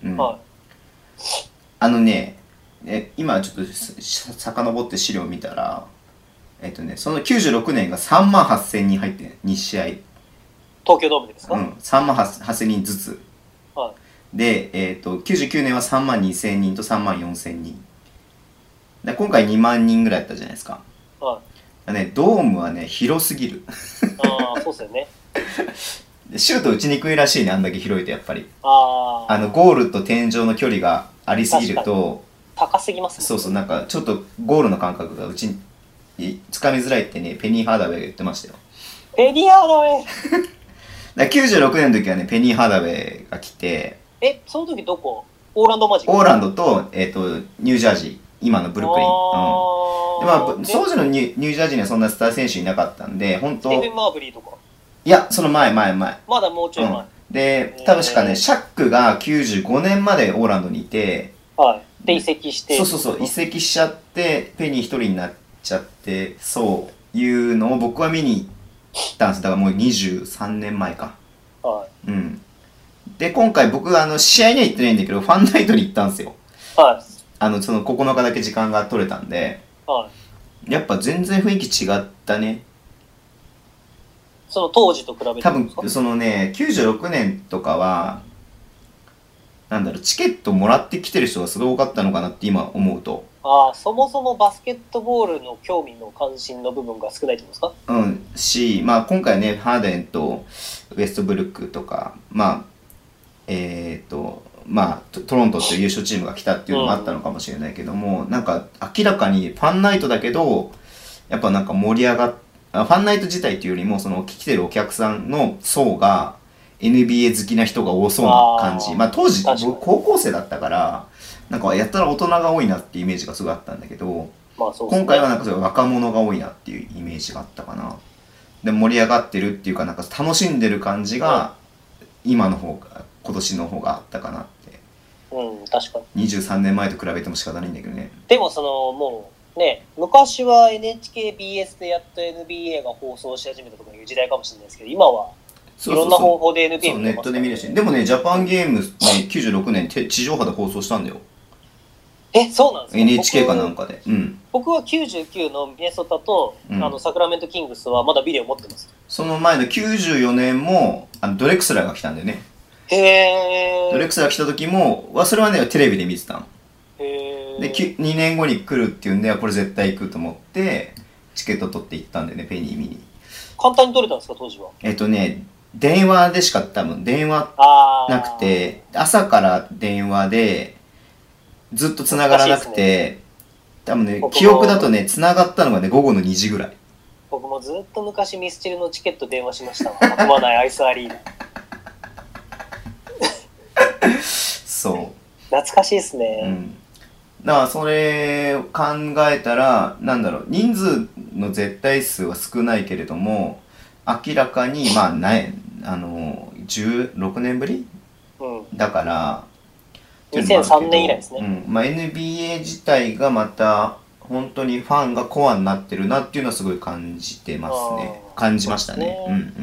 今ちょっと遡って資料を見たらその96年が3万8000人入って2試合東京ドームですか ？3万8000人ずつ。で、99年は3万2000人と3万4000人。で今回2万人ぐらいだったじゃないですか。ドームはね、広すぎる。 そうっすよね。 シュート打ちにくいらしいね、あんだけ広いとやっぱり。ゴールと天井の距離がありすぎると、 高すぎますね。 そうそう、なんかちょっとゴールの感覚がうちにつかみづらいってね、ペニー・ハーダウェイが言ってましたよ。 ペニー・ハーダウェイだ96年の時はね、ペニー・ハーダウェイが来て、 その時どこ？オーランドマジック？ オーランドと、ニュージャージー、今のブルックリン。でまあ、当時のニュージャージーにはそんなスター選手いなかったんで、本当。 ステフェン・マーブリーとか？ いや、その前。 まだもうちょい前。 で、確かね、シャックが95年までオーランドにいて、 はい。で、移籍して。 そう、移籍しちゃって、ペニー一人になっちゃって、そういうのを僕は見に行ったんです。だからもう23年前か。 はい。 で、今回僕試合には行ってないんだけど、ファンナイトに行ったんですよ。 はい。 その9日だけ時間が取れたんで、 はい。 やっぱ全然雰囲気違ったね。 その当時と比べて多分、そのね、96年とかは、チケットもらってきてる人がすごい多かったのかなって今思うと。 そもそもバスケットボールの興味の関心の部分が少ないってことですか？ まあ今回ね、ハーデンとウエストブルックとか、まあ、トロントっていう優勝チームが来たっていうのもあったのかもしれないけども、なんか明らかにファンナイトだけど、やっぱなんか盛り上がっファンナイト自体っていうよりも、その来てるお客さんの層が NBA 好きな人が多そうな感じ。まあ当時僕高校生だったから、なんかやったら大人が多いなっていうイメージがすごいあったんだけど、 まあそうですね、 今回はなんか若者が多いなっていうイメージがあったかな。で盛り上がってるっていうか、なんか楽しんでる感じが今年の方があったかなって。 確かに。 23年前と比べても仕方ないんだけどね。 でももうね、昔は NHKBS でやっと NBA が放送し始めたとかいう時代かもしれないですけど、今はいろんな方法で NBA 見れます、 ネットで見るし。でもね、ジャパンゲームね、96年地上波で放送したんだよ。 そうなんですか？ NHK かなんかで。 僕は99のミネソタと、サクラメントキングスはまだビデオ持ってます。 その前の94年もドレクスラーが来たんだよね。ドレクスラー来た時も、それはね、テレビで見てたの。で、2年後に来るっていうんで、これ絶対行くと思って、チケット取って行ったんだよね、ペニー見に。 簡単に取れたんですか、当時は？ 電話でしか多分、電話なくて、朝から電話で、ずっと繋がらなくて、多分ね、記憶だとね、繋がったのがね、午後の2時ぐらい。 僕もずっと昔ミスチルのチケット電話しましたわ。運ばないアイスアリーナ。 そう。 懐かしいですね。 だからそれを考えたら、人数の絶対数は少ないけれども、明らかに、まあ、16年ぶり、だから、 2003年以来ですね。 まあ、NBA 自体がまた、本当にファンがコアになってるなっていうのはすごい感じてますね。感じましたね。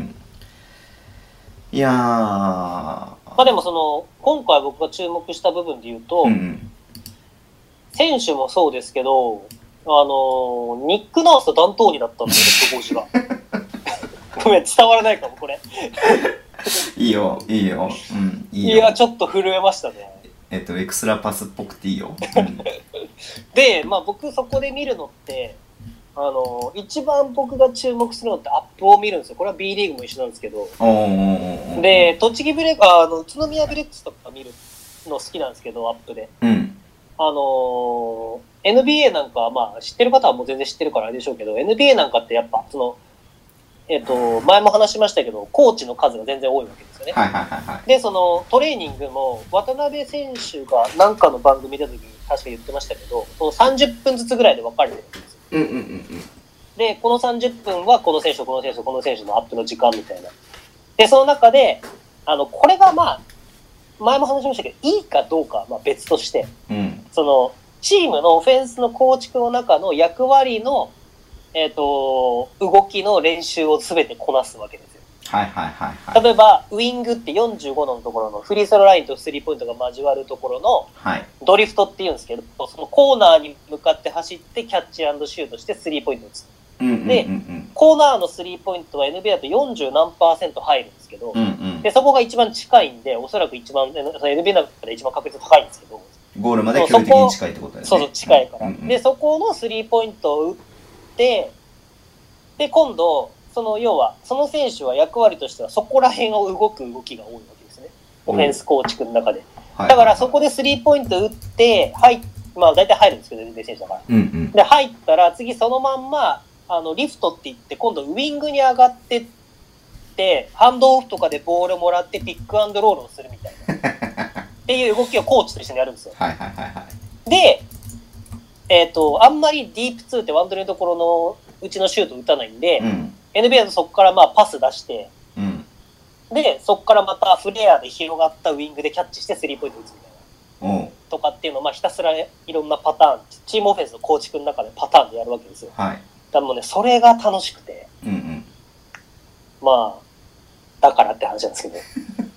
いやー。まあでも今回僕が注目した部分で言うと、選手もそうですけど、ニック・ナースとダントーニだったんですよ、帽子が。ごめん、伝わらないかも、これ。 いいよ。いや、ちょっと震えましたね。 エクストラパスっぽくていいよ。 で、まあ僕そこで見るのって、一番僕が注目するのってアップを見るんですよ。これは B リーグも一緒なんですけど。で、栃木ブレック、宇都宮ブレックスとか見るの好きなんですけど、アップで。NBA なんかは、まあ知ってる方はもう全然知ってるからあれでしょうけど、NBA なんかってやっぱ、前も話しましたけど、コーチの数が全然多いわけですよね。で、トレーニングも、渡辺選手が何かの番組出た時に確か言ってましたけど、30分ずつぐらいで分かれてるんですよ。で、この30分はこの選手とこの選手とこの選手のアップの時間みたいな。で、その中で、これがまあ、前も話しましたけど、いいかどうかはまあ別として、チームのオフェンスの構築の中の役割の動きの練習を全てこなすわけですよ。例えば、ウイングって45度のところのフリースローラインとスリーポイントが交わるところのドリフトっていうんですけど、そのコーナーに向かって走ってキャッチ&シュートしてスリーポイントを打つ。で、コーナーのスリーポイントは NBA だと40何%入るんですけど、でそこが一番近いんで、おそらく一番 NBA の中で一番確率高いんですけど、 ゴールまで距離的に近いってことですね。 そう、近いから。で、そこのスリーポイントを打って、で、今度、要は、その選手は役割としてはそこら辺を動く動きが多いわけですね。オフェンス構築の中で。だからそこでスリーポイント打って、入っまあ大体入るんですけど、NBA 選手だから。 うんうん、 で、入ったら次そのまんま、リフトって言って、今度ウィングに上がってって、ハンドオフとかでボールもらってピックアンドロールをするみたいな。っていう動きをコーチと一緒にやるんですよ。 はいはいはいはい。 で、あんまりディープ2ってワンドレのところのうちのシュート打たないんで、NBA だとそこからまあパス出して、で、そこからまたフレアで広がったウィングでキャッチしてスリーポイント打つみたいな。とかっていうのをまあひたすらいろんなパターン、チームオフェンスの構築の中でパターンでやるわけですよ。 はい。 だもうね、それが楽しくて、まあ、だからって話なんですけど。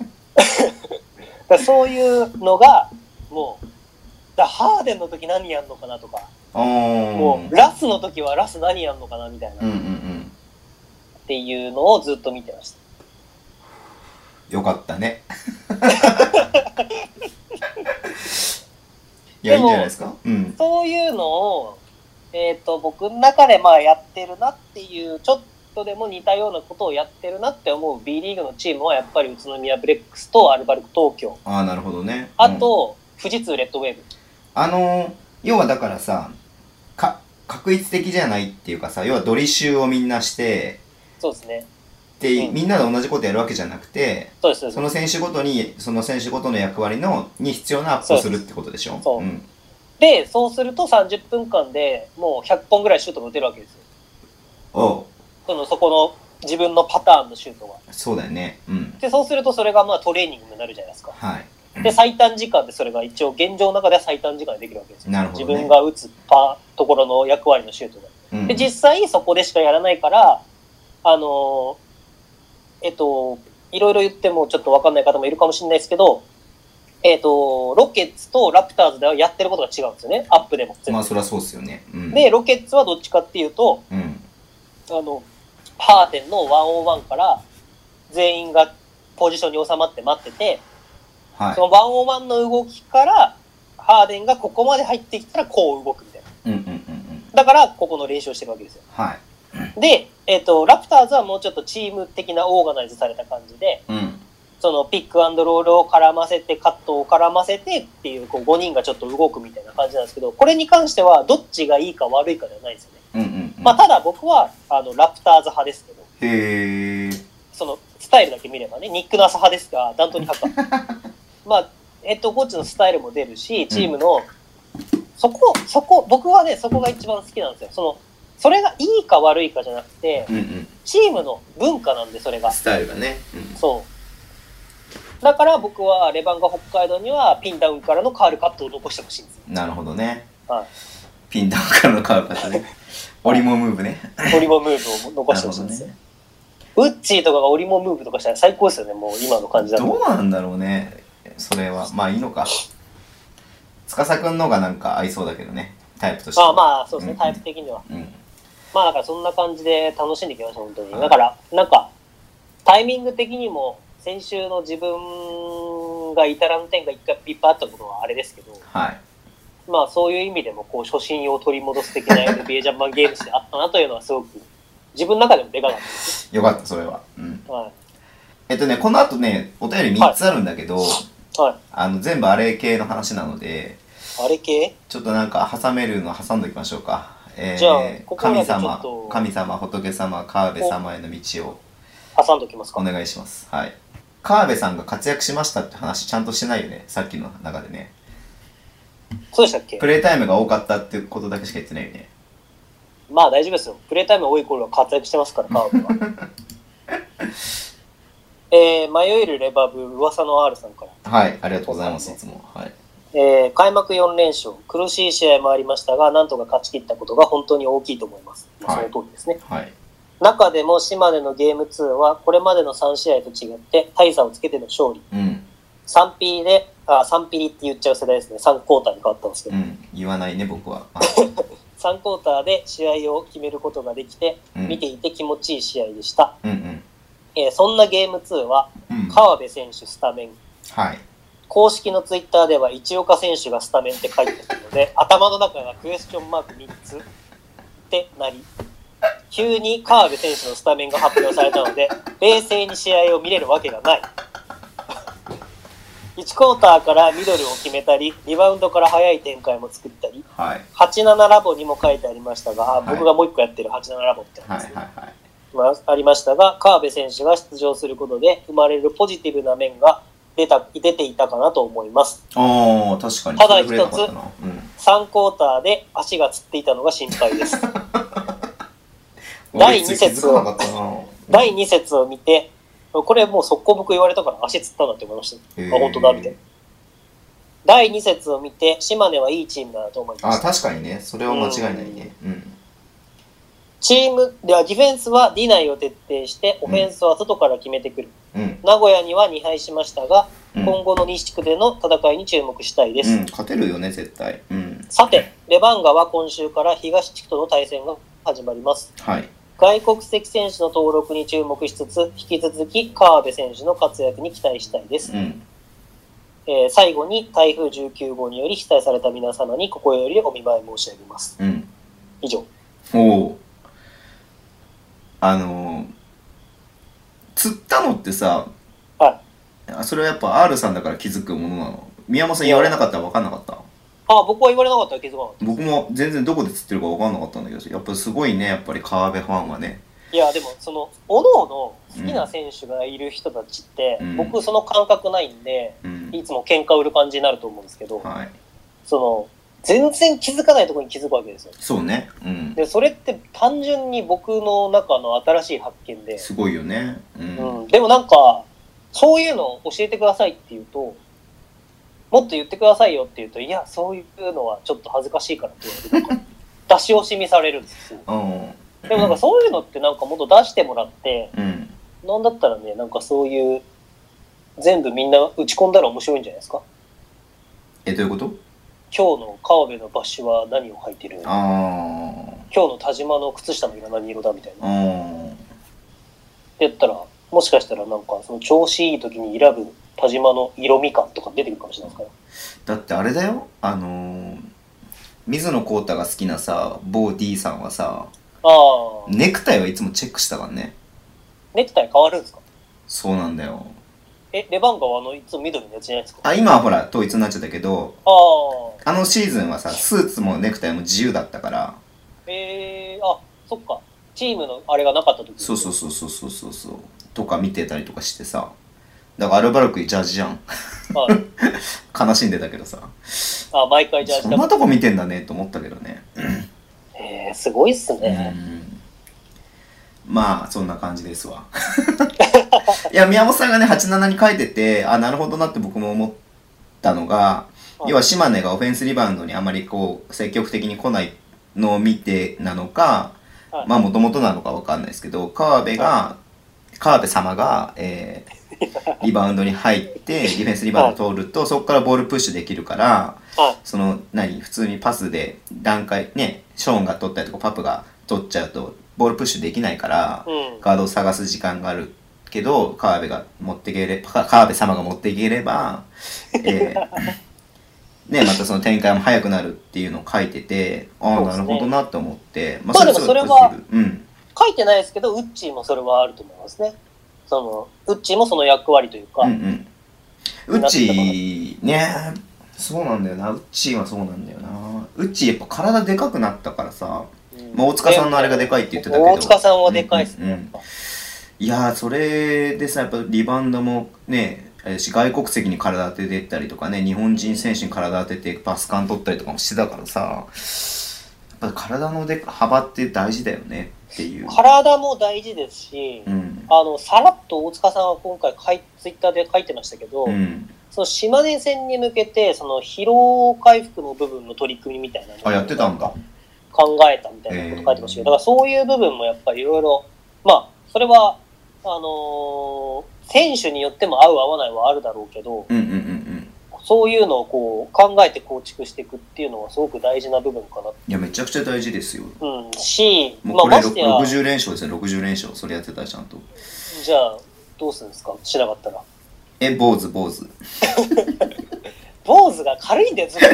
だそういうのが、もう、ハーデンの時何やんのかなとか、もうラスの時はラス何やんのかなみたいな、っていうのをずっと見てました。 よかったね。いや、いいんじゃないですか。 そういうのを、僕の中でまあやってるなっていう、ちょっとでも似たようなことをやってるなって思う B リーグのチームはやっぱり宇都宮ブレックスとアルバルク東京。 ああ、なるほどね。 あと、富士通レッドウェーブ。 要はだからさ、確一的じゃないっていうかさ、要はドリシューをみんなして、 そうですね。 で、みんなで同じことやるわけじゃなくて、 そうですその選手ごとに、その選手ごとの役割に必要なアップをするってことでしょ。 そう。で、そうすると30分間でもう100本ぐらいシュートが打てるわけですよ。そこの自分のパターンのシュートが。 そうだよね。 で、そうするとそれがまあトレーニングになるじゃないですか。 はい。 で、最短時間でそれが一応現状の中では最短時間でできるわけですよ。 なるほどね。 自分が打つところの役割のシュートが。で、実際そこでしかやらないから、いろいろ言ってもちょっとわかんない方もいるかもしれないですけど、ロケッツとラプターズではやってることが違うんですよね。アップでも。 まあ、そりゃそうですよね。 で、ロケッツはどっちかっていうと、ハーデンの1-on-1から全員がポジションに収まって待ってて、その1-on-1の動きからハーデンがここまで入ってきたらこう動くみたいな。だからここの練習をしてるわけですよ。で、ラプターズはもうちょっとチーム的なオーガナイズされた感じで、そのピックアンドロールを絡ませて、カットを絡ませてっていう、こう5人がちょっと動くみたいな感じなんですけど、これに関してはどっちがいいか悪いかではないですよね。まあ、ただ僕はラプターズ派ですけど、そのスタイルだけ見ればね、ニック・ナース派ですが、ダントニー派か。まあ、ヘッドコーチのスタイルも出るし、チームの、僕はね、そこが一番好きなんですよ。それがいいか悪いかじゃなくて、チームの文化なんで、それが。 スタイルがね。 そう。だから僕はレバンガ北海道にはピンダウンからのカールカットを残してほしいんですよ。 なるほどね。 はい。 ピンダウンからのカールカットね。オリモムーブね。 オリモムーブを残してほしいんですよ。ウッチーとかがオリモムーブとかしたら最高ですよね、もう今の感じだと。 どうなんだろうね、それは。まあいいのか。司くんのがなんか合いそうだけどね、タイプとしては。 まあそうですね、タイプ的には。まあだからそんな感じで楽しんできました、本当に。だから、なんか、タイミング的にも、先週の自分が至らぬ点がいっぱいあったことはあれですけど、まあそういう意味でも、こう、初心を取り戻す的な NBA ジャパンゲームスであったなというのはすごく、自分の中でもでかかったです。 よかった、それは。この後ね、お便り3つあるんだけど、全部あれ系の話なので、 あれ系ちょっとなんか挟めるの挟んでおきましょうか。 じゃあ、 神様、仏様、川辺様への道を挟んでおきますか。 お願いします。はい。川辺さんが活躍しましたって話ちゃんとしてないよね、さっきの中でね。 そうでしたっけ？ プレイタイムが多かったっていうことだけしか言ってないよね。 まあ大丈夫ですよ。プレイタイム多い頃は活躍してますから、川辺は。迷えるレバブ、噂の R さんから。 はい、ありがとうございます、いつも。はい。 開幕4連勝、苦しい試合もありましたが、なんとか勝ち切ったことが本当に大きいと思います。その通りですね。中でも島根のゲーム2は、これまでの3試合と違って、大差をつけての勝利。3ピリって言っちゃう世代ですね。3クォーターに変わったんですけど。 言わないね、僕は。 3クォーターで試合を決めることができて、見ていて気持ちいい試合でした。そんなゲーム2は、川辺選手スタメン。公式のツイッターでは市岡選手がスタメンって書いてあるので、頭の中がクエスチョンマーク3つってなり、急に川辺選手のスタメンが発表されたので、冷静に試合を見れるわけがない。 1クォーターからミドルを決めたり、リバウンドから速い展開も作ったり、 はい、 87ラボにも書いてありましたが、はい、僕がもう一個やってる87ラボってありますね、 はいはいはい、 ありましたが、川辺選手が出場することで生まれるポジティブな面が出ていたかなと思います。 ああ、確かに。 ただ一つ、3クォーターで足がつっていたのが心配です。第2節を見て、これもう速攻僕言われたから足つったんだって思いました。あ、本当だみたいな。第2節を見て、島根はいいチームだと思いました。 あ、確かにね。それは間違いないね。 チームではディフェンスはディナイを徹底して、オフェンスは外から決めてくる。名古屋には2敗しましたが、今後の西地区での戦いに注目したいです。 勝てるよね、絶対。 さて、レバンガは今週から東地区との対戦が始まります。 はい。 外国籍選手の登録に注目しつつ、引き続き川辺選手の活躍に期待したいです。最後に台風19号により被災された皆様に心よりお見舞い申し上げます。以上。 釣ったのってさ、 はい、 それはやっぱ R さんだから気づくものなの？宮本さん言われなかったら分かんなかった？ 僕は言われなかったら気づかなかった。 僕も全然どこで釣ってるか分かんなかったんだけど、やっぱすごいね、やっぱり川辺ファンはね。 いやでもそのおのおの好きな選手がいる人たちって、僕その感覚ないんで、いつも喧嘩売る感じになると思うんですけど、その全然気づかないところに気づくわけですよ。 そうね。 でそれって単純に僕の中の新しい発見で。 すごいよね。 でもなんかそういうのを教えてくださいって言うと、もっと言ってくださいよって言うと、いやそういうのはちょっと恥ずかしいからって言われて、出し惜しみされるんですよ。でもなんかそういうのってなんかもっと出してもらって、なんだったらね、なんかそういう全部みんな打ち込んだら面白いんじゃないですか。どういうこと？ 今日の川辺のバッシュは何を履いてる？今日の田島の靴下の色何色だみたいな。って言ったら、もしかしたらなんかその調子いい時に選ぶ田島の色味感とか出てくるかもしれないですから。だってあれだよ、水野浩太が好きなさ、某 D さんはさ、ネクタイはいつもチェックしたからね。 ネクタイ変わるんですか？ そうなんだよ。 レバンガはいつも緑のやつじゃないですか？ 今はほら統一になっちゃったけど、あのシーズンはさ、スーツもネクタイも自由だったから。 そっか。チームのあれがなかった時。 そうとか見てたりとかしてさ。だからアルバルクジャージじゃん。悲しんでたけどさ。 毎回ジャージだ。 そんなとこ見てんだねと思ったけどね。 すごいっすね。 まあそんな感じですわ。いや宮本さんがね87に書いてて、なるほどなって僕も思ったのが、要は島根がオフェンスリバウンドにあまりこう積極的に来ないのを見てなのか、まあもともとなのかわかんないですけど、川辺様が、リバウンドに入ってディフェンスリバウンド通ると、そこからボールプッシュできるから、その普通にパスで段階ね、ショーンが取ったりとかパプが取っちゃうとボールプッシュできないから、ガードを探す時間があるけど、川辺様が持っていければ、ね、またその展開も早くなるっていうのを書いてて、なるほどなと思って、 まあでもそれは書いてないですけど、ウッチーもそれはあると思いますね。ウッチーもその役割というか。 ウッチーね、そうなんだよな。ウッチーはそうなんだよな。ウッチーやっぱ体でかくなったからさ、大塚さんのあれがでかいって言ってたけど。 大塚さんはでかいっすね。 いやそれでさ、やっぱリバウンドもね、外国籍に体当ててったりとかね、日本人選手に体当ててパスカン取ったりとかもしてたからさ、やっぱ体の幅って大事だよねっていう。 体も大事ですし、さらっと大塚さんは今回ツイッターで書いてましたけど、その島根戦に向けてその疲労回復の部分の取り組みみたいなのをやってたんだ。 考えたみたいなこと書いてましたけど、だからそういう部分もやっぱりいろいろ、まあそれは選手によっても合う合わないはあるだろうけど、そういうのをこう考えて構築していくっていうのはすごく大事な部分かな。 いやめちゃくちゃ大事ですよ。 もうこれ60連勝ですよ。60連勝それやってたらちゃんと。 じゃあどうするんですか、しなかったら。 坊主坊主が軽いんだよずっと。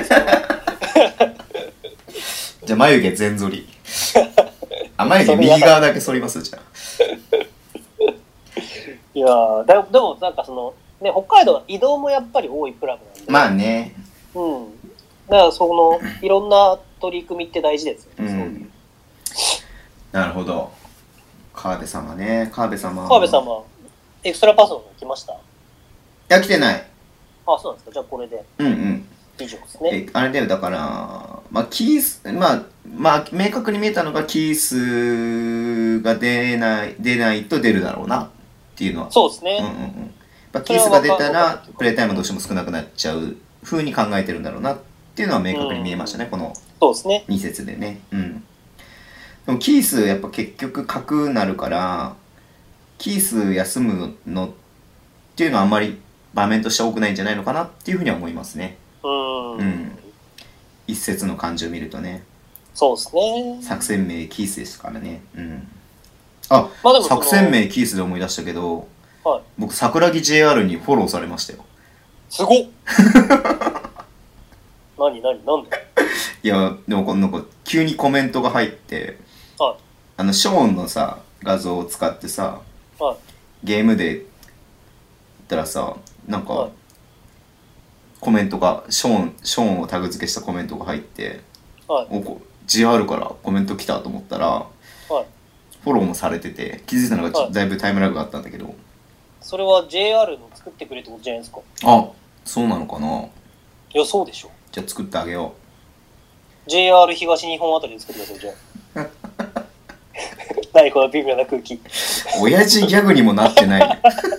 じゃあ眉毛全剃り。眉毛右側だけ剃りますじゃあ。 いやでもなんかそのね、北海道は移動もやっぱり多いクラブなんで。 まあね。 うん。だからその、いろんな取り組みって大事ですよね。 うん。なるほど。川辺様ね。川辺様。 エクストラパスの来ました？いや、来てない。 あ、そうなんですか。じゃあこれで。 うんうん。 以上ですね。 あれだよ、だから、まあ、キース、まあ、明確に見えたのが、キースが出ないと出るだろうなっていうのは。 そうですね。 うんうんうん。まあ、キースが出たら、プレイタイムどうしても少なくなっちゃう風に考えてるんだろうなっていうのは明確に見えましたね、この2節でね。うん。でも、キース、やっぱ結局、角なるから、キース休むのっていうのはあんまり場面として多くないんじゃないのかなっていうふうには思いますね。うん。一節の感じを見るとね。 そうですね。 作戦名キースですからね。うん。あ、まあ、作戦名キースで思い出したけど、はい、僕、桜木 JR にフォローされましたよ。 すごっなんでいや、でもなんか、急にコメントが入って、はい、ショーンのさ、画像を使ってさ、はい、ゲームで言ったらさ、なんか、はい、コメントがショーンをタグ付けしたコメントが入って、はい、GR からコメント来たと思ったら、はい、フォローもされてて気づいたのがだいぶタイムラグがあったんだけど、 それは JR の作ってくれってことじゃないですか？ あ、そうなのかな。 いや、そうでしょ。 じゃあ作ってあげよう。 JR 東日本あたりで作ってください。じゃあ何この微妙な空気。 親父ギャグにもなってない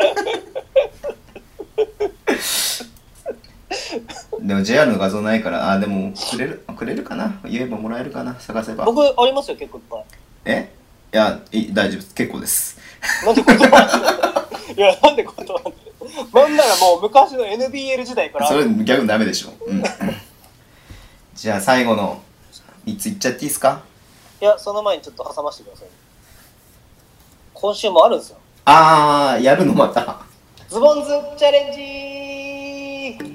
でも JR の画像ないから、でもくれるかな、言えばもらえるかな、探せば。 僕ありますよ、結構いっぱい。 いや、大丈夫です、結構です。 なんで断るいや、なんで断るなんならもう昔の NBL 時代からそれギャグダメでしょ。うんじゃあ最後の3ついっちゃっていいですか？ いや、その前にちょっと挟ませてください。今週もあるんですよ。 やるのまた。 ズボンズチャレンジ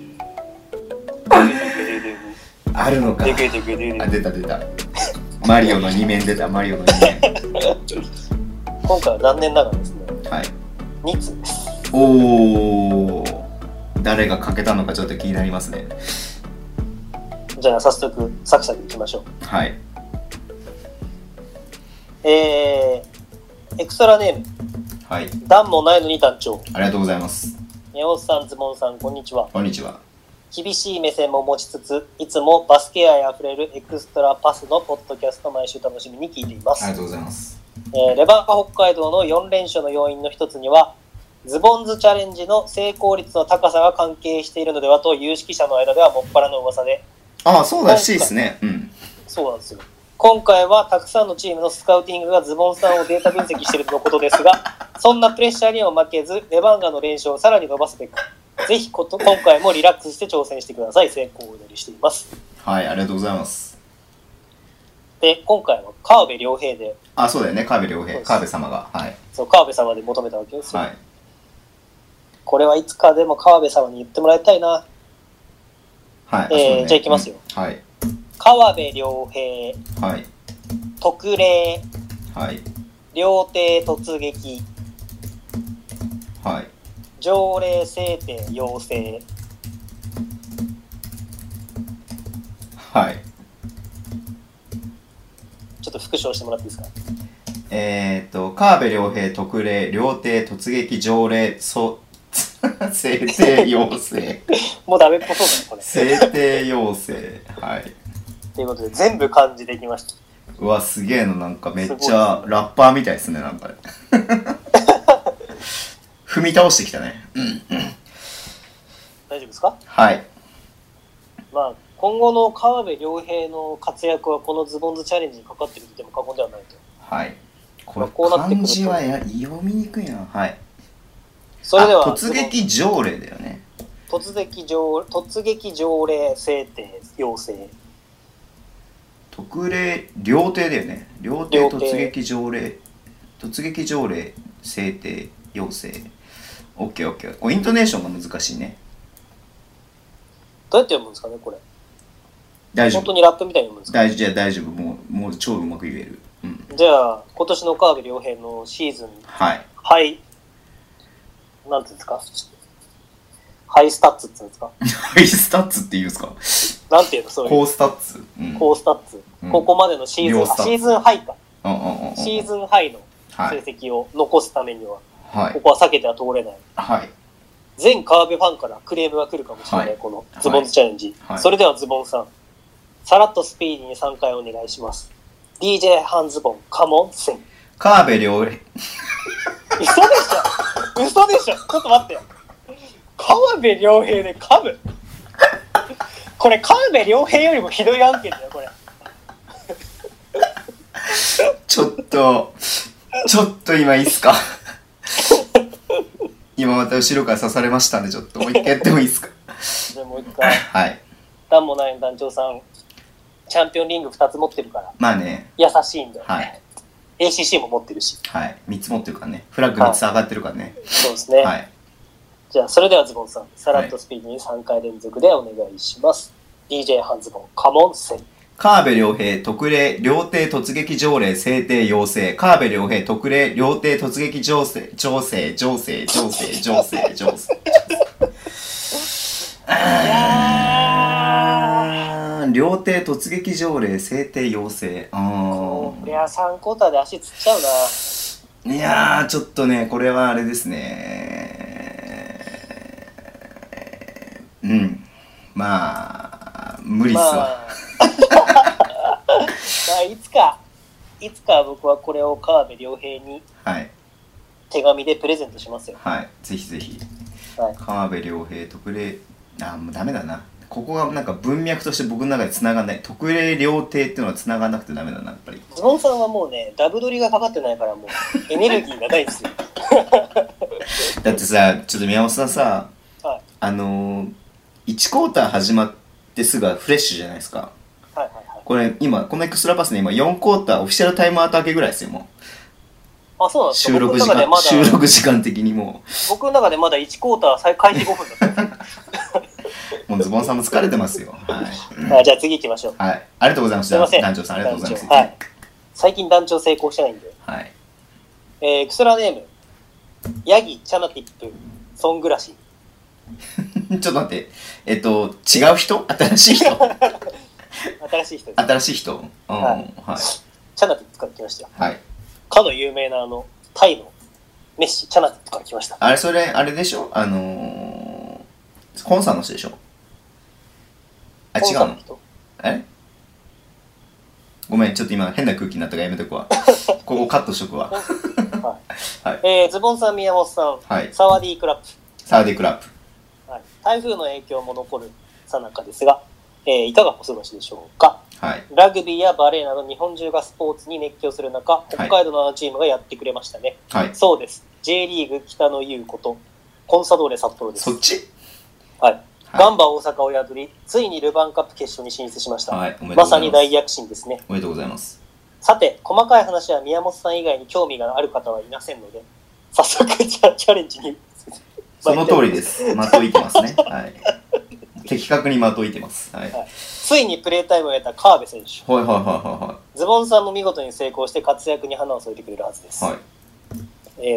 あるのか。出た。マリオの2面出た、マリオの2面。 今回は残念ながらですね。 はい。 2通です。 おー。誰がかけたのかちょっと気になりますね。 じゃあ早速サクサクいきましょう。 はい。 エクストラネーム。 はい。 段もないのに団長。 ありがとうございます。 宮本さん、ズボンさん、こんにちは。 こんにちは。 厳しい目線も持ちつつ、いつもバスケ愛あふれるエクストラパスのポッドキャスト毎週楽しみに聞いています。 ありがとうございます。 レバンガ北海道の4連勝の要因の一つには、ズボンズチャレンジの成功率の高さが関係しているのではと有識者の間ではもっぱらの噂で。 そうらしいですね。うん。 そうなんですよ。今回はたくさんのチームのスカウティングがズボンさんをデータ分析しているとのことですが、そんなプレッシャーには負けず、レバンガの連勝をさらに伸ばすべく、ぜひ今回もリラックスして挑戦してください。成功をお祈りしています。 はい、ありがとうございます。 で、今回は川辺良平で。 そうだよね、川辺良平。川辺様が。はい。 そう、川辺様で求めたわけですよ。 はい。 これはいつかでも川辺様に言ってもらいたいな。 はい。 じゃあ行きますよ。 はい。 川辺良平。 はい。 特例。 はい。 料亭突撃。 はい。 条例制定要請。 はい。 ちょっと復唱してもらっていいですか？ 川辺良平特例料亭突撃条例制定要請もうダメっぽそうだねこれ。 制定要請。はい。 ということで全部漢字できました。 うわすげえの、なんかめっちゃラッパーみたいですね、なんか踏み倒してきたね。 大丈夫ですか？ はい。 まあ今後の川辺良平の活躍はこのズボンズチャレンジにかかっていると言っても過言ではないと。 はい。これ漢字は読みにくいな。はい。 それでは突撃条例だよね。 突撃条例制定要請。 特例料亭だよね。料亭突撃条例制定要請。オッケーオッケー。これイントネーションが難しいね。 どうやって読むんですかねこれ。 大丈夫。 本当にラップみたいに読むんですか？ 大丈夫。もう超うまく言える。うん、 じゃあ今年の川辺良平のシーズン。 はい。 はい。なんていうんですか？ ハイスタッツって言うんですか？ ハイスタッツって言うんですか？ なんていうの、そういう。 高スタッツ、 高スタッツ。ここまでのシーズンハイか。シーズンハイの成績を残すためには、ここは避けては通れない。 はい。 全川辺ファンからクレームが来るかもしれない、このズボンズチャレンジ。それではズボンさん、さらっとスピーディーに3回お願いします。DJ ハンズボン、カモンセン。 川辺良平。 嘘でしょちょっと待ってよ。川辺良平でカブこれ川辺良平よりもひどい案件だよ、これ。 ちょっと今いいっすか？今また後ろから刺されましたんで、ちょっともう一回やってもいいっすか？ じゃあもう一回。 はい。 団もない団長さん、チャンピオンリング2つ持ってるから。 まあね。 優しいんだよ。 はい。 ACC も持ってるし。 はい。3つ持ってるからね。フラッグ3つ上がってるからね。 そうですね。 はい。 じゃあ、それではズボンさん、さらっとスピーディーに3回連続でお願いします。DJ ハンズボン、カモンセン。 川辺良平、特例、料亭突撃条例制定要請。川辺良平、特例、料亭突撃条請。料亭突撃条例制定要請。 こりゃ3クォーターで足つっちゃうな。 いやー、ちょっとね、これはあれですね。まあ、無理っすわ。いつか僕はこれを川辺良平に手紙でプレゼントしますよ。 はい、ぜひぜひ。はい、川辺良平、特例、もうダメだな。ここがなんか文脈として僕の中で繋がんない。特例料亭っていうのは繋がんなくてダメだな、やっぱり。 ズボンさんはもうね、ダブ取りがかかってないからもうエネルギーがないんですよ。 だってさ、ちょっと宮本さんさ、 はい、 1クォーター始まってすぐはフレッシュじゃないですか。これ今、このエクストラパスね、今4クォーターオフィシャルタイムアウト明けぐらいですよ、もう。 あ、そうなんですか。 収録時間的にもう。 僕の中でまだ1クォーター開始5分だったんですもうズボンさんも疲れてますよ。はい。 じゃあ次行きましょう。 はい。ありがとうございました。団長さん、ありがとうございます。 はい。最近団長成功してないんで。 はい。 エクストラネーム、ヤギ、チャナティップ、ソングラシ。 ちょっと待って。違う人？新しい人？ 新しい人です。 新しい人？はい。 チャナティップから来ましたよ。 はい。 かの有名なタイのメッシ、チャナティップから来ました。 あれでしょ？コンサの人でしょ？あ、違うの？ごめん、ちょっと今変な空気になったからやめとくわ。ここカットしとくわ。 はい。ズボンさん、宮本さん、はい、サワディークラップ。 サワディークラップ。 はい。台風の影響も残るさなかですが、いかがお過ごしでしょうか。 はい、 ラグビーやバレーなど日本中がスポーツに熱狂する中、北海道のチームがやってくれましたね。 はい、 そうです。J リーグ北野優子とコンサドーレ札幌です。 そっち？ はい。ガンバ大阪を破り、ついにルヴァンカップ決勝に進出しました。はい、まさに大躍進ですね。 おめでとうございます。 さて、細かい話は宮本さん以外に興味がある方はいませんので、早速チャレンジに。 その通りです。的をいてますね。はい。的確に的をいてます。はい。 ついにプレータイムを得た川辺選手。 はい。 ズボンさんも見事に成功して活躍に花を添えてくれるはずです。 はい。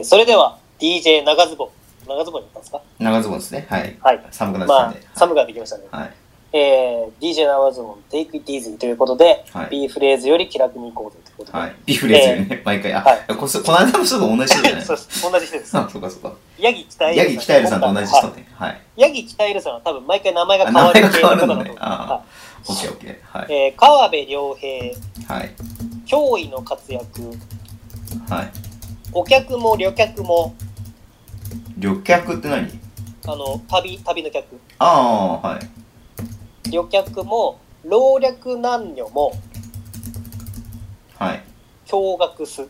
それでは DJ 長ズボンだったんですか？ 長ズボンですね。はい。 はい。 寒くなってきたんで。 寒くなってきましたね。 はい。 DJ 長ズボン Take it easy ということで、 はい、 B フレーズより気楽にいこうということで。 はい。B フレーズよりね、毎回。この間の人と同じ人じゃない？ そうです。同じ人です。 あ、そうか。 ヤギ北エルさんと同じ人ね。はい。 ヤギ北エルさんは多分毎回名前が変わる系の方だと思う。 ああ。オッケー。はい。 川辺良平。 はい。 驚異の活躍。 はい。 お客も旅客も。 旅客って何？ 旅の客。 ああ、はい。 旅客も老若男女も。 はい。 驚愕す。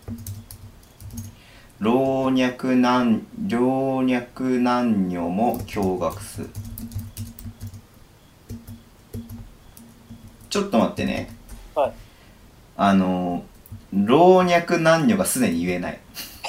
老若男女も驚愕す。ちょっと待ってね。 はい。 老若男女がすでに言えない。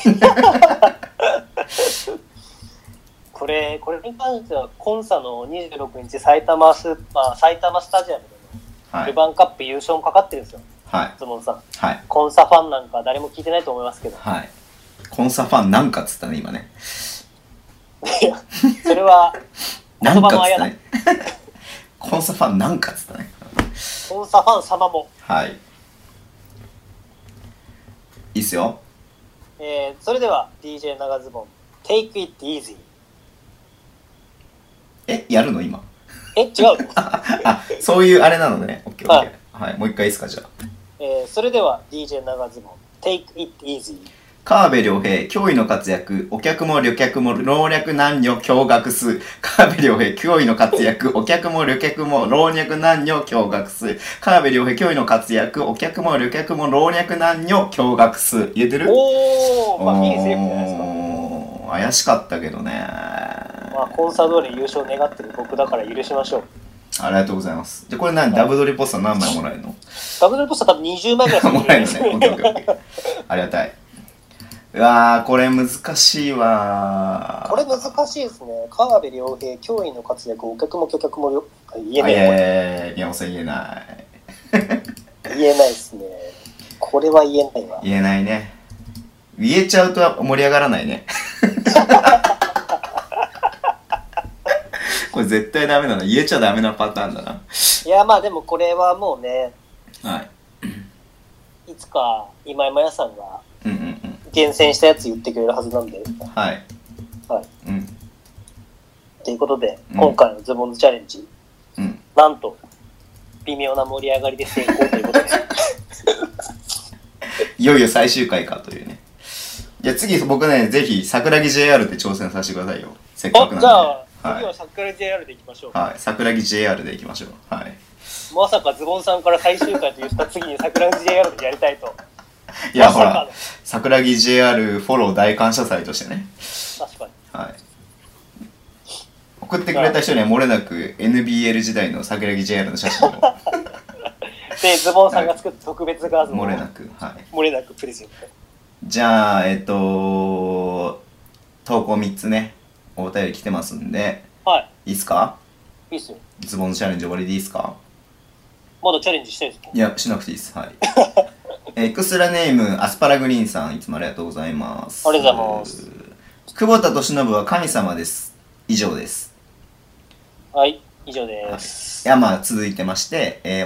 これに関してはコンサの26日埼玉スタジアムでのルヴァンカップ優勝もかかってるんですよ。 はい。 ズボンさん。 はい。 コンサファンなんか誰も聞いてないと思いますけど。 はい。コンサファンなんかっつったね今ね。 それはなんかっつったね。コンサファンなんかっつったね。 コンサファン様も。 はい。いいっすよ。 それでは DJ 長ズボン Take It Easy。 やるの今？ 違うあ、そういうあれなのね。オッケーオッケー。はい、もう一回いいですか、じゃあ。 それでは DJ 長ズボン Take It Easy。 川辺良平、驚異の活躍、お客も旅客も老若男女驚愕す。川辺良平、驚異の活躍、お客も旅客も老若男女驚愕す。川辺良平、驚異の活躍、お客も旅客も老若男女驚愕す。言えてる？ おー、まあいいセーフじゃないですか。 怪しかったけどね。 まあコンサドーレ優勝願ってる僕だから許しましょう。 ありがとうございます。じゃあこれダブドリポスター何枚もらえるの？ ダブドリポスター多分20枚ぐらいもらえるのね。オッケーオッケーオッケー。ありがたい。うわー、これ難しいわー。 これ難しいですね。川辺良平、驚異の活躍、お客も巨客も言えない。 宮本さん言えない。 言えないですね。これは言えないわ。 言えないね。言えちゃうと盛り上がらないね。これ絶対ダメなの。言えちゃダメなパターンだな。 いや、まあでもこれはもうね、 はい。 いつか今井麻也さんがうんうんうん。 厳選したやつ言ってくれるはずなんで。 はい。 はい。 うん。 ということで、今回のズボンズチャレンジ、 うん、 なんと、微妙な盛り上がりで成功ということで。 いよいよ最終回かというね。いや、次僕ね、ぜひ、桜木 JR で挑戦させてくださいよ。せっかくなんで。 じゃあ、次は桜木 JR でいきましょう。 はい。桜木 JR でいきましょう。はい。 まさかズボンさんから最終回と言った次に桜木 JR でやりたいと。 いや、ほら、桜木 JR フォロー大感謝祭としてね。 確かに。 はい。送ってくれた人には漏れなく NBL 時代の桜木 JR の写真を。 で、ズボンさんが作った特別画像を、 漏れなく、はい。 漏れなくプレゼント。 じゃあ、投稿3つね、お便り来てますんで、 はい。 いいっすか？ いいっすよ。 ズボンのチャレンジ終わりでいいっすか？ まだチャレンジしたいですか？ いや、しなくていいです。はい。エクストラネーム、アスパラグリーンさん、いつもありがとうございます。 ありがとうございます。 久保田利伸は神様です。以上です。 はい、以上です。 いや、まあ、続いてまして、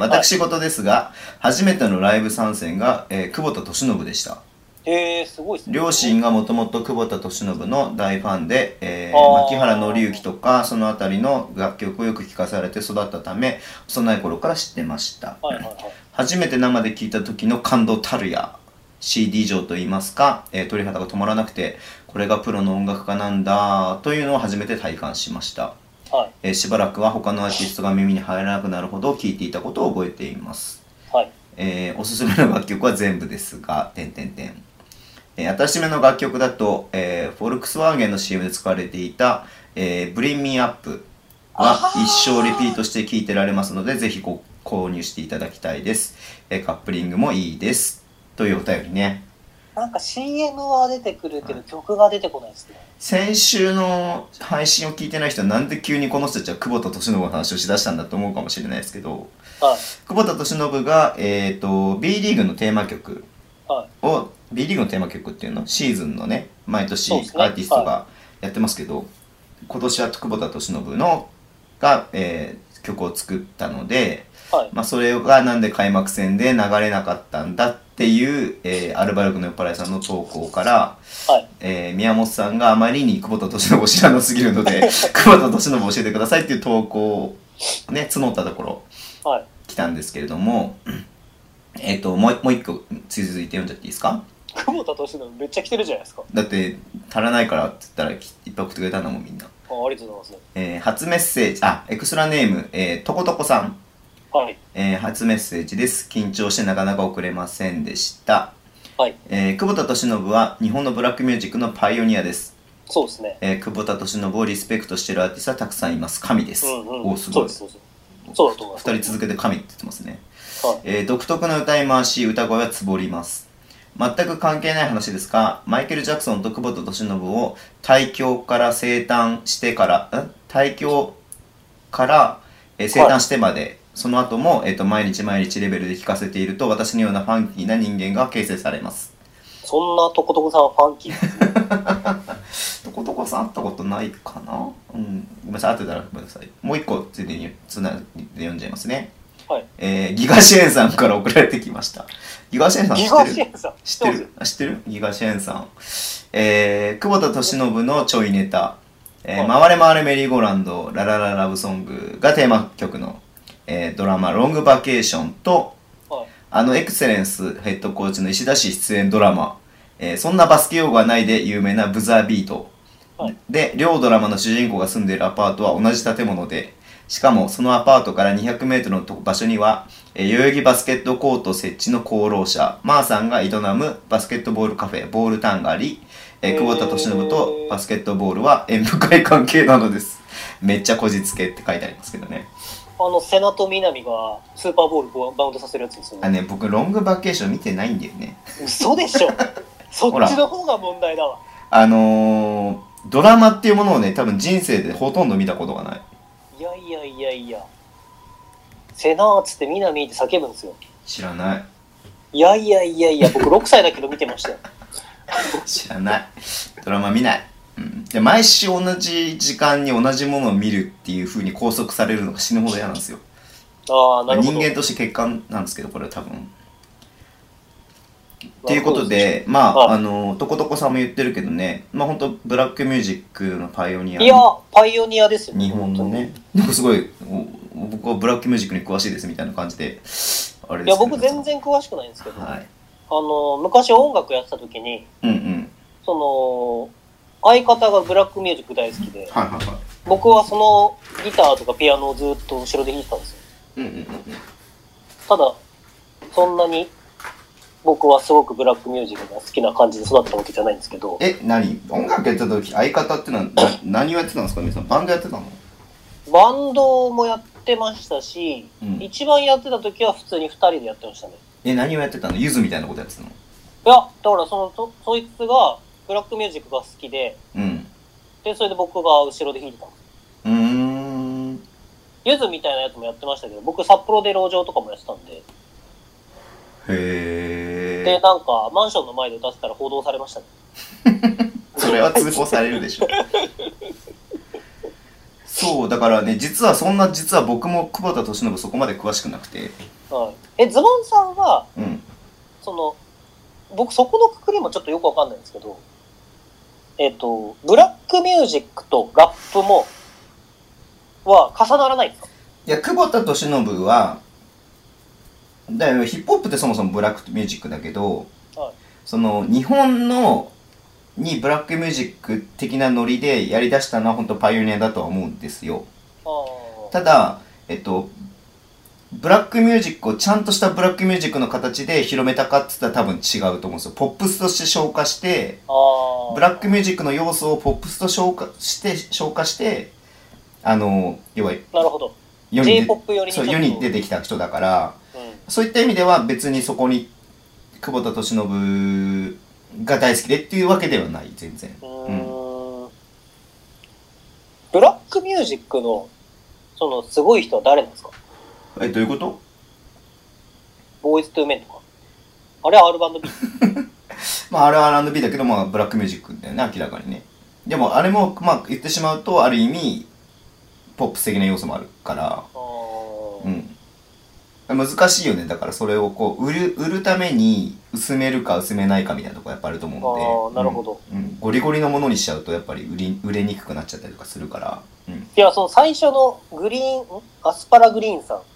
私事ですが、初めてのライブ参戦が、久保田利伸でした。 すごいっすね。 両親がもともと久保田利伸の大ファンで、牧原紀之とかそのあたりの楽曲をよく聴かされて育ったため、幼い頃から知ってました。 はいはいはい。 初めて生で聴いた時の感動たるや CD 上といいますか、鳥肌が止まらなくて、これがプロの音楽家なんだというのを初めて体感しました。 はい。 しばらくは他のアーティストが耳に入らなくなるほど聴いていたことを覚えています。 はい。 おすすめの楽曲は全部ですが、新しめの楽曲だと、フォルクスワーゲンの CM で使われていた、Bring Me Up は一生リピートして聴いてられますので、ぜひ購入していただきたいです。カップリングもいいです。というお便りね。 なんか CM は出てくるけど、曲が出てこないですね。 先週の配信を聞いてない人はなんで急にこの人たちは久保田利伸の話をしだしたんだと思うかもしれないですけど、 はい、 久保田利伸が、B リーグのテーマ曲を、はい、B リーグのテーマ曲っていうのシーズンのね、毎年アーティストがやってますけど、今年は久保田利伸のが、曲を作ったので、はい、まあそれがなんで開幕戦で流れなかったんだっていう、アルバルクの酔っ払いさんの投稿から、はい、宮本さんがあまりに久保田利伸を知らなすぎるので久保田利伸を教えてくださいっていう投稿をね募ったところ、はい、来たんですけれども、もう一個続いて読んじゃっていいですか？ 久保田利伸めっちゃ来てるじゃないですか。 だって足らないからって言ったらいっぱい送ってくれたんだもんみんな。 ありがとうございます。 初メッセージ、エクストラネーム、とことこさん。はい。初メッセージです。緊張してなかなか送れませんでした。はい。久保田利伸は日本のブラックミュージックのパイオニアです。 そうですね。 久保田利伸をリスペクトしているアーティストはたくさんいます。神です。お、すごい。そうだと思います。 2人続けて神って言ってますね。はい。独特な歌い回し、歌声はつぼります。全く関係ない話ですが、マイケル・ジャクソンと久保田利伸を大教から生誕してから、大教から、生誕してまで、はい、その後も、毎日レベルで聴かせていると、私のようなファンキーな人間が形成されます。 そんなとことこさんはファンキーなんですね。 とここどこさん会ったことないかな。ごめんなさい、会ってたらごめんなさい。もう一個ついでにつなで読んじゃいますね。 はい。 ギガシェーンさんから送られてきました。ギガシェーンさん知ってる？ ギガシェーンさん知ってるギガシェーンさん。久保田利伸のちょいネタ。回れ回れメリーゴーランド、ララララブソングがテーマ曲の、ドラマ、ロングバケーションと、エクセレンスヘッドコーチの石田氏出演ドラマ、そんなバスケ用語はないで有名なブザービート。で、両ドラマの主人公が住んでいるアパートは同じ建物で、しかもそのアパートから200メートルの場所には、代々木バスケットコート設置の功労者、マーさんが営むバスケットボールカフェ、ボールタンがあり、久保田利伸とバスケットボールは縁深い関係なのです。めっちゃこじつけって書いてありますけどね。 瀬名と南がスーパーボールバウンドさせるやつですよね。 僕ロングバケーション見てないんだよね。 嘘でしょ。そっちの方が問題だわ。 ドラマっていうものをね、多分人生でほとんど見たことがない。 いや。瀬名っつって南って叫ぶんですよ。 知らない。 いや、僕6歳だけど見てましたよ。 知らない。ドラマ見ない。で毎週同じ時間に同じものを見るっていう風に拘束されるのが死ぬほど嫌なんですよ。 なるほど。 人間として欠陥なんですけど、これは多分。っていうことで、とことこさんも言ってるけどね、本当ブラックミュージックのパイオニア。 いや、パイオニアですよね。 日本のね。なんかすごい、僕はブラックミュージックに詳しいですみたいな感じで、あれですけど。 いや、僕全然詳しくないんですけど、昔音楽やってた時に、相方がブラックミュージック大好きで、僕はそのギターとかピアノをずっと後ろで弾いてたんですよ。ただ、そんなに僕はすごくブラックミュージックが好きな感じで育ったわけじゃないんですけど。 音楽やってた時、相方ってのは何をやってたんですか？皆さんバンドやってたの？ バンドもやってましたし、一番やってた時は普通に2人でやってましたね。 何をやってたの？ユズみたいなことやってたの？いや、だからそいつがブラックミュージックが好きで、でそれで僕が後ろで弾いてたんです。ユズみたいなやつもやってましたけど、僕札幌で路上とかもやってたんで。で、なんかマンションの前で歌ってたら報道されましたね。 それは通報されるでしょ。そうだからね、実は僕も久保田利伸そこまで詳しくなくて。 ズボンさんは、僕そこのくくりもちょっとよくわかんないんですけど、ブラックミュージックとラップは重ならないんですか？ いや、久保田利伸はヒップホップってそもそもブラックミュージックだけど、日本にブラックミュージック的なノリでやりだしたのは本当パイオニアだとは思うんですよ。ただ、ブラックミュージックをちゃんとしたブラックミュージックの形で広めたかって言ったら多分違うと思うんですよ。ポップスとして消化して、ブラックミュージックの要素をポップスと消化して、要は、 なるほど。J-POP よりに世に出てきた人だから、そういった意味では別にそこに久保田利伸が大好きでっていうわけではない、全然。 ブラックミュージックのすごい人は誰なんですか？ どういうこと？ ボーイズ・トゥ・メンとか。あれは R&B。 あれは R&B だけど、ブラックミュージックだよね、明らかにね。でもあれも言ってしまうとある意味ポップス的な要素もあるから、難しいよね。だからそれを売るために薄めるか薄めないかみたいなところやっぱあると思うので。 なるほど。 ゴリゴリのものにしちゃうとやっぱり売れにくくなっちゃったりとかするから。 いや、最初のアスパラグリーンさん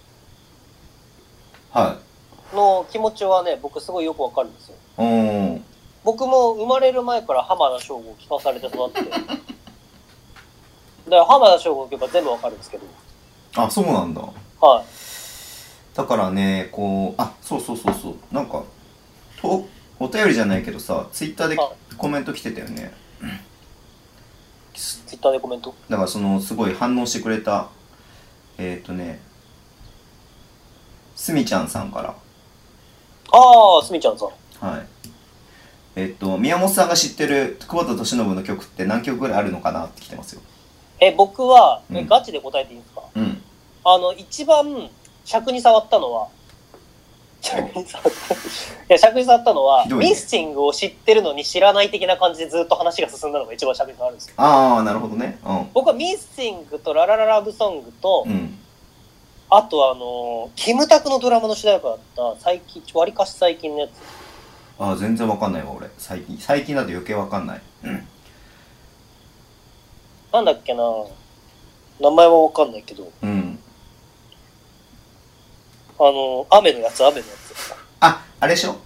の気持ちはね、僕すごいよくわかるんですよ。僕も生まれる前から浜田省吾を聞かされて育ってだから浜田省吾って言えば全部わかるんですけど。 そうなんだ。だからね、そうなんかお便りじゃないけどさ、ツイッターでコメント来てたよね。 ツイッターでコメント？ だからすごい反応してくれたすみちゃんさんから。 すみちゃんさん。 宮本さんが知ってる久保田利伸の曲って何曲ぐらいあるのかなって来てますよ。 僕は、ガチで答えていいんですか？一番尺に触ったのは職人さんいや職人さんあったのは、ね、ミスチングを知ってるのに知らない的な感じでずっと話が進んだのが一番職人さんあるんですよ。 ああなるほどね、うん、 僕はミスチングとララララブソングと、 うん、 あとキムタクのドラマの主題歌だった最近わりかし最近のやつ。 ああ全然わかんないわ俺。最近だと余計わかんない、うん、 なんだっけな、名前はわかんないけど、 うん、 雨のやつ。 あれでしょ、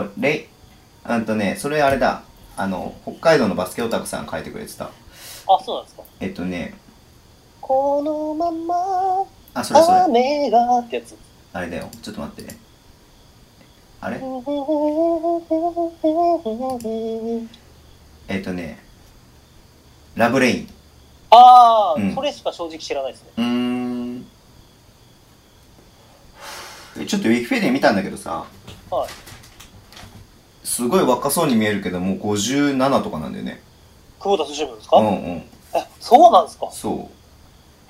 それあれだ、北海道のバスケオタクさん書いてくれてた。あ、 そうなんですか。 このままそれ雨がってやつ。 あれだよ、ちょっと待ってね。あれラブレイン。 ああ、うん、それしか正直知らないですね。 ちょっとウィキペディア見たんだけどさ、 はい、 すごい若そうに見えるけどもう57とかなんだよね。 久保田敏信ですか？ うんうん。 そうなんですか？ そう。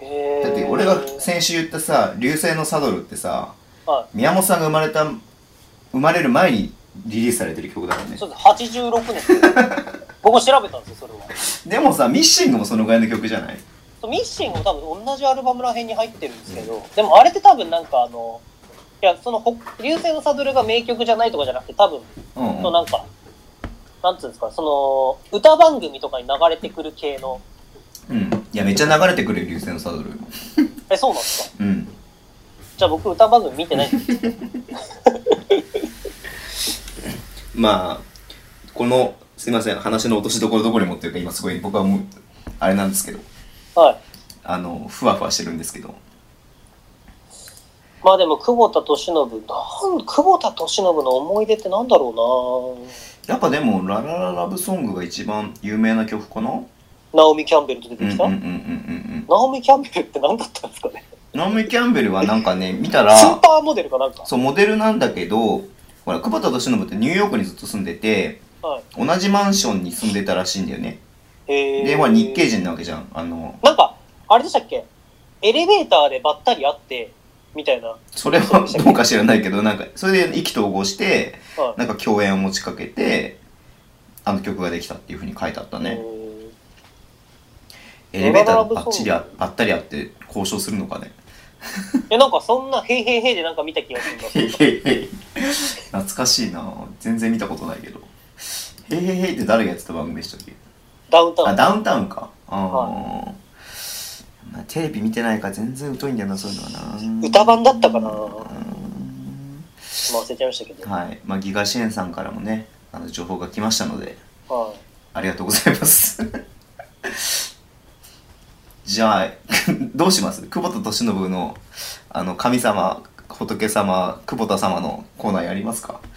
だって俺が先週言ったさ、流星のサドルってさ、はい、宮本さんが生まれる前にリリースされてる曲だからね。 そうです、86年僕も調べたんですよ、それは。 でもさ、ミッシングもそのぐらいの曲じゃない？ ミッシングも多分同じアルバムらへんに入ってるんですけど、でもあれって多分なんかいや、その流星のサドルが名曲じゃないとかじゃなくて、多分、なんか、なんつうんですか、その、歌番組とかに流れてくる系の。 うん。いや、めっちゃ流れてくるよ、流星のサドル。 そうなんですか？ うん。 じゃあ僕、歌番組見てないんですよ。 まあ、すいません、話の落としどころどこに持ってるか、今すごい僕はもう、あれなんですけど。 はい。 ふわふわしてるんですけど。 まあでも久保田利伸の思い出ってなんだろうな。やっぱでもララララブソングが一番有名な曲かな。 ナオミ・キャンベルと出てきた。ナオミ・キャンベルって何だったんですかね。 ナオミ・キャンベルはなんかね見たらスーパーモデルかなんか。 そうモデルなんだけど、ほら久保田利伸ってニューヨークにずっと住んでて、はい、同じマンションに住んでたらしいんだよね。でまあ日系人なわけじゃん。 なんかあれでしたっけ、エレベーターでばったり会ってみたいな。 それはどうか知らないけど、なんかそれで意気投合して、はい、なんか共演を持ちかけて曲ができたっていうふうに書いてあったね。エレベーターでばったり会って交渉するのかね。 なんかそんなへいへいへいでなんか見た気がするんだ。へいへいへい。 懐かしいな。全然見たことないけど。へいへいへいって誰がやってた番組でしたっけ？ ダウンタウン。 あ、ダウンタウンか。はい、テレビ見てないから全然疎いんだよな、そういうのはな。 歌版だったかな。忘れちゃいましたけど。 はい。まあギガ支援さんからもね、情報が来ましたので、 はい、 ありがとうございます。じゃあどうします？久保田利伸の神様、仏様、久保田様のコーナーやりますか？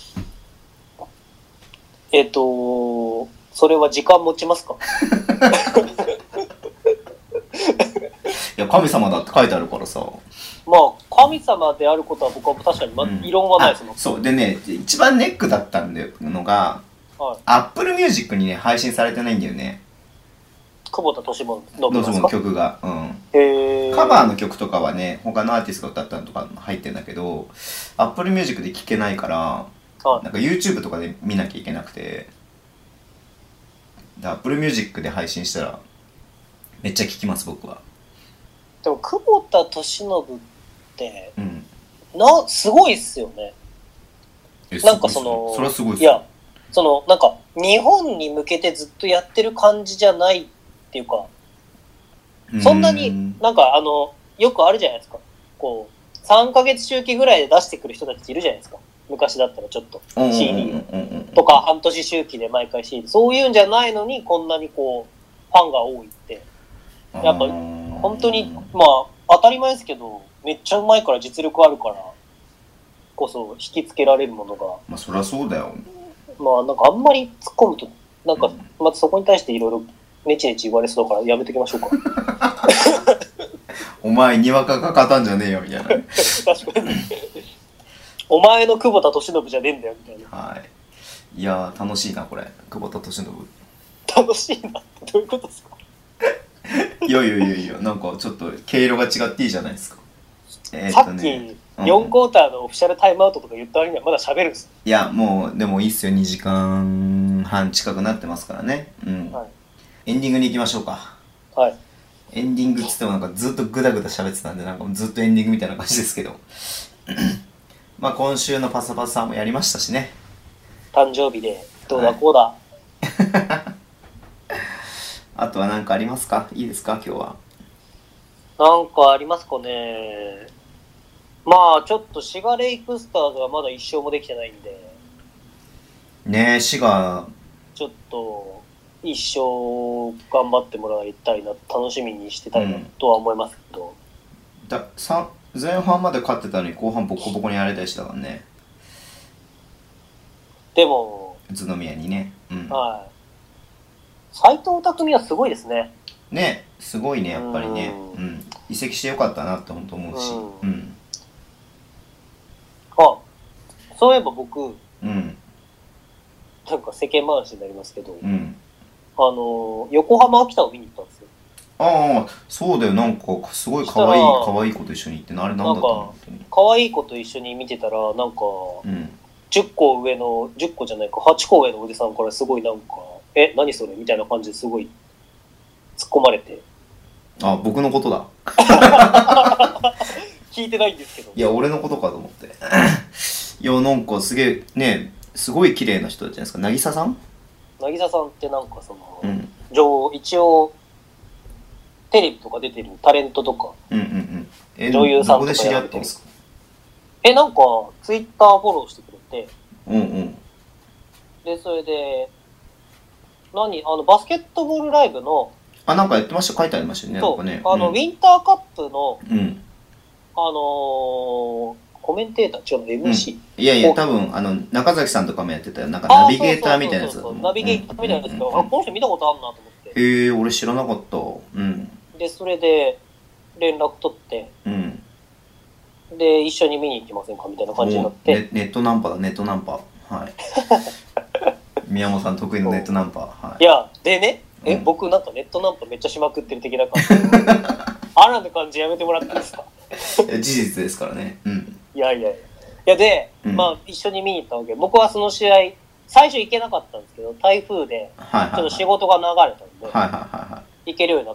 それは時間持ちますか？ いや神様だって書いてあるからさ。 まあ神様であることは僕は確かに、異論はないですもん。 そうでね、一番ネックだったのが、はい、Apple Music にね配信されてないんだよね。 久保田利伸の曲が、うん、カバーの曲とかはね他のアーティストが歌ったのとか入ってんだけど Apple Music で聴けないから、はい、なんか YouTube とかで見なきゃいけなくて、Apple Music で配信したらめっちゃ聴きます僕は。 でも久保田利伸って、 うん、 すごいっすよね。なんかそれはすごいっす。 いやなんか日本に向けてずっとやってる感じじゃないっていうか、そんなになんかよくあるじゃないですか、こう3ヶ月周期ぐらいで出してくる人たちいるじゃないですか、昔だったらちょっと CD とか半年周期で毎回 CD、 そういうんじゃないのにこんなにこうファンが多いってやっぱ本当にまあ当たり前ですけどめっちゃうまいから実力あるからこそ引きつけられるものが、 まあそりゃそうだよ。 まあなんかあんまり突っ込むとなんかまたそこに対していろいろネチネチ言われそうだからやめときましょうか。 お前にわかかかったんじゃねえよみたいな。 確かに。お前の久保田利伸じゃねえんだよみたいな。 はい。いや楽しいなこれ久保田利伸。 楽しいなってどういうことですか？ いやなんかちょっと毛色が違っていいじゃないですか。 さっき 4クォーターのオフィシャルタイムアウトとか言った割にはまだ喋るんです。 いや、もう、でもいいっすよ。2時間半近くなってますからね。うん。はい、エンディングに行きましょうか。 はい。 エンディングっつってもなんかずっとグダグダ喋ってたんで、なんかずっとエンディングみたいな感じですけど。まあ今週のパサパサさんもやりましたしね。 誕生日で、どうだこうだ。 あとは何かありますか？いいですか今日は。 なんかありますかね。まあちょっとシガレイクスターズはまだ一勝もできてないんで。 ねえ、シガ。 ちょっと一勝頑張ってもらいたいな、楽しみにしてたいなとは思いますけど。 前半まで勝ってたのに後半ボコボコにやられたりしたからね。 でも宇都宮にね。 うん。はい。斉藤匠はすごいですね。 ね、すごいね、やっぱりね。うん。移籍してよかったなって本当思うし。うん。 あ、そういえば僕、 うん。 なんか世間話になりますけど、 うん。 横浜秋田を見に行ったんですよ。 ああ、そうだよ。なんかすごい可愛い子と一緒に行ってあれなんだったの？ 可愛い子と一緒に見てたらなんか、うん、10個上の10個じゃないか8個上のおじさんからすごいなんか何それみたいな感じですごい突っ込まれて。 あ、僕のことだ。 聞いてないんですけど。 いや、俺のことかと思って。いや、なんかすげえね、すごい綺麗な人じゃないですか。渚さん？ 渚さんってなんかその、 うん、 一応テレビとか出てるタレントとか、女優さんとかやられてる。どこで知り合ったんですか？なんかツイッターフォローしてくれて、でそれでバスケットボールライブのなんかやってました、書いてありましたよね。 そう、ね、ウィンターカップの、コメンテーター違うの MC、 いやいや多分中崎さんとかもやってたよ。なんかナビゲーターみたいなやつ。 ナビゲーターみたいなやつが、この人見たことあるなと思って。 俺知らなかった。 でそれで連絡取って、で一緒に見に行きませんかみたいな感じになって。 ネットナンパだ、ネットナンパ。はい。宮本さん得意のネットナンパ。はい。 いやでね、僕なんかネットナンパめっちゃしまくってる的な感じ。あらぬ感じやめてもらっていいですか？ 事実ですからね。 いやで、まあ一緒に見に行ったわけ。僕はその試合最初行けなかったんですけど、台風でちょっと仕事が流れたんで、行けるようになって、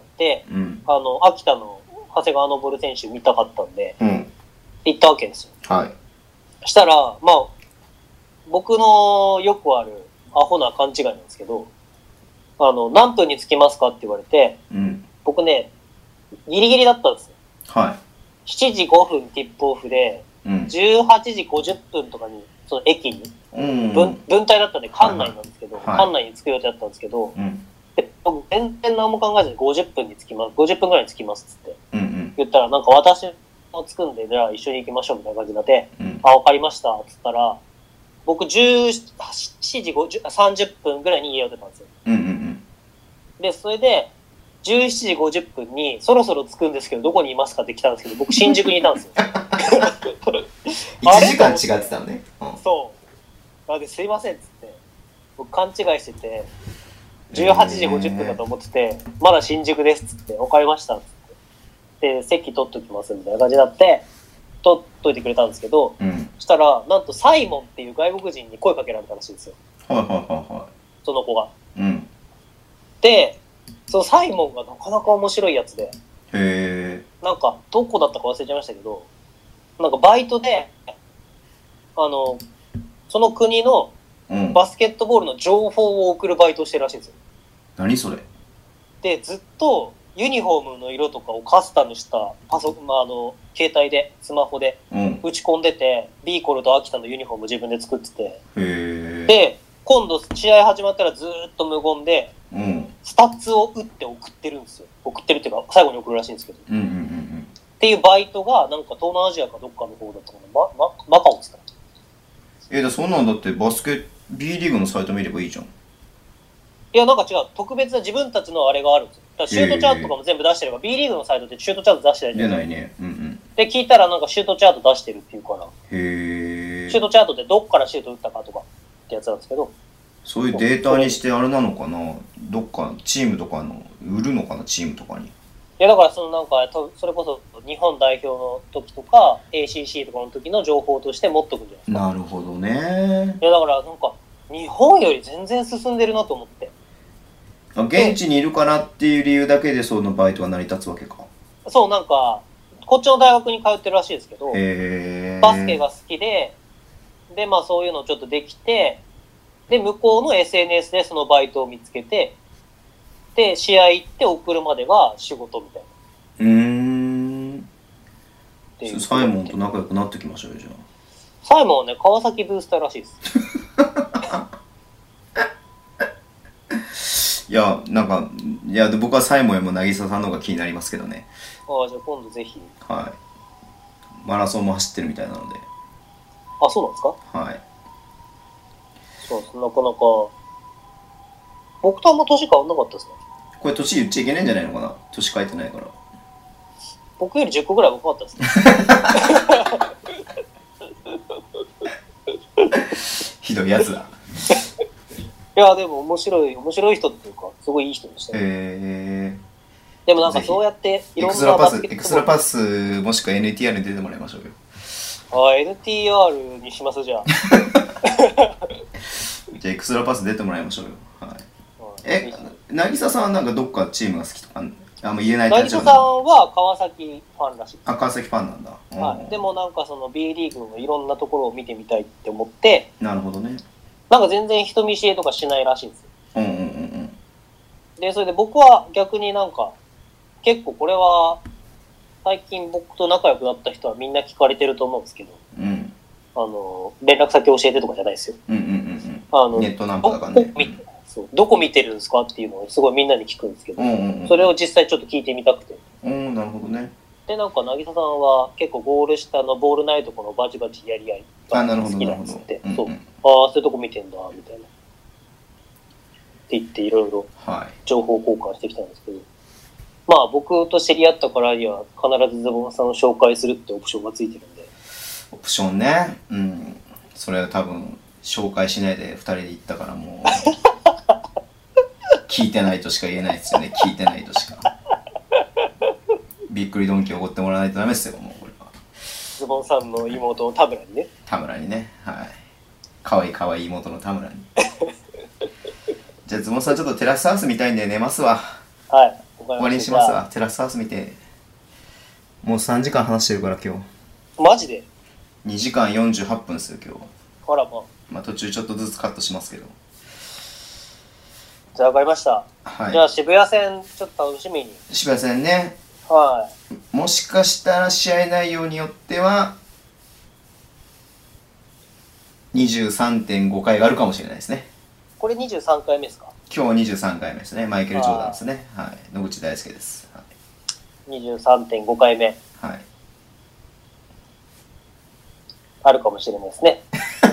秋田の長谷川昇選手見たかったんで、行ったわけですよ。 はい。 したらまあ僕のよくあるアホな勘違いなんですけど、何分に着きますかって言われて、僕ねギリギリだったんですよ。 はい。 7時5分ティップオフで、18時50分とかにその駅に、分隊だったんで館内なんですけど、館内に着く予定だったんですけど、で僕全然何も考えずに50分ぐらいに着きますっつって、言ったらなんか私も着くんでじゃあ一緒に行きましょうみたいな感じになって、分かりましたっつったら、僕17時30分ぐらいに家を出たんですよ。でそれで17時50分にそろそろ着くんですけどどこにいますかって来たんですけど、僕新宿にいたんですよ。 1時間違ってたのね。 そうなんですいませんっつって僕勘違いしてて18時50分だと思ってて、まだ新宿ですっつって、分かりましたっつってで席取っときますみたいな感じになって取っといてくれたんですけど、そしたらなんとサイモンっていう外国人に声かけられたらしいんですよ。その子が。でそのサイモンがなかなか面白いやつで、なんかどこだったか忘れちゃいましたけど、なんかバイトでその国のバスケットボールの情報を送るバイトをしてるらしいんですよ。 何それ？ でずっとユニフォームの色とかをカスタムした携帯でスマホで打ち込んでて、ビーコルと秋田のユニフォーム自分で作ってて、で今度試合始まったらずっと無言で、スタッツを打って送ってるんですよ。送ってるっていうか最後に送るらしいんですけど、っていうバイトがなんか東南アジアかどっかの方だったかな、マカオですか。 そんなんだってB リーグのサイト見ればいいじゃん。 いやなんか違う、特別な自分たちのあれがあるんですよ。だからシュートチャートとかも全部出してれば、B リーグのサイトってシュートチャート出してないじゃないですか。 出ないね。 で聞いたらなんかシュートチャート出してるっていうから、シュートチャートでどっからシュート打ったかとかってやつなんですけど、 そういうデータにしてあれなのかな、どっかチームとかの売るのかな、チームとかに。 いやだからそのなんかそれこそ日本代表の時とか ACC とかの時の情報として持っとくんじゃないですか。 なるほどね。 いやだからなんか日本より全然進んでるなと思って。 現地にいるからっていう理由だけでそのバイトは成り立つわけか。 そう、なんかこっちの大学に通ってるらしいですけど、バスケが好きで、でまあそういうのちょっとできて、で向こうの SNS でそのバイトを見つけて、で試合行って送るまでが仕事みたいな。 サイモンと仲良くなってきましょうよ、じゃあ。 サイモンはね、川崎ブースターらしいです。 いや、なんか、いや、僕はサイモンよりも渚さんの方が気になりますけどね。 ああ、じゃあ今度ぜひ。 はい。マラソンも走ってるみたいなので。 あ、そうなんですか？ はい。 そうです、なかなか。僕とあんま年変わんなかったですね。 これ年言っちゃいけないんじゃないのかな？年変えてないから。 僕より10個ぐらい若かったですね。 ひどいやつだ。 いや、でも面白い人っていうか、すごいいい人でしたよ。でもなんかそうやっていろんなバスケットエクストラパスもしくは NTR に出てもらいましょうよ。 あ、NTR にしますじゃあ。 じゃあエクストラパス出てもらいましょうよ。はい。渚さんはなんかどっかチームが好きとかあんま言えない渚さんは川崎ファンらしい。 あ、川崎ファンなんだ。 はい。でもなんかその B リーグのいろんなところを見てみたいって思って。 なるほどね。 なんか全然人見知りとかしないらしいんですよ。で、それで僕は逆になんか結構これは最近僕と仲良くなった人はみんな聞かれてると思うんですけど、連絡先教えてとかじゃないですよ。 ネットナンパだからね。 どこ見てるんですかっていうのをすごいみんなに聞くんですけど、それを実際ちょっと聞いてみたくて。 なるほどね。 で、なんか渚さんは結構ゴール下のボールないところのバチバチやり合いが好きなんですって。そう。ああ、そういうとこ見てんだ、みたいな。って言っていろいろ情報交換してきたんですけど、まあ僕と知り合ったからには必ずズボンさんを紹介するってオプションがついてるんで。 オプションね。それは多分紹介しないで2人で行ったからもう聞いてないとしか言えないですよね。聞いてないとしか。びっくりドンキーおごってもらわないとダメですよ、もうこれは。 ズボンさんの妹の田村にね。 田村にね。はい。かわいいかわいい妹の田村に。じゃあズボンさんちょっとテラスハウス見たいんで寝ますわ。 はい。 終わりにしますわ。テラスハウス見て。もう3時間話してるから今日。 マジで ？2時間48分ですよ今日。 あらまあ。 まあ途中ちょっとずつカットしますけど。 じゃあ分かりました。はい。じゃあ渋谷戦ちょっと楽しみに。 渋谷戦ね。 はい。 もしかしたら試合内容によっては 23.5 回があるかもしれないですね。 これ23回目ですか？ 今日23回目ですね。マイケル・ジョーダンですね。はい。野口大輔です。はい、 23.5 回目。 はい。 あるかもしれないですね。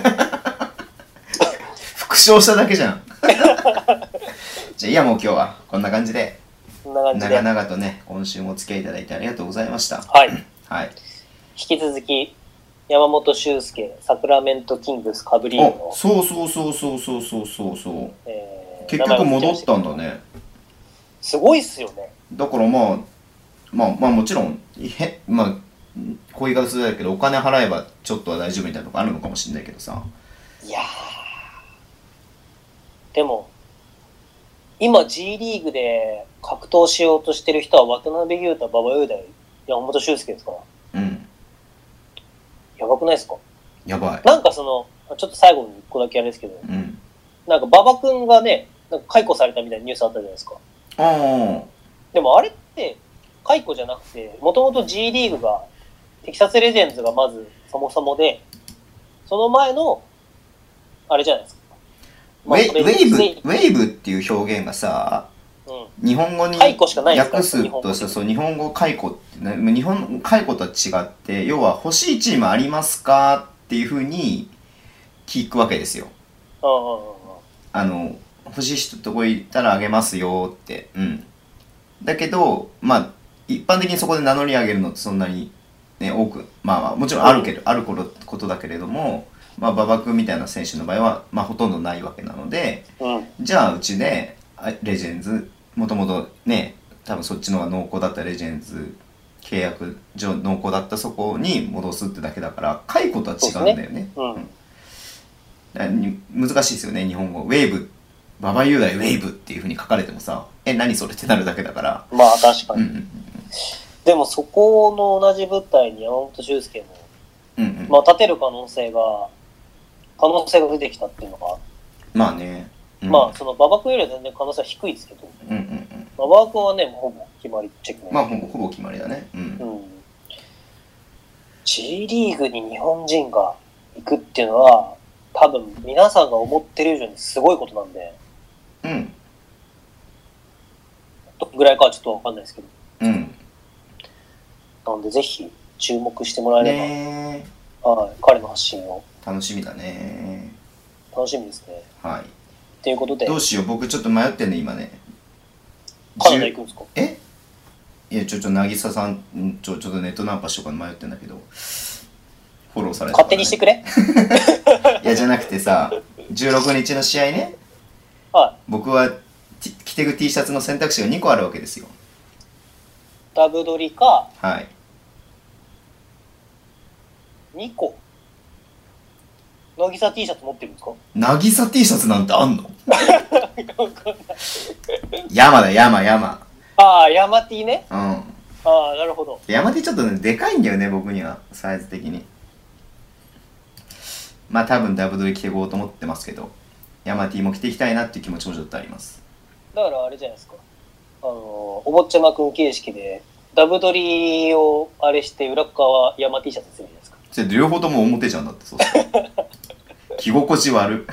復唱しただけじゃん。じゃあいいや、もう今日はこんな感じで。長々とね、今週もお付き合いいただいてありがとうございました。 はい。 はい。 引き続き、山本修介、サクラメントキングスカブリーノの。 そう。結局戻ったんだね。 すごいっすよね。 だからまあもちろん、こういう言い方するんだけど、お金払えばちょっとは大丈夫みたいなとこあるのかもしれないけどさ。 いやー。でも、今 G リーグで格闘しようとしてる人は渡辺裕太、馬場雄大、山本修介ですから。やばくないですか？ やばい。 なんかその、ちょっと最後に1個だけあれですけど、なんか馬場くんがね、なんか解雇されたみたいなニュースあったじゃないですか。でもあれって、解雇じゃなくて、もともと G リーグが、テキサスレジェンズがまずそもそもで、その前の、あれじゃないですか。 ウェイブっていう表現がさ、日本語に訳すとさ、そう、日本語解雇って、ね、日本解雇とは違って、要は欲しいチームありますかっていうふうに聞くわけですよ。欲しい人とこ行ったらあげますよって。だけど、一般的にそこで名乗り上げるのってそんなにね、多く、もちろんあることだけれども、馬場君みたいな選手の場合は、ほとんどないわけなので、じゃあうちでレジェンズ、もともとね、多分そっちの方が濃厚だったレジェンズ契約上濃厚だったそこに戻すってだけだから解雇とは違うんだよね。難しいですよね日本語。ウェーブ馬場雄大ウェーブっていうふうに書かれてもさ何それってなるだけだから。 まあ確かに、でもそこの同じ舞台に山本修介も、まあ立てる可能性が出てきたっていうのがまあね、 まあその馬場君よりは全然可能性は低いですけど、馬場君はねほぼ決まりっちゃ決まり。 まあほぼ決まりだね。 G リーグに日本人が行くっていうのは多分皆さんが思ってる以上にすごいことなんで、どのぐらいかはちょっとわかんないですけど、なのでぜひ注目してもらえれば、彼の発信を楽しみだね。 楽しみですね。 はい。 ということでどうしよう僕ちょっと迷ってんね今ね。 カナダ行くんですか？ いや渚さんちょっとネットナンパしようか迷ってんだけどフォローされて、 勝手にしてくれ。 いやじゃなくてさ16日の試合ね、僕は着てく T シャツの選択肢が2個あるわけですよ。 ダブドリか2個渚 T シャツ持ってるんですか？ 渚 T シャツなんてあんの？山だ山。 山 T ね。なるほど。 山 T ちょっとねでかいんだよね僕にはサイズ的に。まあ多分ダブドリ着ていこうと思ってますけど山 T も着ていきたいなっていう気持ちもちょっとあります。 だからあれじゃないですか、お坊ちゃまくん形式でダブドリをあれして裏側山 T シャツするじゃないですか。 それ両方とも表じゃんだって。そう着心地悪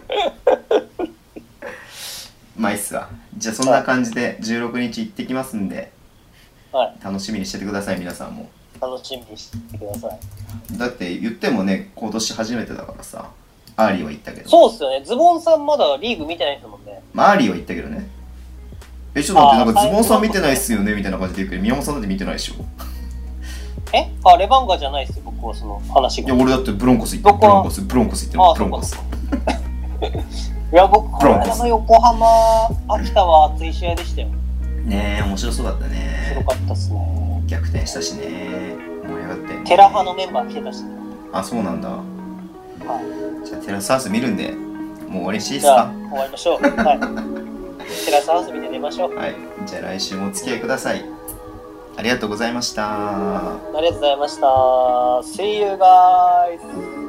まあいいっすわ。じゃあそんな感じで16日行ってきますんで、楽しみにしててください。皆さんも楽しみにしてください。 だって言ってもね今年初めてだからさ。アーリーは行ったけど。 そうっすよね。ズボンさんまだリーグ見てないですもんね。 まあアーリーは行ったけどね。ちょっと待って、なんかズボンさん見てないっすよねみたいな感じで言うけど宮本さんだって見てないでしょ。 レバンガじゃないっすよ僕はその話が。 いや俺だってブロンコス行ってブロンコスいや僕この間の横浜秋田は熱い試合でしたよね。面白そうだったね。 面白かったっすね。 逆転したしね。盛り上がってテラ派のメンバー来てたしね。 そうなんだ。じゃあテラスハウス見るんでもう終わりにしていいですか？ 終わりましょう。テラスハウス見て寝ましょう。 じゃあ来週もお付き合いください。ありがとうございました。 ありがとうございました。See you guys!